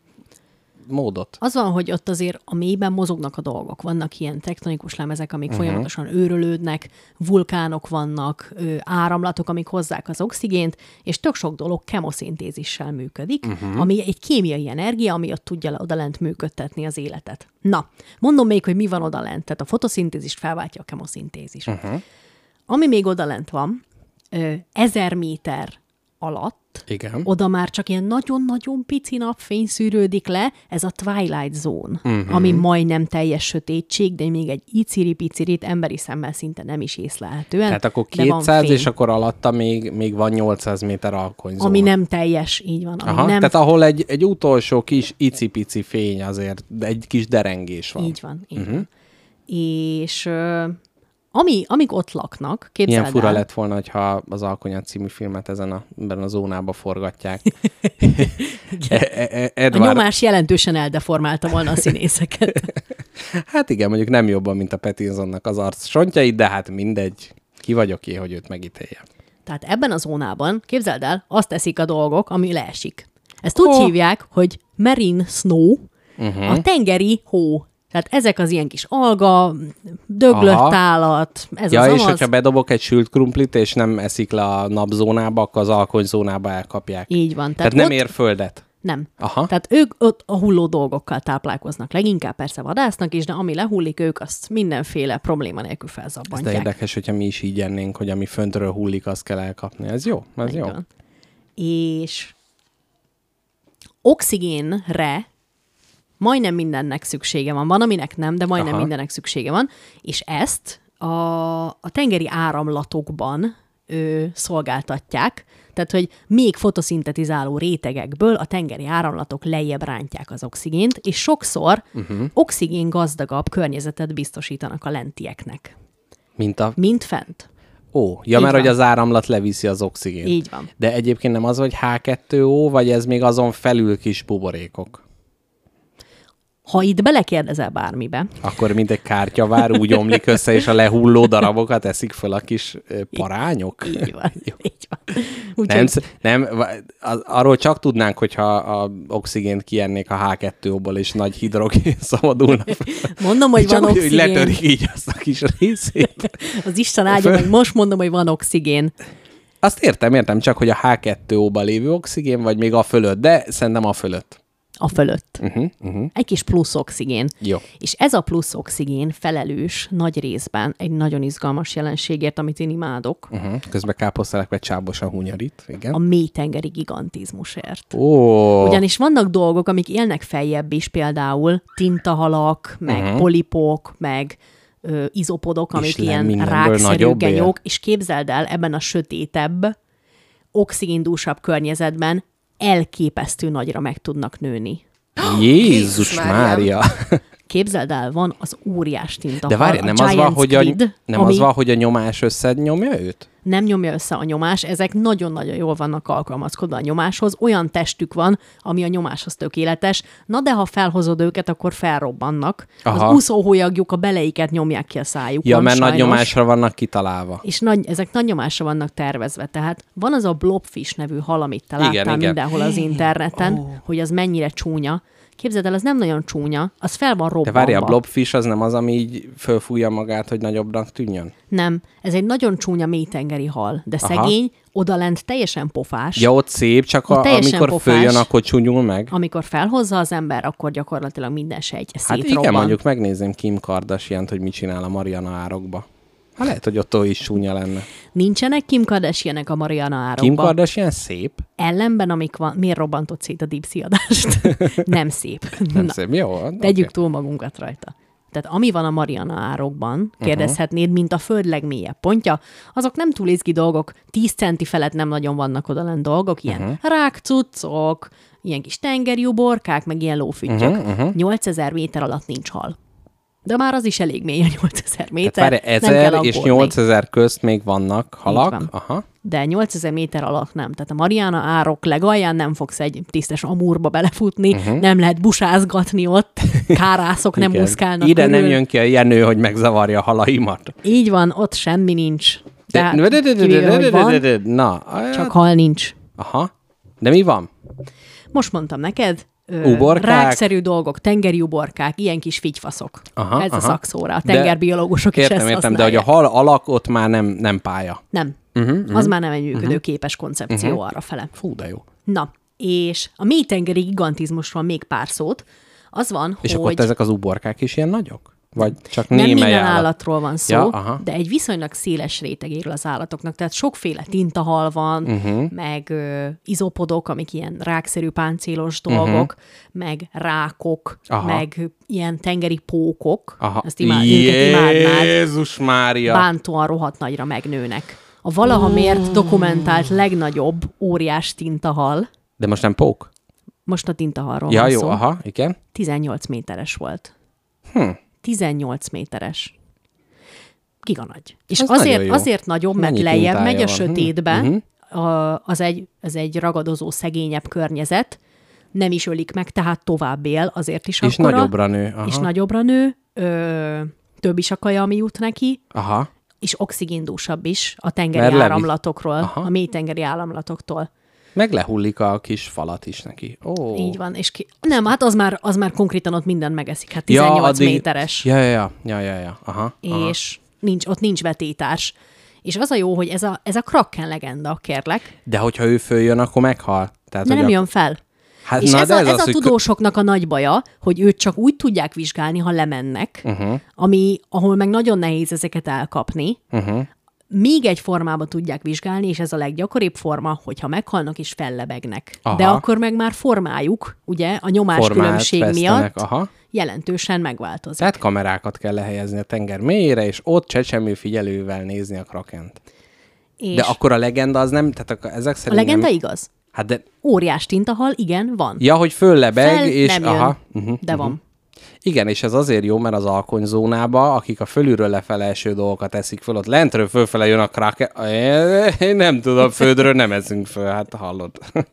életmódot. Az van, hogy ott azért a mélyben mozognak a dolgok. Vannak ilyen tektonikus lemezek, amik uh-huh. folyamatosan őrölődnek, vulkánok vannak, ö, áramlatok, amik hozzák az oxigént, és tök sok dolog kemoszintézissel működik, uh-huh. ami egy kémiai energia, ami ott tudja odalent működtetni az életet. Na, mondom még, hogy mi van odalent. Tehát a fotoszintézist felváltja a kemoszintézis. Uh-huh. Ami még odalent van, ö, ezer méter alatt, Igen. oda már csak ilyen nagyon-nagyon pici napfény szűrődik le, ez a Twilight Zone, uh-huh. ami majdnem teljes sötétség, de még egy iciri-picirit emberi szemmel szinte nem is észlelhetően. Tehát akkor de van kétszáz, fény. és akkor alatta még, még van nyolcszáz méter alkonyzóna. Ami nem teljes, így van. Ami Aha, nem... tehát ahol egy, egy utolsó kis icipici fény azért, de egy kis derengés van. Így van, így uh-huh. van. És... Ö, Ami, amíg ott laknak, képzeld Milyen fura el. lett volna, hogyha az Alkonyat című filmet ezen a, ebben a zónában forgatják. e- e- Edward... A nyomás jelentősen eldeformálta volna a színészeket. Hát igen, mondjuk nem jobban, mint a Pattinsonnak az arc sontjai, de hát mindegy. Ki vagyok én, hogy őt megítéljem. Tehát ebben a zónában, képzeld el, azt teszik a dolgok, ami leesik. Ezt úgy Oh. hívják, hogy marine snow, uh-huh. a tengeri hó. Tehát ezek az ilyen kis alga, döglött Aha. állat, ez Ja, az és amaz. hogyha bedobok egy sült krumplit, és nem eszik le a napzónába, akkor az alkonyzónába elkapják. Így van. Tehát, Tehát nem ott... ér földet. Nem. Aha. Tehát ők ott a hulló dolgokkal táplálkoznak. Leginkább persze vadásznak is, de ami lehullik, ők azt mindenféle probléma nélkül Ez de felzabbantják. érdekes, hogyha mi is így ennénk, hogy ami föntről hullik, azt kell elkapni. Ez jó, ez jó. Igen. És oxigénre majdnem mindennek szüksége van. Van, aminek nem, de majdnem Aha. mindennek szüksége van. És ezt a, a tengeri áramlatokban ö, szolgáltatják. Tehát, hogy még fotoszintetizáló rétegekből a tengeri áramlatok lejjebb rántják az oxigént, és sokszor uh-huh. oxigén gazdagabb környezetet biztosítanak a lentieknek, Mint a... mint fent. Ó, ja, Így mert van. hogy az áramlat leviszi az oxigént. Így van. De egyébként nem az, hogy há kettő ó, vagy ez még azon felül kis buborékok? Ha itt belekérdezel bármibe, Akkor mint egy kártyavár úgy omlik össze, és a lehulló darabokat eszik föl a kis ö, parányok? így van, Jó. így van. Úgy, Nem, hogy- sz- nem, va- az- arról csak tudnánk, hogyha a oxigént kiennék a há kettő óból, és nagy hidrogén szabadulna. mondom, hogy Csak van úgy, hogy oxigén. letörik így azt a kis részét. Az Isten áldja meg, most mondom, hogy van oxigén. Azt értem, értem, csak hogy a há kettő óban lévő oxigén, vagy még a fölött, de szerintem a fölött. A fölött. Uh-huh, uh-huh. Egy kis plusz oxigén. Jó. És ez a plusz oxigén felelős nagy részben egy nagyon izgalmas jelenségért, amit én imádok, Uh-huh. Közben káposztelepet csábosan hunyarít, igen. a mélytengeri gigantizmusért. Ó, Ugyanis vannak dolgok, amik élnek feljebb is, például tintahalak, meg Mhm. uh-huh. polipok, meg ö, izopodok, amik Istenem, ilyen mindenből rákszerű nagyobb él. genyók, és képzeld el, ebben a sötétebb, oxigéndúsabb környezetben elképesztő nagyra meg tudnak nőni. Jézus Jézus Mária! Képzeld el, van az óriás tintahal, De várj, a nem, az van, Giant hogy a, Squid, nem ami az van, hogy a nyomás összenyomja őt? nem nyomja össze a nyomás, ezek nagyon-nagyon jól vannak alkalmazkodva a nyomáshoz, olyan testük van, ami a nyomáshoz tökéletes, na de ha felhozod őket, akkor felrobbannak. Aha. Az úszóhólyagjuk a beleiket nyomják ki a szájukon, Ja, mert sajnos. nagy nyomásra vannak kitalálva. És nagy, ezek nagy nyomásra vannak tervezve. Tehát van az a blobfish nevű hal, amit te Igen, láttál igen. mindenhol az interneten, oh. hogy az mennyire csúnya. Képzeld el, az nem nagyon csúnya, az fel van De robbanva. várj, a blobfish az nem az, ami így fölfújja magát, hogy nagyobbnak tűnjön? Nem, ez egy nagyon csúnya mélytengeri hal, de Aha. szegény, odalent teljesen pofás. Ja, ott szép, csak Ott a, teljesen amikor pofás. följön, akkor csúnyul meg. Amikor felhozza az ember, akkor gyakorlatilag minden sejtje Hát szétrobban. igen, mondjuk megnézném Kim Kardashian-t, hogy mit csinál a Mariana árokba. Ha lehet, hogy ott is csúnya lenne. Nincsenek Kim Kardashianek a Mariana árokba. Kim Kardashian szép? Ellenben, amik van, miért robbantott szét a Deep adást? Nem szép. Nem Na, szép. Jó, tegyük oké. túl magunkat rajta. Tehát ami van a Mariana árokban, kérdezhetnéd, mint a föld legmélyebb pontja, azok nem túl izgi dolgok, tíz centi felett nem nagyon vannak odalent dolgok, ilyen uh-huh. rákcuccok, ilyen kis tengeri uborkák, meg ilyen lófüttyök. Uh-huh, uh-huh. nyolcezer méter alatt nincs hal. De már az is elég mély a nyolcezer méter. Tehát várj, nem kell ezer és aggódni. nyolcezer közt még vannak halak. van. Aha. De nyolcezer méter alatt nem. Tehát a Mariana árok legalján nem fogsz egy tisztes amúrba belefutni, uh-huh. nem lehet busázgatni ott, kárászok nem Igen. úszkálnak Ide körül. nem jön ki a Jenő, hogy megzavarja a halaimat. Így van, ott semmi nincs. De- Tehát, de- de- de- de- kivéve, de- hogy de- van, de- de- Na, csak hal nincs. aha. De mi van? Most mondtam neked, ö, Uborkák? rákszerű dolgok, tengeri uborkák, ilyen kis figyfaszok. Aha, Ez a aha. szakszóra. A De- tengerbiológusok is Értem, ezt értem, de használják. hogy a hal alak ott már nem, nem pálya. Nem. Uh-huh, Uh-huh. Az már nem egy működőképes koncepció uh-huh. arra fele. Fú, de jó. Na, és a mélytengeri gigantizmusról még pár szót. Az van, És hogy akkor ezek az uborkák is ilyen nagyok? Vagy csak nem némely minden állat? állatról van szó, Ja, aha. de egy viszonylag széles rétegéről az állatoknak. Tehát sokféle tintahal van, uh-huh. meg ö, izopodok, amik ilyen rákszerű páncélos dolgok, uh-huh. meg rákok, Aha. meg ilyen tengeri pókok. Aha. Ezt imád, őket imádnád. Jézus Mária! Bántóan rohadt nagyra megnőnek. A valaha mért dokumentált legnagyobb óriás tintahal, De most nem pók? most a tintahalról Ja, van jó, szó, aha, igen. tizennyolc méteres volt. Hm. tizennyolc méteres. Giga nagy. És Az nagyon azért, jó. azért nagyobb, mert Mennyi lejjebb tintája megy a van? sötétbe, Mhm. a, az, egy, az egy ragadozó, szegényebb környezet, nem is ölik meg, tehát tovább él, azért is És akkora. nagyobbra nő. Aha. És nagyobbra nő, ö, több is a kaja, ami jut neki, Aha. és oxigéndúsabb is a tengeri Mert levi- áramlatokról, Aha. a mélytengeri áramlatoktól. Meg lehullik a kis falat is neki. Ó. Így van. És ki... Nem, hát az már, az már konkrétan ott mindent megeszik. Hát tizennyolc addig- méteres. Ja, ja, ja, ja, ja, ja. Aha, aha. És nincs, ott nincs vetétárs. És az a jó, hogy ez a, ez a Kraken legenda, kérlek, De hogyha ő följön, akkor meghal. Tehát, de hogy nem a... jön fel. Hát, És na, ez de a, ez, ez az, a hogy tudósoknak a nagy baja, hogy őt csak úgy tudják vizsgálni, ha lemennek, uh-huh. ami, ahol meg nagyon nehéz ezeket elkapni. Uh-huh. Még egy formába tudják vizsgálni, és ez a leggyakoribb forma, hogyha meghalnak és fellebegnek. Aha. De akkor meg már formájuk, ugye, a formát nyomáskülönbség vesztenek. miatt Aha. jelentősen megváltozik. Tehát kamerákat kell lehelyezni a tenger mélyére, és ott csecsemő figyelővel nézni a krakent. És De akkor a legenda az nem, tehát akkor ezek a szerint legenda nem... igaz. Hát de... Óriás tintahal, igen, van. Ja, hogy föllebeg, Fel és... nem jön, Aha. Uh-huh, de van. Igen, és ez azért jó, mert az alkonyzónába, akik a fölülről lefele eső dolgokat eszik föl, ott lentről fölfele jön a kraken. Én nem tudom, földről nem eszünk föl, hát hallod.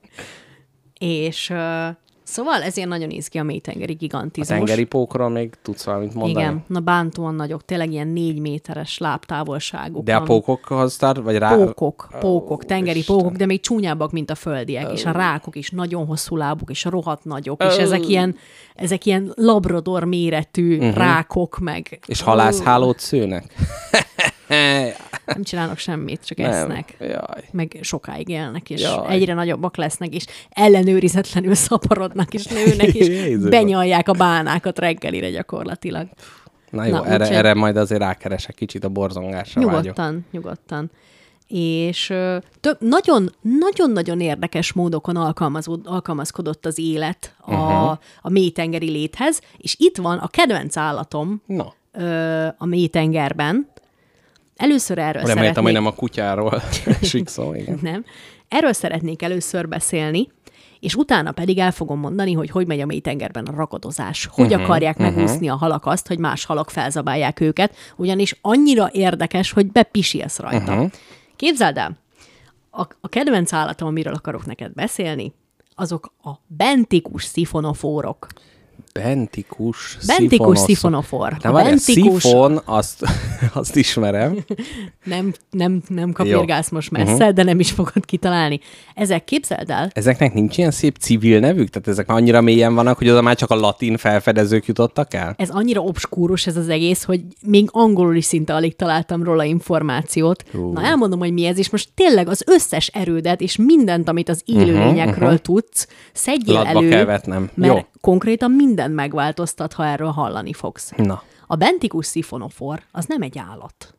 És uh, szóval ezért nagyon izgi a mélytengeri A gigantizmus. tengeri pókról még tudsz valamit mondani? Igen, na bántóan nagyok, tényleg ilyen négy méteres lábtávolságuk De a van. pókokhoz tart, vagy rá... Pókok, pókok, tengeri Isten. pókok, de még csúnyábbak, mint a földiek, és a rákok is nagyon hosszú lábuk, és rohadt nagyok, és ezek ilyen, ezek ilyen labrador méretű uh-huh. rákok, meg... És halászhálót szőnek? Nem csinálnak semmit, csak Nem. esznek. Jaj. Meg sokáig élnek, és Jaj. egyre nagyobbak lesznek, és ellenőrizetlenül szaporodnak, és nőnek, és Jézusom. benyalják a bánákat reggelire gyakorlatilag. Na jó, Na, erre, úgyhogy- erre majd azért rákeresek kicsit a borzongásra vágyok. Nyugodtan, nyugodtan. És ö, több, nagyon, nagyon-nagyon érdekes módokon alkalmazód, alkalmazkodott az élet a, Uh-huh. a mélytengeri léthez, és itt van a kedvenc állatom, Na, ö, a mélytengerben. Először erről Reméltem, szeretnék... hogy nem a kutyáról esik szó, igen. Nem. Erről szeretnék először beszélni, és utána pedig el fogom mondani, hogy hogy megy a mélytengerben a ragadozás. Hogy uh-huh, akarják uh-huh. megúszni a halak azt, hogy más halak felzabálják őket, ugyanis annyira érdekes, hogy bepisilsz rajta. Uh-huh. Képzeld el, a, a kedvenc állatom, amiről akarok neked beszélni, azok a bentikus szifonofórok. Bentikus Bentikus szifonofor. Nem, várjál, bentikus... szifon, azt, azt ismerem. nem, nem, nem kapirgálsz most messze, uh-huh. de nem is fogod kitalálni. Ezek, képzeld el. Ezeknek nincs ilyen szép civil nevük? Tehát ezek már annyira mélyen vannak, hogy oda már csak a latin felfedezők jutottak el? Ez annyira obskúrus ez az egész, hogy még angolul is szinte alig találtam róla információt. Uh. Na elmondom, hogy mi ez, és most tényleg az összes erődet és mindent, amit az élőlényekről uh-huh, uh-huh. tudsz, szedjél Latba elő, kell vetnem. mert Jó. konkrétan mindent megváltoztat, ha erről hallani fogsz. Na. A bentikus szifonofor az nem egy állat.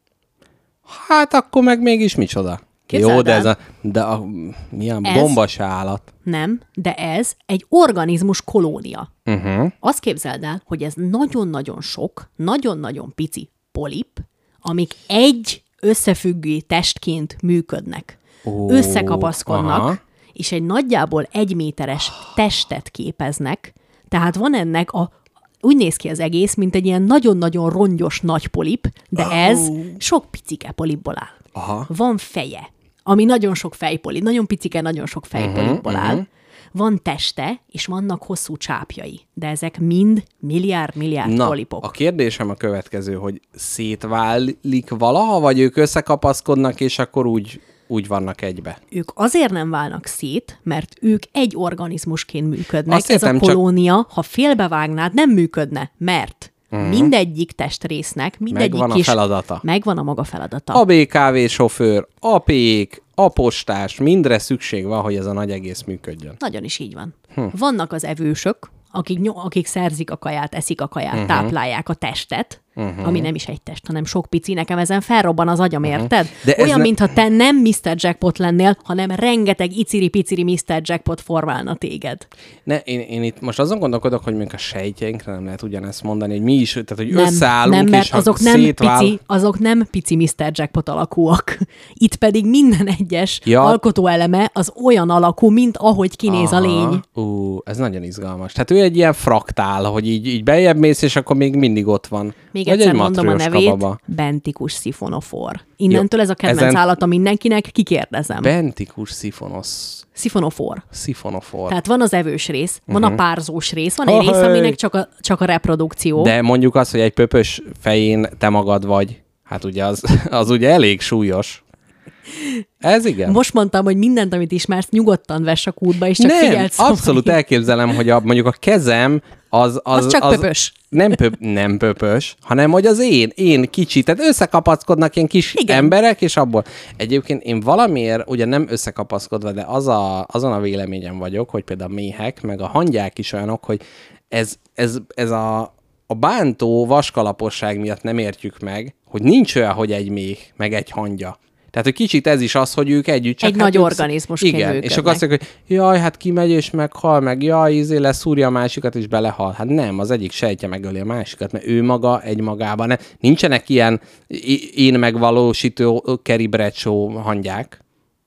Hát akkor meg mégis micsoda? Képzeld Jó, de el. ez a, de a milyen Ez- bomba se állat. Nem, de ez egy organizmus kolónia. Uh-huh. Azt képzeld el, hogy ez nagyon-nagyon sok, nagyon-nagyon pici polip, amik egy összefüggő testként működnek. Ó, Összekapaszkodnak, aha. és egy nagyjából egy méteres testet képeznek, tehát van ennek a úgy néz ki az egész, mint egy ilyen nagyon-nagyon rongyos nagy polip, de Oh. ez sok picike polipból áll. Aha. Van feje, ami nagyon sok fejpolip, nagyon picike, nagyon sok fejpolipból uh-huh, áll. uh-huh. Van teste, és vannak hosszú csápjai, de ezek mind milliárd-milliárd Na, polipok. a kérdésem a következő, hogy szétválik valaha, vagy ők összekapaszkodnak, és akkor úgy, úgy vannak egybe? Ők azért nem válnak szét, mert ők egy organizmusként működnek. Azt Ez a értem, csak- kolónia, ha félbevágnád, nem működne, mert uh-huh. mindegyik testrésznek, mindegyik Megvan a kis... feladata. Megvan a maga feladata. A bé ká vé sofőr, a pék, a postás, mindre szükség van, hogy ez a nagy egész működjön. Nagyon is így van. Hm. Vannak az evősök, akik, ny- akik szerzik a kaját, eszik a kaját, uh-huh. táplálják a testet, uh-huh. ami nem is egy test, hanem sok pici, nekem ezen felrobban az agyam, uh-huh. érted? De ez Olyan, ne- mintha te nem miszter Jackpot lennél, hanem rengeteg iciri-piciri miszter Jackpot formálna téged. Ne, én, én itt most azon gondolkodok, hogy még a sejtjeinkre nem lehet ugyanezt mondani, hogy mi is, tehát hogy Nem, összeállunk, nem, mert és ha azok nem, szétvál... pici, azok nem pici miszter Jackpot alakúak. Itt pedig minden egyes Ja. alkotóeleme az olyan alakú, mint ahogy kinéz a lény. Ú, ez nagyon izgalmas. Tehát ő egy ilyen fraktál, hogy így, így beljebb mész, és akkor még mindig ott van. Még Vagy egyszer egy mondom a matrjóska nevét, baba. bentikus szifonofor. Innentől Jó, ez a kedvenc ezen- állata mindenkinek, kikérdezem. Bentikus szifonosz. Szifonofor. Szifonofor. Tehát van az evős rész, van Mhm. a párzós rész, van egy Oh, rész, hey. aminek csak a, csak a reprodukció. De mondjuk azt, hogy egy pöpös fején te magad vagy, hát ugye az, az ugye elég súlyos. Ez igen. Most mondtam, hogy mindent, amit ismersz, nyugodtan vess a kútba, és csak nem, figyelj szóval. abszolút elképzelem, hogy a, mondjuk a kezem az... Az, Az csak pöpös. Nem, pöp, nem pöpös, hanem hogy az én, én kicsi. Tehát összekapaszkodnak ilyen kis Igen. emberek, és abból. Egyébként én valamiért, ugye nem összekapaszkodva, de az a, azon a véleményem vagyok, hogy például a méhek, meg a hangyák is olyanok, hogy ez, ez, ez a, a bántó vaskalaposság miatt nem értjük meg, hogy nincs olyan, hogy egy méh, meg egy hangya. Tehát, hogy kicsit ez is az, hogy ők együtt csak... Egy hát nagy ők- organizmusként Igen, működnek. és akkor azt mondják, hogy jaj, hát kimegy és meghal, meg jaj, izé leszúrja a másikat, és belehal. Hát nem, az egyik sejtje megöli a másikat, mert ő maga egy magában. Nem. Nincsenek ilyen i- én megvalósító Carrie Bradshaw hangyák.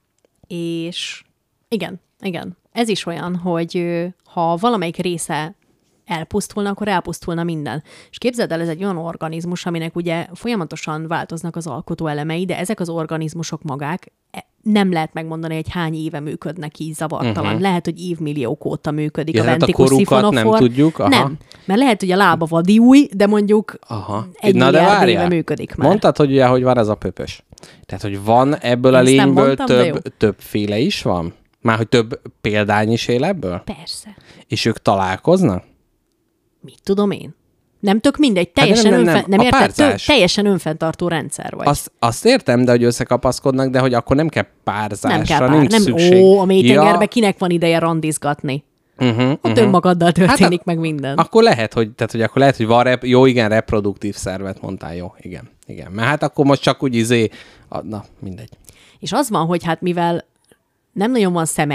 És igen, igen. Ez is olyan, hogy ö, ha valamelyik része elpusztulna, akkor elpusztulna minden. És képzeld el, ez egy olyan organizmus, aminek ugye folyamatosan változnak az alkotóelemei, de ezek az organizmusok magák e- nem lehet megmondani, hogy hány éve működnek így zavartalan. Uh-huh. Lehet, hogy évmilliók óta működik Ja, a hát a bentikus korukat nem szifonofor. tudjuk, aha. Nem, mert lehet, hogy a lába vadi új, de mondjuk Aha. egy Na de milliárd várjál. éve működik már. Mondtad, hogy ugye, hogy van ez a pöpös. Tehát, hogy van ebből a Ezt nem lényből mondtam, de jó. több, többféle is van? Már, hogy több példány is él ebből? Persze. És ők találkoznak? Mit tudom én? Nem tök mindegy, Hát de teljesen, nem, nem, önfen, nem. nem, A érted? Tő, párzás. teljesen önfenntartó rendszer vagy. Azt, azt értem, de hogy összekapaszkodnak, de hogy akkor nem kell párzásra, nem kell pár, nincs nem, szükség. ó, a mélytengerbe kinek van ideje randizgatni? Uh-huh, Ott uh-huh. önmagaddal történik a- meg minden. Akkor lehet, hogy, tehát, hogy akkor lehet, hogy van rep, jó, igen, reproduktív szervet mondtál, jó, igen, igen. Mert hát akkor most csak úgy izé, a, na, mindegy. És az van, hogy hát mivel nem nagyon van szeme,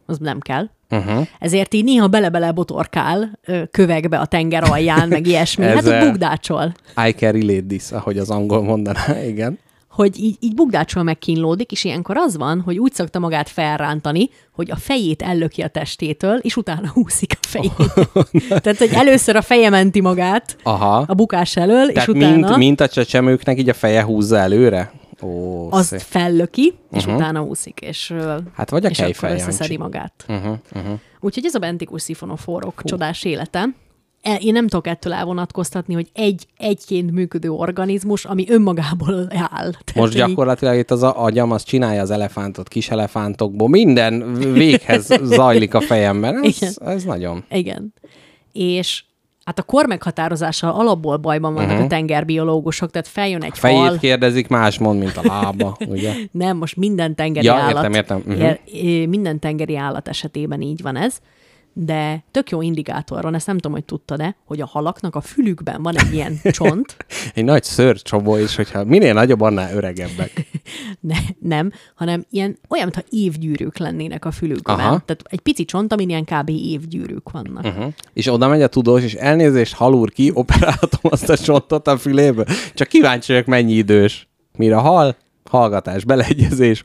az nem kell. Uh-huh. Ezért így néha bele-bele botorkál ö, kövekbe a tenger alján, meg ilyesmi. Hát ott bugdácsol. I can relate this, ahogy az angol mondaná, igen. Hogy így, így bugdácsol megkínlódik, és ilyenkor az van, hogy úgy szokta magát felrántani, hogy a fejét ellöki a testétől, és utána húszik a fejét. Tehát, hogy először a feje menti magát Aha. a bukás elől, Tehát és utána... mint, mint a csecsemőknek így a feje húzza előre? Ó, azt szép. fellöki, és Uh-huh. utána úszik, és, hát vagy a és akkor kejfel összeszedi Jancsi. magát. Uh-huh, uh-huh. Úgyhogy ez a bentikus szifonoforok csodás élete. Én nem tudok ettől elvonatkoztatni, hogy egy egyként működő organizmus, ami önmagából áll. Tehát Most gyakorlatilag itt az a agyam, az csinálja az elefántot kis elefántokból. Minden véghez zajlik a fejemben. Ez, ez nagyon. Igen. És hát a kor meghatározással alapból bajban vannak uh-huh. a tengerbiológusok, tehát feljön egy a fejét hal. kérdezik, más mond, mint a lába, ugye? Nem, most minden tengeri Ja, állat. értem, értem. Uh-huh. ér, minden tengeri állat esetében így van ez. De tök jó indikátor van, ezt nem tudom, hogy tudtad-e, hogy a halaknak a fülükben van egy ilyen csont. Egy nagy szőrcsobó is, hogyha minél nagyobb, annál öregebbek. ne, nem, hanem ilyen, olyan, mintha évgyűrűk lennének a fülükben. Aha. Tehát egy pici csont, amin ilyen kb. Évgyűrűk vannak. Uh-huh. És oda megy a tudós, és elnézést, hal úr, ki operáltam azt a csontot a füléből. Csak kíváncsi vagyok, mennyi idős. Mire hal? Hallgatás, beleegyezés.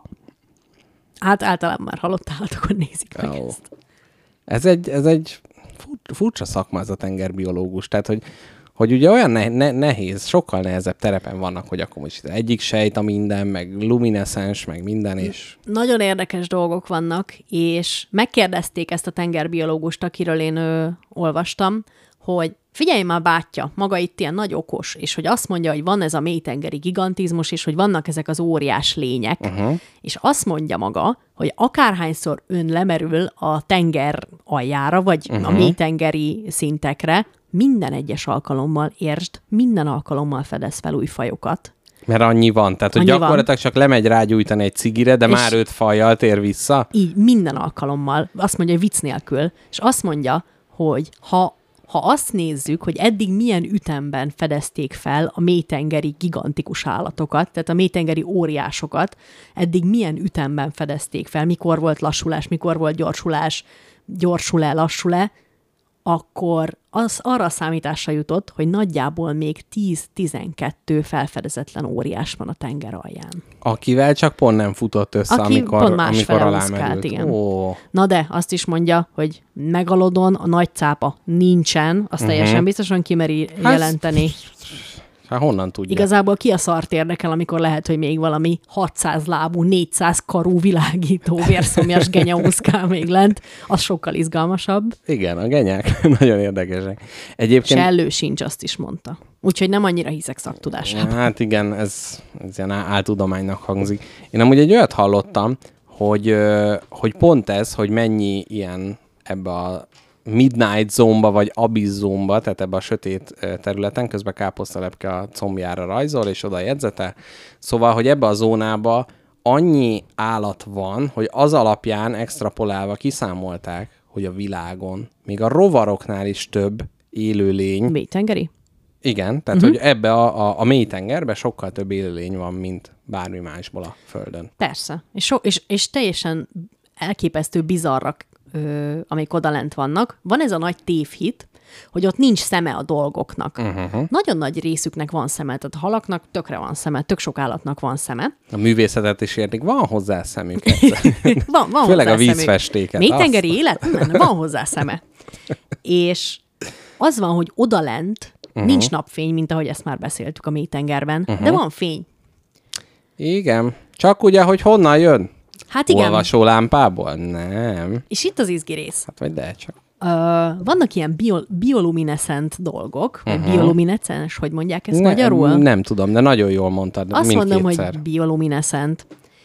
Hát általában már halott állatokon nézik meg Oh. ezt. Ez egy, ez egy fur- furcsa szakma, ez a tengerbiológus. Tehát, hogy, hogy ugye olyan ne- ne- nehéz, sokkal nehezebb terepen vannak, hogy akkor most egyik sejt a minden, meg lumineszens, meg minden, és... Nagyon érdekes dolgok vannak, és megkérdezték ezt a tengerbiológust, akiről én ö, olvastam, hogy figyelj már, bátyja, maga itt ilyen nagy okos, és hogy azt mondja, hogy van ez a mélytengeri gigantizmus, és hogy vannak ezek az óriás lények, Uh-huh. és azt mondja maga, hogy akárhányszor ön lemerül a tenger aljára, vagy uh-huh. a mélytengeri szintekre, minden egyes alkalommal, értsd, minden alkalommal fedez fel új fajokat. Mert annyi van. Tehát, hogy Annyi gyakorlatilag van. csak lemegy rágyújtani egy cigire, de És- már öt fajjal tér vissza. Így minden alkalommal, azt mondja, hogy vicc nélkül, és azt mondja, hogy ha Ha azt nézzük, hogy eddig milyen ütemben fedezték fel a mélytengeri gigantikus állatokat, tehát a mélytengeri óriásokat, eddig milyen ütemben fedezték fel, mikor volt lassulás, mikor volt gyorsulás, gyorsul-e, lassul-e, akkor az arra a számításra jutott, hogy nagyjából még tíz-tizenkettő felfedezetlen óriás van a tenger alján. Akivel csak pont nem futott össze, Aki amikor, pont másfele amikor úszkált, alámerült. igen. Ó, Na de, azt is mondja, hogy megalodon a nagy cápa nincsen, azt uh-huh. teljesen biztosan kimeri Hát, jelenteni. hát honnan tudja? Igazából ki a szart érdekel, amikor lehet, hogy még valami hatszáz lábú, négyszáz karú világító vérszomjas genya úszkál még lent, az sokkal izgalmasabb. Igen, a genyák nagyon érdekesek. Egyébként... Sellő sincs, azt is mondta. Úgyhogy nem annyira hiszek szaktudásában. Hát igen, ez, ez ilyen áltudománynak hangzik. Én amúgy egy olyat hallottam, hogy, ö, hogy pont ez, hogy mennyi ilyen ebbe a midnight zone-ba, vagy abyss zone-ba, tehát ebbe a sötét ö, területen, közben káposztalepke a combjára rajzol, és oda jegyzetel. Szóval, hogy ebbe a zónába annyi állat van, hogy az alapján extrapolálva kiszámolták, hogy a világon még a rovaroknál is több élőlény. Mélytengeri? Igen, tehát Uh-huh. hogy ebbe a, a, a mélytengerben sokkal több élőlény van, mint bármi másból a Földön. Persze. És, so, és, és teljesen elképesztő bizarrak, ö, amik odalent vannak. Van ez a nagy tévhit, hogy ott nincs szeme a dolgoknak. Uh-huh. Nagyon nagy részüknek van szeme, tehát a halaknak tökre van szeme, tök sok állatnak van szeme. A művészetet is értik, van hozzá szemük. egyszer. Van, van Főleg hozzá a vízfestéket. Mélytengeri élet? Nem, van hozzá szeme. És az van, hogy odalent uh-huh. nincs napfény, mint ahogy ezt már beszéltük a mélytengerben, uh-huh. de van fény. Igen, csak ugye, hogy honnan jön? Hát igen. Olvasó lámpából? Nem. És itt az izgi rész. Hát vagy de csak. Uh, vannak ilyen bio, bioluminescent dolgok, vagy Uh-huh. bioluminescens, hogy mondják ezt Ne, magyarul? Nem tudom, de nagyon jól mondtad. Azt mondom, mindkétszer. hogy bioluminescent.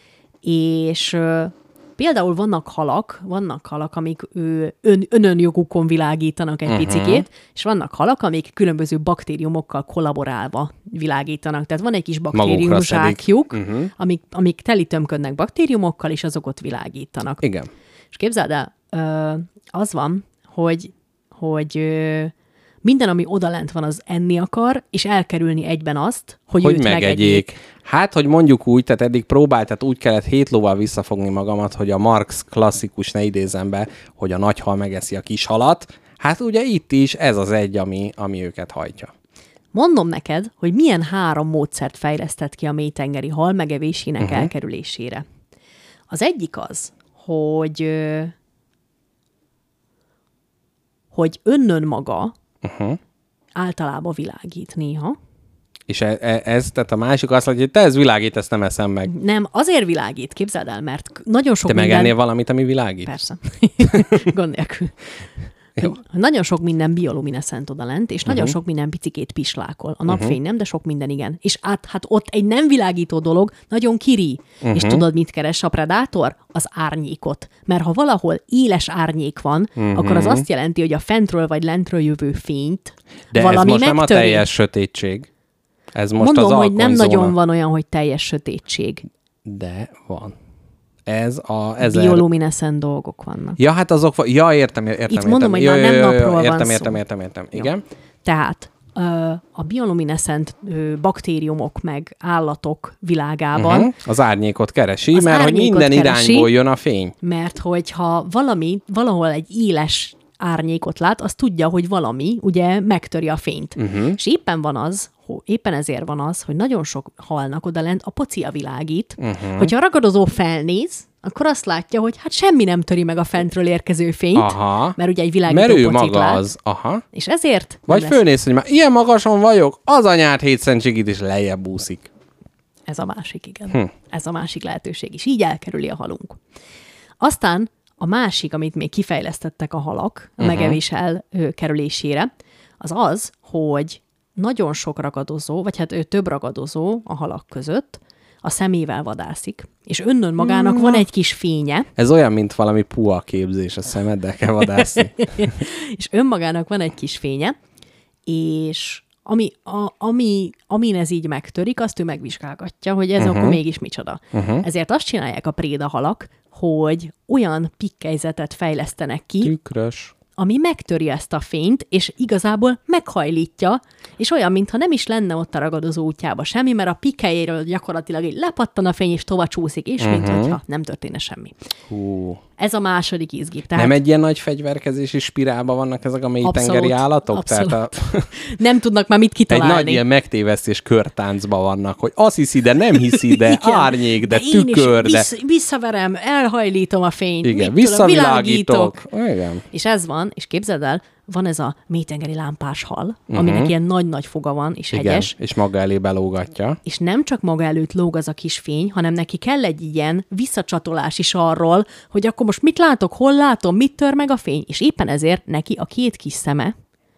És uh, például vannak halak, vannak halak, amik ő, ön, önönjogukon világítanak egy Uh-huh. picikét, és vannak halak, amik különböző baktériumokkal kollaborálva világítanak. Tehát van egy kis baktérium zsákjuk, uh-huh. amik, amik teli tömködnek baktériumokkal, és azok ott világítanak. Igen. És képzeld el, uh, az van, hogy, hogy uh, Minden, ami odalent van, az enni akar, és elkerülni egyben azt, hogy, hogy őt megegyék. megegyék. Hát, hogy mondjuk úgy, tehát eddig próbált, tehát úgy kellett hét lóval visszafogni magamat, hogy a Marx klasszikus ne idézem be, hogy a nagy hal megeszi a kis halat. Hát ugye itt is ez az egy, ami, ami őket hajtja. Mondom neked, hogy milyen három módszert fejlesztett ki a mélytengeri hal megevésének Uh-huh. elkerülésére. Az egyik az, hogy, ö, hogy önnön maga Uh-huh. általában világít néha. És e- e- ez, tehát a másik azt látja, hogy te ez világít, ezt nem eszem meg. Nem, azért világít, képzeld el, mert nagyon sok Te minden... megennél valamit, ami világít? Persze. Gond nélkül. Nagyon sok minden biolumineszent odalent, és nagyon Uh-huh. sok minden picikét pislákol. A napfény nem, de sok minden igen. És át, hát ott egy nem világító dolog nagyon kiri. Uh-huh. És tudod, mit keres a predátor? Az árnyékot. Mert ha valahol éles árnyék van, uh-huh. akkor az azt jelenti, hogy a fentről vagy lentről jövő fényt De valami ez most megtöri. nem a teljes sötétség. Ez most Mondom, az hogy nem alkonyzóna. nagyon van olyan, hogy teljes sötétség. De van. Ez a ezer... Biolumineszent dolgok vannak. Ja, hát azok... va- Ja, értem, értem, értem. Itt mondom, értem. hogy Jó, már jó, nem jó, jó, napról van értem, szó. értem, értem, értem. Igen. Tehát ö, a biolumineszent ö, baktériumok meg állatok világában, Uh-huh. Az árnyékot keresi, Az mert hogy árnyékot minden keresi. irányból jön a fény. mert hogyha valami, valahol egy éles árnyékot lát, az tudja, hogy valami ugye megtöri a fényt. Uh-huh. És éppen van az, ho, éppen ezért van az, hogy nagyon sok halnak odalent a pocia világít. Uh-huh. Hogyha a ragadozó felnéz, akkor azt látja, hogy hát semmi nem töri meg a fentről érkező fényt, Aha. mert ugye egy világító Mert ő pocit maga lát. az. Aha. És ezért Vagy nem lesz- fölnéz, hogy már ilyen magason vagyok, az anyát hét szentségit is lejjebb úszik. Ez a másik, igen. Hm. Ez a másik lehetőség is. Így elkerüli a halunk. Aztán a másik, amit még kifejlesztettek a halak a Uh-huh. megevés elkerülésére, az az, hogy nagyon sok ragadozó, vagy hát ő több ragadozó a halak között a szemével vadászik, és önnön magának van egy kis fénye, Ez olyan, mint valami pua képzés a szemeddel kell vadászni. és önmagának van egy kis fénye, és ami, a, ami, amin ez így megtörik, azt ő megvizsgálgatja, hogy ez uh-huh. akkor mégis micsoda. Uh-huh. Ezért azt csinálják a prédahalak, hogy olyan pikkelyzetet fejlesztenek ki, Tükrös. ami megtöri ezt a fényt, és igazából meghajlítja, és olyan, mintha nem is lenne ott a ragadozó útjába semmi, mert a pikkelyéről gyakorlatilag így lepattan a fény, és tovább csúszik, és uh-huh. mintha nem történne semmi. Hú. Ez a második izgi. Tehát Nem egy ilyen nagy fegyverkezési spirálban vannak ezek a mélytengeri Abszolút, állatok? abszolút. Tehát a, nem tudnak már mit egy kitalálni. nagy ilyen megtévesztés körtáncban vannak, hogy azt hiszi, de nem hiszi, de Igen. árnyék, de, de én tükör, is de... vissz, visszaverem, elhajlítom a fényt. Igen, mit tudom, visszavilágítok. Igen. És ez van, és képzeld el, van ez a mélytengeri lámpás hal, uh-huh. aminek ilyen nagy-nagy foga van, és Igen, hegyes, és maga elé belógatja. és nem csak maga előtt lóg az a kis fény, hanem neki kell egy ilyen visszacsatolás is arról, hogy akkor most mit látok, hol látom, mit tör meg a fény, és éppen ezért neki a két kis szeme,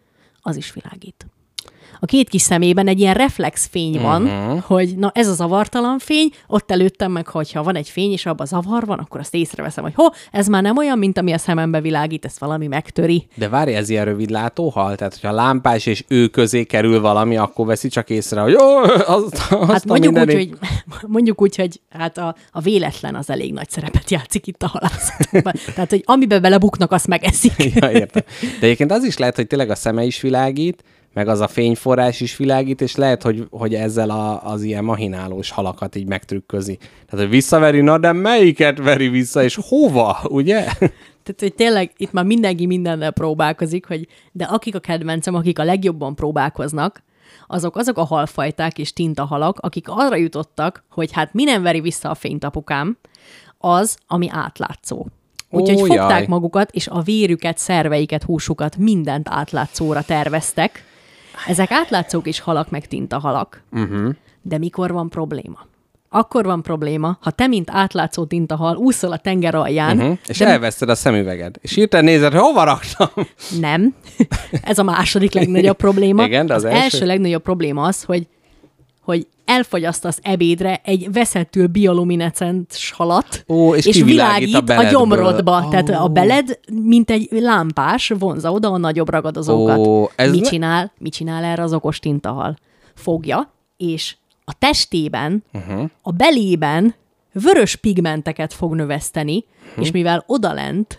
az is világít. A két kis szemében egy ilyen reflex fény van, uh-huh. hogy na ez a zavartalan fény, ott előttem meg, hogyha van egy fény, és abban zavar van, akkor azt észreveszem, hogy ho, ez már nem olyan, mint ami a szemembe világít, ezt valami megtöri. De várj, ez ilyen rövidlátó hal? Tehát, hogyha lámpás és ő közé kerül valami, akkor veszi csak észre, hogy jó, azt, azt Hát a mondjuk úgy, mindenit. hogy, mondjuk úgy, hogy hát a, a véletlen az elég nagy szerepet játszik itt a halászatban. Tehát, hogy amiben belebuknak, azt megeszik. Ja, értem. De egyébként az is lehet, hogy tényleg a szeme is világít, meg az a fényforrás is világít, és lehet, hogy, hogy ezzel a, az ilyen mahinálós halakat így megtrükközi. Tehát, hogy visszaveri, na de melyiket veri vissza, és hova, ugye? Tehát, hogy tényleg itt már mindenki mindennel próbálkozik, hogy de akik a kedvencem, akik a legjobban próbálkoznak, azok azok a halfajták és tintahalak, akik arra jutottak, hogy hát mi nem veri vissza a fényt, apukám, az, ami átlátszó. Úgyhogy Ó, fogták jaj. magukat, és a vérüket, szerveiket, húsukat, mindent átlátszóra terveztek. Ezek átlátszók is halak, meg tintahalak. Uh-huh. De mikor van probléma? Akkor van probléma, ha te, mint átlátszó tintahal, úszol a tenger alján, Uh-huh. És de elveszted a szemüveged. És hirtelen nézed, hogy hova raktam? nem. Ez a második legnagyobb probléma. Igen, de az első? első legnagyobb probléma az, hogy, hogy elfogyasztasz ebédre egy veszettül bioluminescens halat, Ó, és és kivilágít világít a a, beledből. gyomrodba. Ó. Tehát a beled, mint egy lámpás, vonza oda a nagyobb ragadozókat. Ó, ez Mit ne- csinál? Mit csinál erre az okos tintahal? Fogja, és a testében, uh-huh. a belében vörös pigmenteket fog növeszteni, uh-huh. és mivel odalent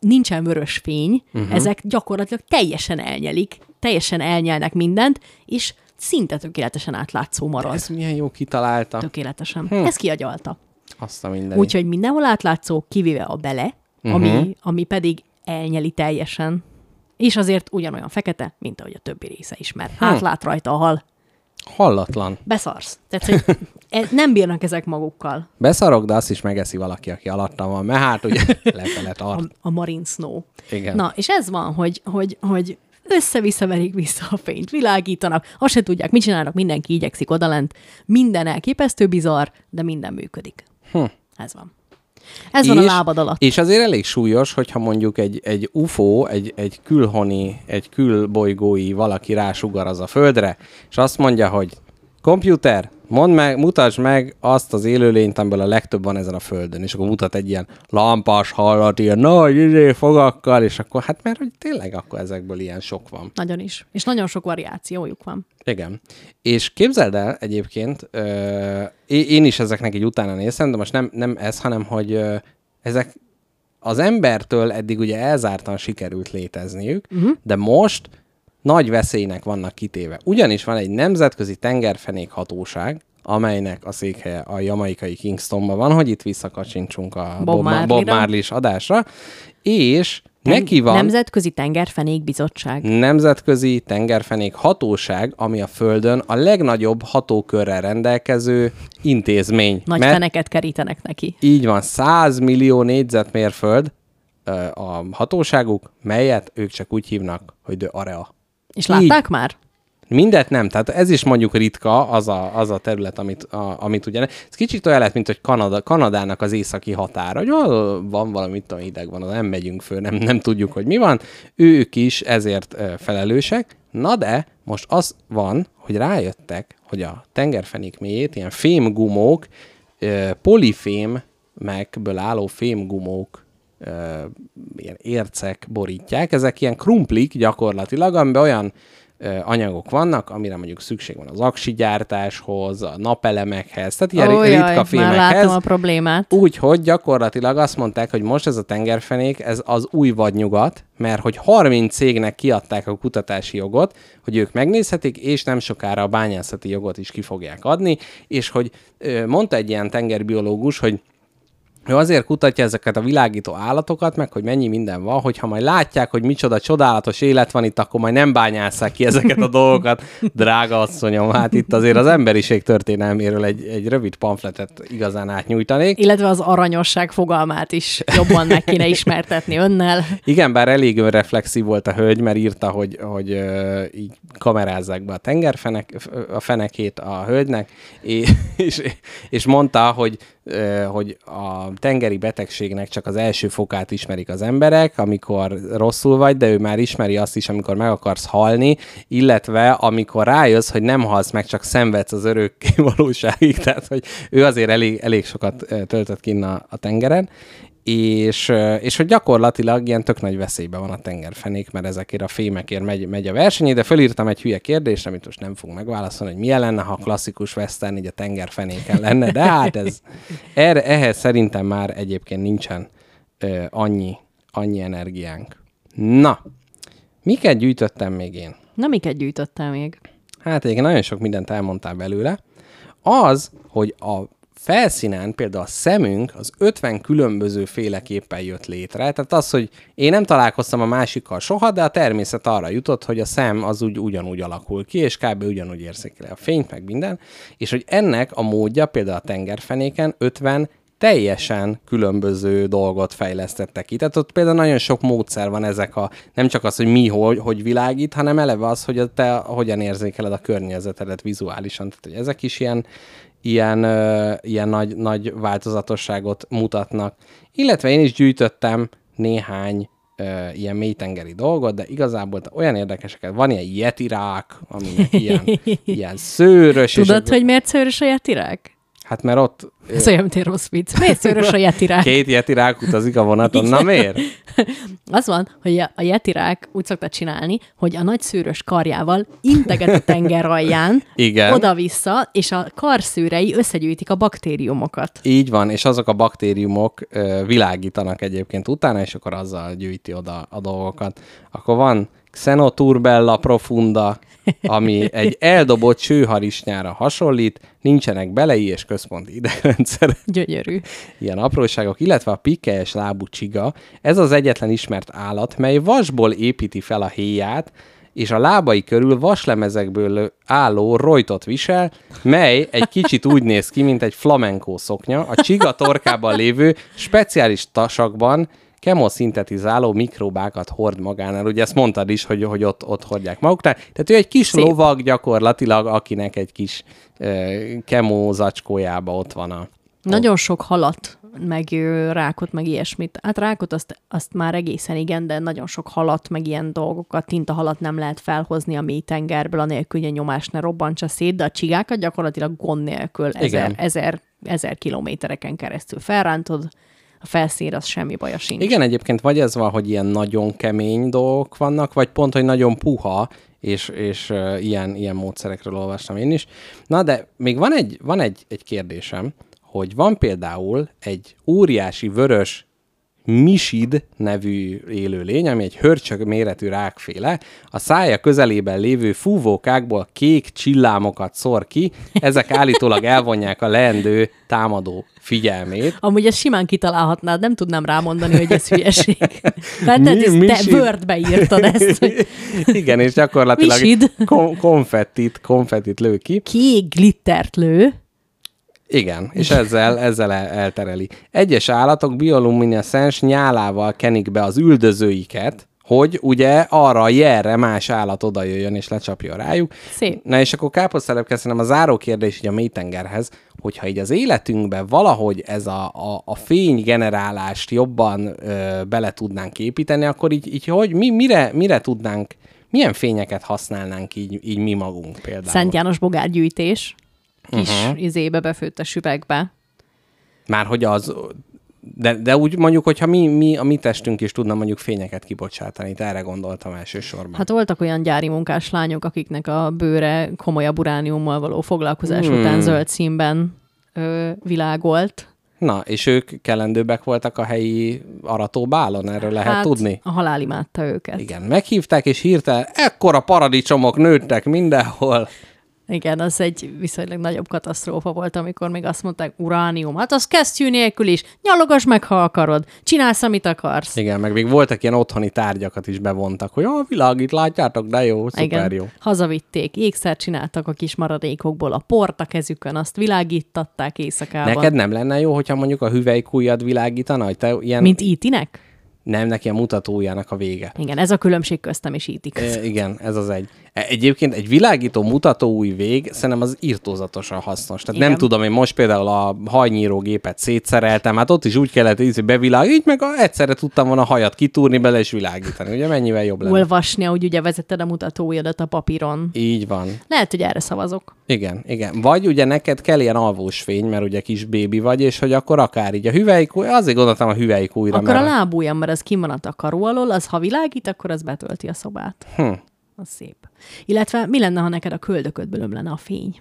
nincsen vörös fény, Uh-huh. ezek gyakorlatilag teljesen elnyelik, teljesen elnyelnek mindent, és szinte tökéletesen átlátszó marad. Ez milyen jó kitalálta. Tökéletesen. Hm. Ez kiagyalta. Azt a mindenit. Úgyhogy mindenhol átlátszó, kivéve a bele, Uh-huh. ami, ami pedig elnyeli teljesen. És azért ugyanolyan fekete, mint ahogy a többi része is, mert Hm. átlát rajta a hal. Hallatlan. Beszarsz. Tehát, hogy e- nem bírnak ezek magukkal. Beszarok, de azt is megeszi valaki, aki alattam van, mert hát ugye lefele tart. A, a marine snow. Igen. Na, és ez van, hogy, hogy, hogy össze-vissza verik vissza a fényt, világítanak, azt se tudják, mit csinálnak, mindenki igyekszik odalent, minden elképesztő bizarr, de minden működik. Hm. Ez van. Ez van a lábad alatt. És azért elég súlyos, hogyha mondjuk egy, egy u f o, egy, egy külhoni, egy külbolygói valaki rásugar az a földre, és azt mondja, hogy komputer, mondd meg, mutasd meg azt az élőlényt, amiből a legtöbb van ezen a földön, és akkor mutat egy ilyen lampás hallat, ilyen nagy izé, fogakkal, és akkor hát mert hogy tényleg akkor ezekből ilyen sok van. Nagyon is. És nagyon sok variációjuk van. Igen. És képzeld el egyébként, ö, én is ezeknek így utána néztem, de most nem, nem ez, hanem hogy ö, ezek az embertől eddig ugye elzártan sikerült létezniük, uh-huh. de most nagy veszélynek vannak kitéve. Ugyanis van egy nemzetközi tengerfenék hatóság, amelynek a székhelye a jamaikai Kingstonban van, hogy itt visszakacsintsunk a Bob Bob, Marley-ra. Bob Marley-s adásra, és Ten- neki van Nemzetközi Tengerfenék Bizottság. Nemzetközi Tengerfenék Hatóság, ami a Földön a legnagyobb hatókörrel rendelkező intézmény. Nagy Mert feneket kerítenek neki. így van, száz millió négyzetmérföld ö, a hatóságuk, melyet ők csak úgy hívnak, hogy de area. És látták már? Mindet nem, tehát ez is mondjuk ritka, az a, az a terület, amit, a, amit ugye... Ez kicsit olyan lehet, mint hogy Kanada, Kanadának az északi határa, hogy hol van valami, mit tudom, hideg van, az nem megyünk föl, nem, nem tudjuk, hogy mi van. Ők is ezért ö, felelősek. Na de most az van, hogy rájöttek, hogy a tengerfenék mélyét ilyen fémgumók, ö, polifémekből álló fémgumók, ö, ilyen ércek borítják. Ezek ilyen krumplik gyakorlatilag, amiben olyan anyagok vannak, amire mondjuk szükség van az aksigyártáshoz, a napelemekhez, tehát ilyen Ó, ritka jaj, fémekhez. már látom a problémát. Úgyhogy gyakorlatilag azt mondták, hogy most ez a tengerfenék, ez az új vadnyugat, mert hogy harminc cégnek kiadták a kutatási jogot, hogy ők megnézhetik, és nem sokára a bányászati jogot is ki fogják adni, és hogy mondta egy ilyen tengerbiológus, hogy ő azért kutatja ezeket a világító állatokat, meg hogy mennyi minden van, hogyha majd látják, hogy micsoda csodálatos élet van itt, akkor majd nem bányásszák ki ezeket a dolgokat. Drága asszonyom, hát itt azért az emberiség történelméről egy, egy rövid pamfletet igazán átnyújtanék. Illetve az aranyosság fogalmát is jobban meg kéne ismertetni önnel. Igen, bár elég önreflexív volt a hölgy, mert írta, hogy, hogy uh, így kamerázzák be a tengerfenek, a fenekét a hölgynek, és, és, és mondta, hogy, uh, hogy a tengeri betegségnek csak az első fokát ismerik az emberek, amikor rosszul vagy, de ő már ismeri azt is, amikor meg akarsz halni, illetve amikor rájössz, hogy nem halsz meg, csak szenvedsz az örökké valóságig. Tehát, hogy ő azért elég, elég sokat töltött kinn a, a tengeren, és, és hogy gyakorlatilag ilyen tök nagy veszélyben van a tengerfenék, mert ezekért a fémekért megy, megy a verseny, de fölírtam egy hülye kérdést, amit most nem fogunk megválaszolni, hogy milyen lenne, ha a klasszikus western így a tengerfenéken lenne, de hát ez, erre, ehhez szerintem már egyébként nincsen ö, annyi, annyi energiánk. Na, miket gyűjtöttem még én? Na, miket gyűjtöttem még? Hát egyébként nagyon sok mindent elmondtál belőle. Az, hogy a felszínen például a szemünk az ötven különböző féleképpen jött létre. Tehát az, hogy én nem találkoztam a másikkal soha, de a természet arra jutott, hogy a szem az úgy ugyanúgy alakul ki, és kb. Ugyanúgy érzékeli a fényt, meg minden. És hogy ennek a módja például a tengerfenéken ötven teljesen különböző dolgot fejlesztettek ki. Tehát ott például nagyon sok módszer van ezek a, nem csak az, hogy mi, hogy, hogy világít, hanem eleve az, hogy te hogyan érzékeled a környezetedet vizuálisan. Tehát, hogy ezek is ilyen ilyen, uh, ilyen nagy, nagy változatosságot mutatnak. Illetve én is gyűjtöttem néhány uh, ilyen mélytengeri dolgot, de igazából olyan érdekeseket. Van ilyen jetirák, ami ilyen, ilyen szőrös. Tudod, és hogy miért szőrös a jetirák? Hát mert ott... Ez olyan, mint egy rossz vicc. Miért szőrös a jetirák? Két jetirák utazik a vonaton. Na miért? Az van, hogy a, a yetirák úgy szokta csinálni, hogy a nagy szőrös karjával integet a tenger alján, Igen. oda-vissza, és a karszőrei összegyűjtik a baktériumokat. Így van, és azok a baktériumok ö, világítanak egyébként utána, és akkor azzal gyűjti oda a dolgokat. Akkor van Xenoturbella profunda, ami egy eldobott csőharisnyára hasonlít, nincsenek belei és központi idegrendszere. Gyönyörű. Ilyen apróságok, illetve a pikkelyes lábú csiga. Ez az egyetlen ismert állat, mely vasból építi fel a héját, és a lábai körül vaslemezekből álló rojtot visel, mely egy kicsit úgy néz ki, mint egy flamenco szoknya. A csiga torkában lévő speciális tasakban kemoszintetizáló mikróbákat hord magánál. Ugye ezt mondtad is, hogy, hogy ott, ott hordják maguknál. Tehát ő egy kis Szép. lovag gyakorlatilag, akinek egy kis uh, kemózacskójába ott van a... Nagyon sok halat, meg ö, rákot, meg ilyesmit. Hát rákot azt, azt már egészen igen, de nagyon sok halat, meg ilyen dolgokat, tintahalat nem lehet felhozni a mély tengerből, anélkül, hogy a nyomás ne robbantsa szét, de a csigákat gyakorlatilag gond nélkül ezer, ezer, ezer kilométereken keresztül felrántod, a felszín, az semmi baja sincs. Igen, egyébként vagy ez van, hogy ilyen nagyon kemény dolgok vannak, vagy pont, hogy nagyon puha, és, és uh, ilyen, ilyen módszerekről olvastam én is. Na, de még van egy, van egy, egy kérdésem, hogy van például egy óriási vörös misid nevű élőlény, ami egy hörcsög méretű rákféle, a szája közelében lévő fúvókákból kék csillámokat szor ki, ezek állítólag elvonják a leendő támadó figyelmét. Amúgy ezt simán kitalálhatnád, nem tudnám rámondani, hogy ez hülyeség. Tehát te, mi, te Wordbe írtad ezt. Hogy... Igen, és gyakorlatilag kon- konfettit, konfettit lő ki. Kék glittert lő. Igen, és ezzel, ezzel el, eltereli. Egyes állatok bioluminescens nyálával kenik be az üldözőiket, hogy ugye arra a jelre más állat oda jöjjön és lecsapja rájuk. Szép. Na és akkor káposztelepke, szerintem a záró kérdés így a mélytengerhez, hogyha így az életünkben valahogy ez a, a, a fénygenerálást jobban ö, bele tudnánk építeni, akkor így, így hogy mi, mire, mire tudnánk, milyen fényeket használnánk így, így mi magunk például? Szent János bogárgyűjtés. Kis uh-huh. izébe, befőttes üvegbe. Már hogy az... De, de úgy mondjuk, hogyha mi, mi, a mi testünk is tudna mondjuk fényeket kibocsátani, te erre gondoltam elsősorban. Hát voltak olyan gyári munkás lányok, akiknek a bőre komolyabb urániummal való foglalkozás hmm. után zöld színben ö, világolt. Na, és ők kellendőbbek voltak a helyi aratóbálon, erről lehet hát, tudni? a halál imádta őket. Igen, meghívták, és hirtelen ekkora paradicsomok nőttek mindenhol. Igen, az egy viszonylag nagyobb katasztrófa volt, amikor még azt mondták, uránium, hát az kesztyű nélkül is, nyalogass meg, ha akarod, csinálsz, amit akarsz. Igen, meg még voltak ilyen otthoni tárgyakat is bevontak, hogy a világít, látjátok, de jó, szuper Igen. jó. Hazavitték, ékszert csináltak a kis maradékokból, a port a kezükön, azt világítatták éjszakában. Neked nem lenne jó, hogyha mondjuk a hüvelykujjad világítana, hogy te ilyen... Mint ítinek? Nem, neki a mutatójának a vége. Igen, ez a különbség köztem és ítik. E, igen, ez az egy. Egyébként egy világító mutatóúj vég szerintem az irtózatosan hasznos. Tehát igen. Nem tudom, én most például a hajnyírógépet szétszereltem, hát ott is úgy kellett, hogy bevilágít, meg egyszerre tudtam volna a hajat kitúrni bele és világítani. Ugye mennyivel jobb lenne? Olvasni, ahogy ugye vezetted a mutatójadat a papíron. Így van. Lehet, hogy erre szavazok. Igen, igen. Vagy ugye neked kell ilyen alvós fény, mert ugye kis bébi vagy, és hogy akkor akár így a hüvelykúj, azért gondoltam a hüvelykújra. Akkor mert... a lábujjam, mert az kim van a takaró alól, az ha világít, akkor az betölti a szobát. Hm. Az szép. Illetve mi lenne, ha neked a köldöködből ömlene a fény?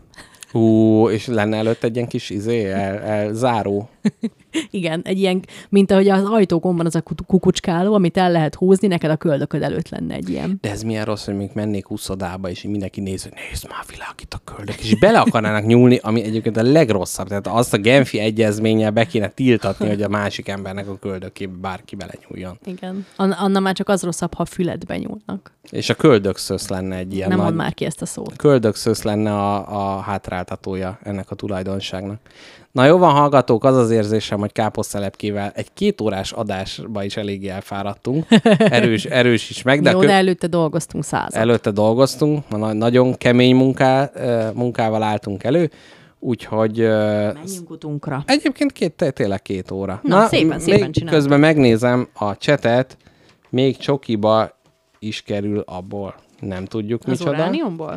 Ú, és lenne előtt egy ilyen kis izé, el, el, záró. Igen, egy ilyen, mint ahogy az ajtókon van az a kukucskáló, amit el lehet húzni, neked a köldököd előtt lenne egy ilyen. De ez milyen rossz, hogy még mennék úszodába, és így mindenki néz, hogy nézd már, világít a köldök, és bele akarnának nyúlni, ami egyébként a legrosszabb. Tehát azt a Genfi egyezménnyel be kéne tiltatni, hogy a másik embernek a köldökébe bárki bele nyúljon. Igen. An- Anna már csak az rosszabb, ha füledbe nyúlnak. És a köldökszösz lenne egy ilyen Nem nagy... mond már ki ezt a szót. Köldökszösz lenne a, a hátráltatója ennek a tulajdonságnak. Na jó van, hallgatók, az az érzésem, hogy káposztelepkével egy két órás adásba is eléggé elfáradtunk. Erős, erős is meg. De jó, kö... de előtte dolgoztunk százat. Előtte dolgoztunk, nagyon kemény munká, munkával álltunk elő, úgyhogy... Menjünk utunkra. Egyébként két, tényleg két óra. Na, Na szépen, szépen csináljuk. Közben megnézem a csetet, még csokiba is kerül abból. Nem tudjuk az micsoda. Az urániumból?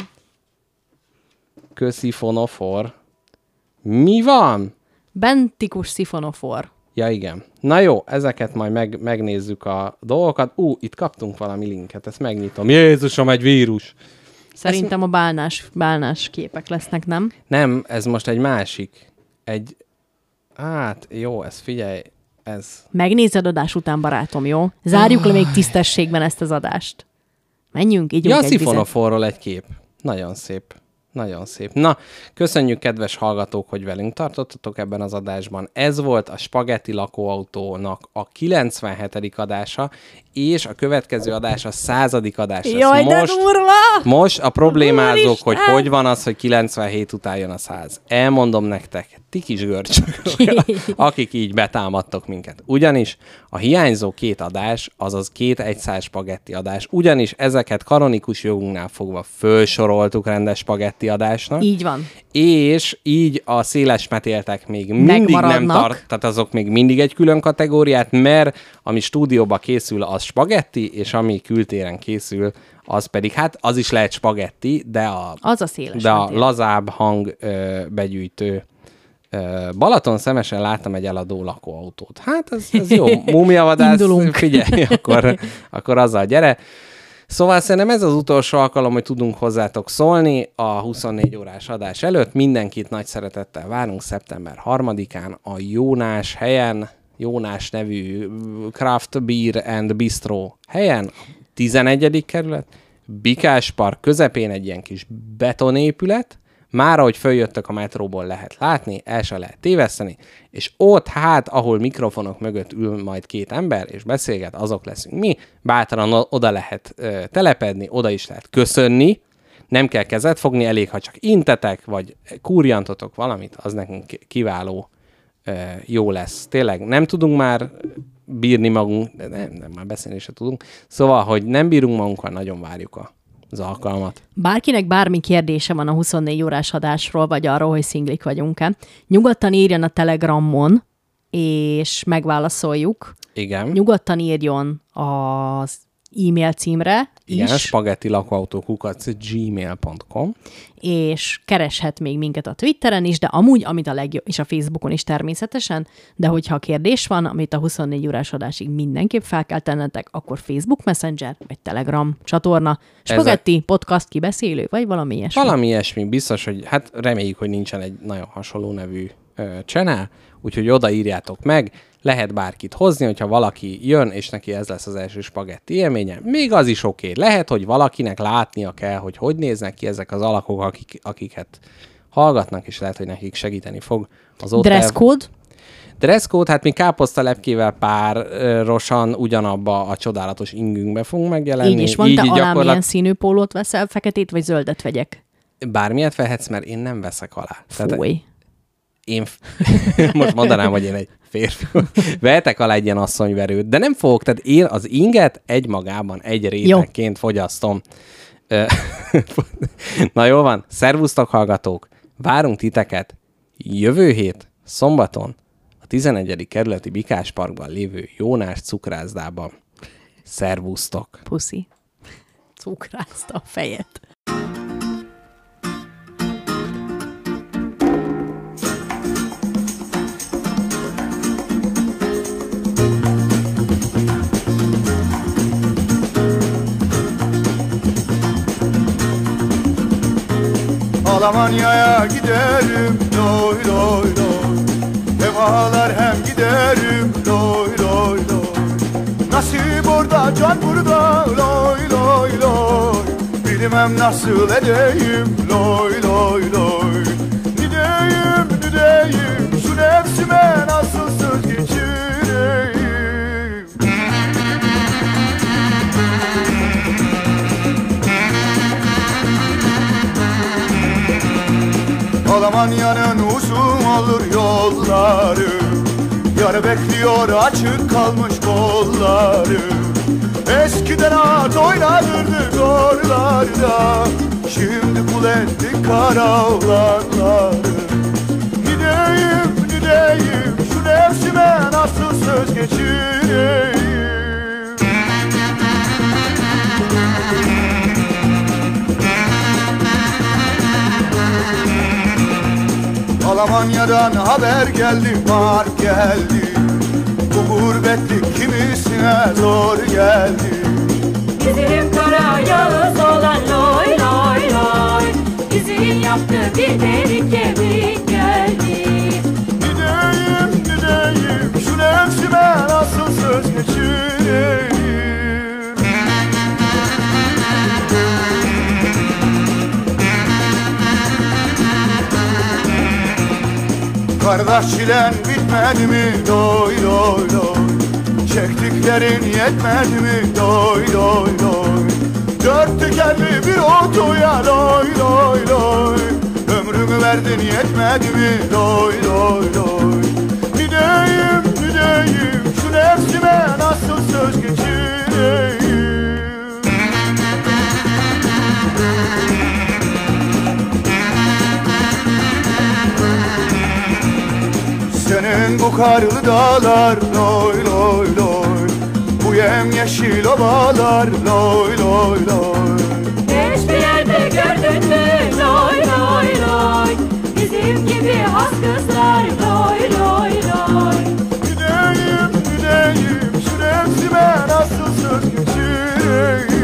Köszifonofor. Mi van? Bentikus szifonofor. Ja, igen. Na jó, ezeket majd meg, megnézzük a dolgokat. Ú, itt kaptunk valami linket, ezt megnyitom. Jézusom, egy vírus! Szerintem a bálnás, bálnás képek lesznek, nem? Nem, ez most egy másik. Egy... Hát, jó, ez figyelj, ez... Megnézed adás után, barátom, jó? Zárjuk le még tisztességben ezt az adást. Menjünk, ígyunk Ja, egy vizet. szifonoforról egy kép. Nagyon szép. Nagyon szép. Na, köszönjük, kedves hallgatók, hogy velünk tartottatok ebben az adásban. Ez volt a Spagetti lakóautónak a kilencvenhetedik adása, és a következő adás a századik adás lesz. Jaj, de most, durva! most a problémázók, Úristen! hogy hogy van az, hogy kilencvenhét után jön a száz. Elmondom nektek, ti kis görcsök, akik így betámadtok minket. Ugyanis a hiányzó két adás, azaz két egyszáz spagetti adás, ugyanis ezeket kanonikus jogunknál fogva fölsoroltuk rendes spagetti adásnak. Így van. És így a széles metéltek még mindig nem tart, tehát azok még mindig egy külön kategóriát, mert ami stúdióba készül, az spagetti, és ami kültéren készül, az pedig, hát az is lehet spagetti, de a, az a, széles de a metél. lazább hang ö, begyűjtő ö, Balaton szemesen láttam egy eladó lakóautót. Hát ez, ez jó, múmiavadász, figyelj, akkor, akkor azzal gyere. Szóval szerintem ez az utolsó alkalom, hogy tudunk hozzátok szólni a huszonnégy órás adás előtt. Mindenkit nagy szeretettel várunk szeptember harmadikán a Jónás helyen, Jónás nevű Craft Beer and Bistro helyen, tizenegyedik kerület, Bikás Park közepén egy ilyen kis betonépület, már ahogy följöttök a metróból lehet látni, el se lehet téveszteni, és ott hát, ahol mikrofonok mögött ül majd két ember, és beszélget, azok leszünk mi, bátran oda lehet ö, telepedni, oda is lehet köszönni, nem kell kezet fogni, elég, ha csak intetek, vagy kúrjantotok valamit, az nekünk kiváló ö, jó lesz. Tényleg nem tudunk már bírni magunk, de nem, nem, már beszélni se tudunk, szóval, hogy nem bírunk magunkkal, nagyon várjuk a az alkalmat. Bárkinek bármi kérdése van a huszonnégy órás adásról, vagy arról, hogy szinglik vagyunk-e, nyugodtan írjon a Telegramon, és megválaszoljuk. Igen. Nyugodtan írjon az e-mail címre Igen, is. spagetti lakóautó kukac gmail pont com. És kereshet még minket a Twitteren is, de amúgy, amit a legjobb, és a Facebookon is természetesen, de hogyha kérdés van, amit a huszonnégy órás adásig mindenképp fel kell tennetek, akkor Facebook Messenger, vagy Telegram csatorna, spagetti, Ezek... podcast kibeszélő, vagy valami ilyesmi. Valami ilyesmi, biztos, hogy hát reméljük, hogy nincsen egy nagyon hasonló nevű ö, channel, úgyhogy odaírjátok meg, lehet bárkit hozni, hogyha valaki jön, és neki ez lesz az első spagetti élménye. Még az is oké. Okay. Lehet, hogy valakinek látnia kell, hogy hogy néznek ki ezek az alakok, akik, akiket hallgatnak, és lehet, hogy nekik segíteni fog az ott. Dresscode? Dresscode, hát mi káposztalepkével párosan ugyanabba a csodálatos ingünkbe fogunk megjelenni. Így is van, így te alá gyakorlat... milyen színű pólót veszel, feketét vagy zöldet vegyek? Bármilyet vehetsz, mert én nem veszek alá. Fúj. Én most mondanám, hogy én egy férfi. Vehetek alá egy ilyen asszonyverőt, de nem fogok, tehát én az inget egymagában egy rétegként fogyasztom. Na jól van, szervusztok hallgatók, várunk titeket jövő hét, szombaton, a tizenegyedik kerületi Bikás Parkban lévő Jónás cukrászdában. Szervusztok! Puszi. Cukrázta a fejet. Almanya'ya giderim, loy loy loy. Hem ağlar hem giderim, loy loy loy. Nasip orada, can burada, loy loy loy. Bilmem nasıl edeyim, loy loy loy. Gideyim, gideyim, şu nefsime nasıl söz geçireyim. Almanya'nın uzun olur yolları, yar bekliyor açık kalmış kolları. Eskiden at oynanırdı oralarda, şimdi kul ettik kara olanları. Gideyim, gideyim, şu nefsime nasıl söz geçireyim. Almanya'dan haber geldi, mark geldi. Bu gurbetlik kimisine zor geldi. Bizim kara Yağız olan loy loy loy, bizim yaptı bir delik kemik geldi. Gideyim gideyim şu nefsime nasıl söz geçireyim. Kardeş çilen bitmedi mi? Doy doy doy. Çektiklerin yetmedi mi? Doy doy doy. Dört tekerli bir otoya doy doy doy. Ömrümü verdin yetmedi mi? Doy doy doy. Gideyim gideyim şu nefsime nasıl söz geçireyim. Senin bu karlı dağlar loy loy loy, bu yemyeşil ovalar loy loy loy. Hiçbir yerde gördün mü loy loy loy, bizim gibi has kızlar loy loy loy. Gideyim gideyim şu nefsime nasıl söz geçireyim.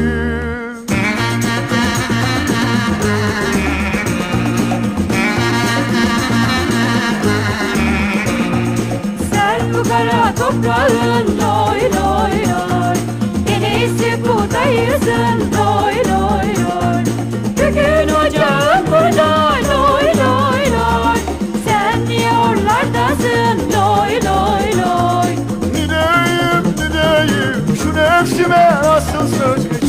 Bu kara toprağın loy loy loy, en iyisi buradayızın loy loy loy. Kökün ocağın burada loy loy loy, sen niye oralardasın loy loy loy. Gideyim gideyim şu nefsime nasıl söz geçireyim.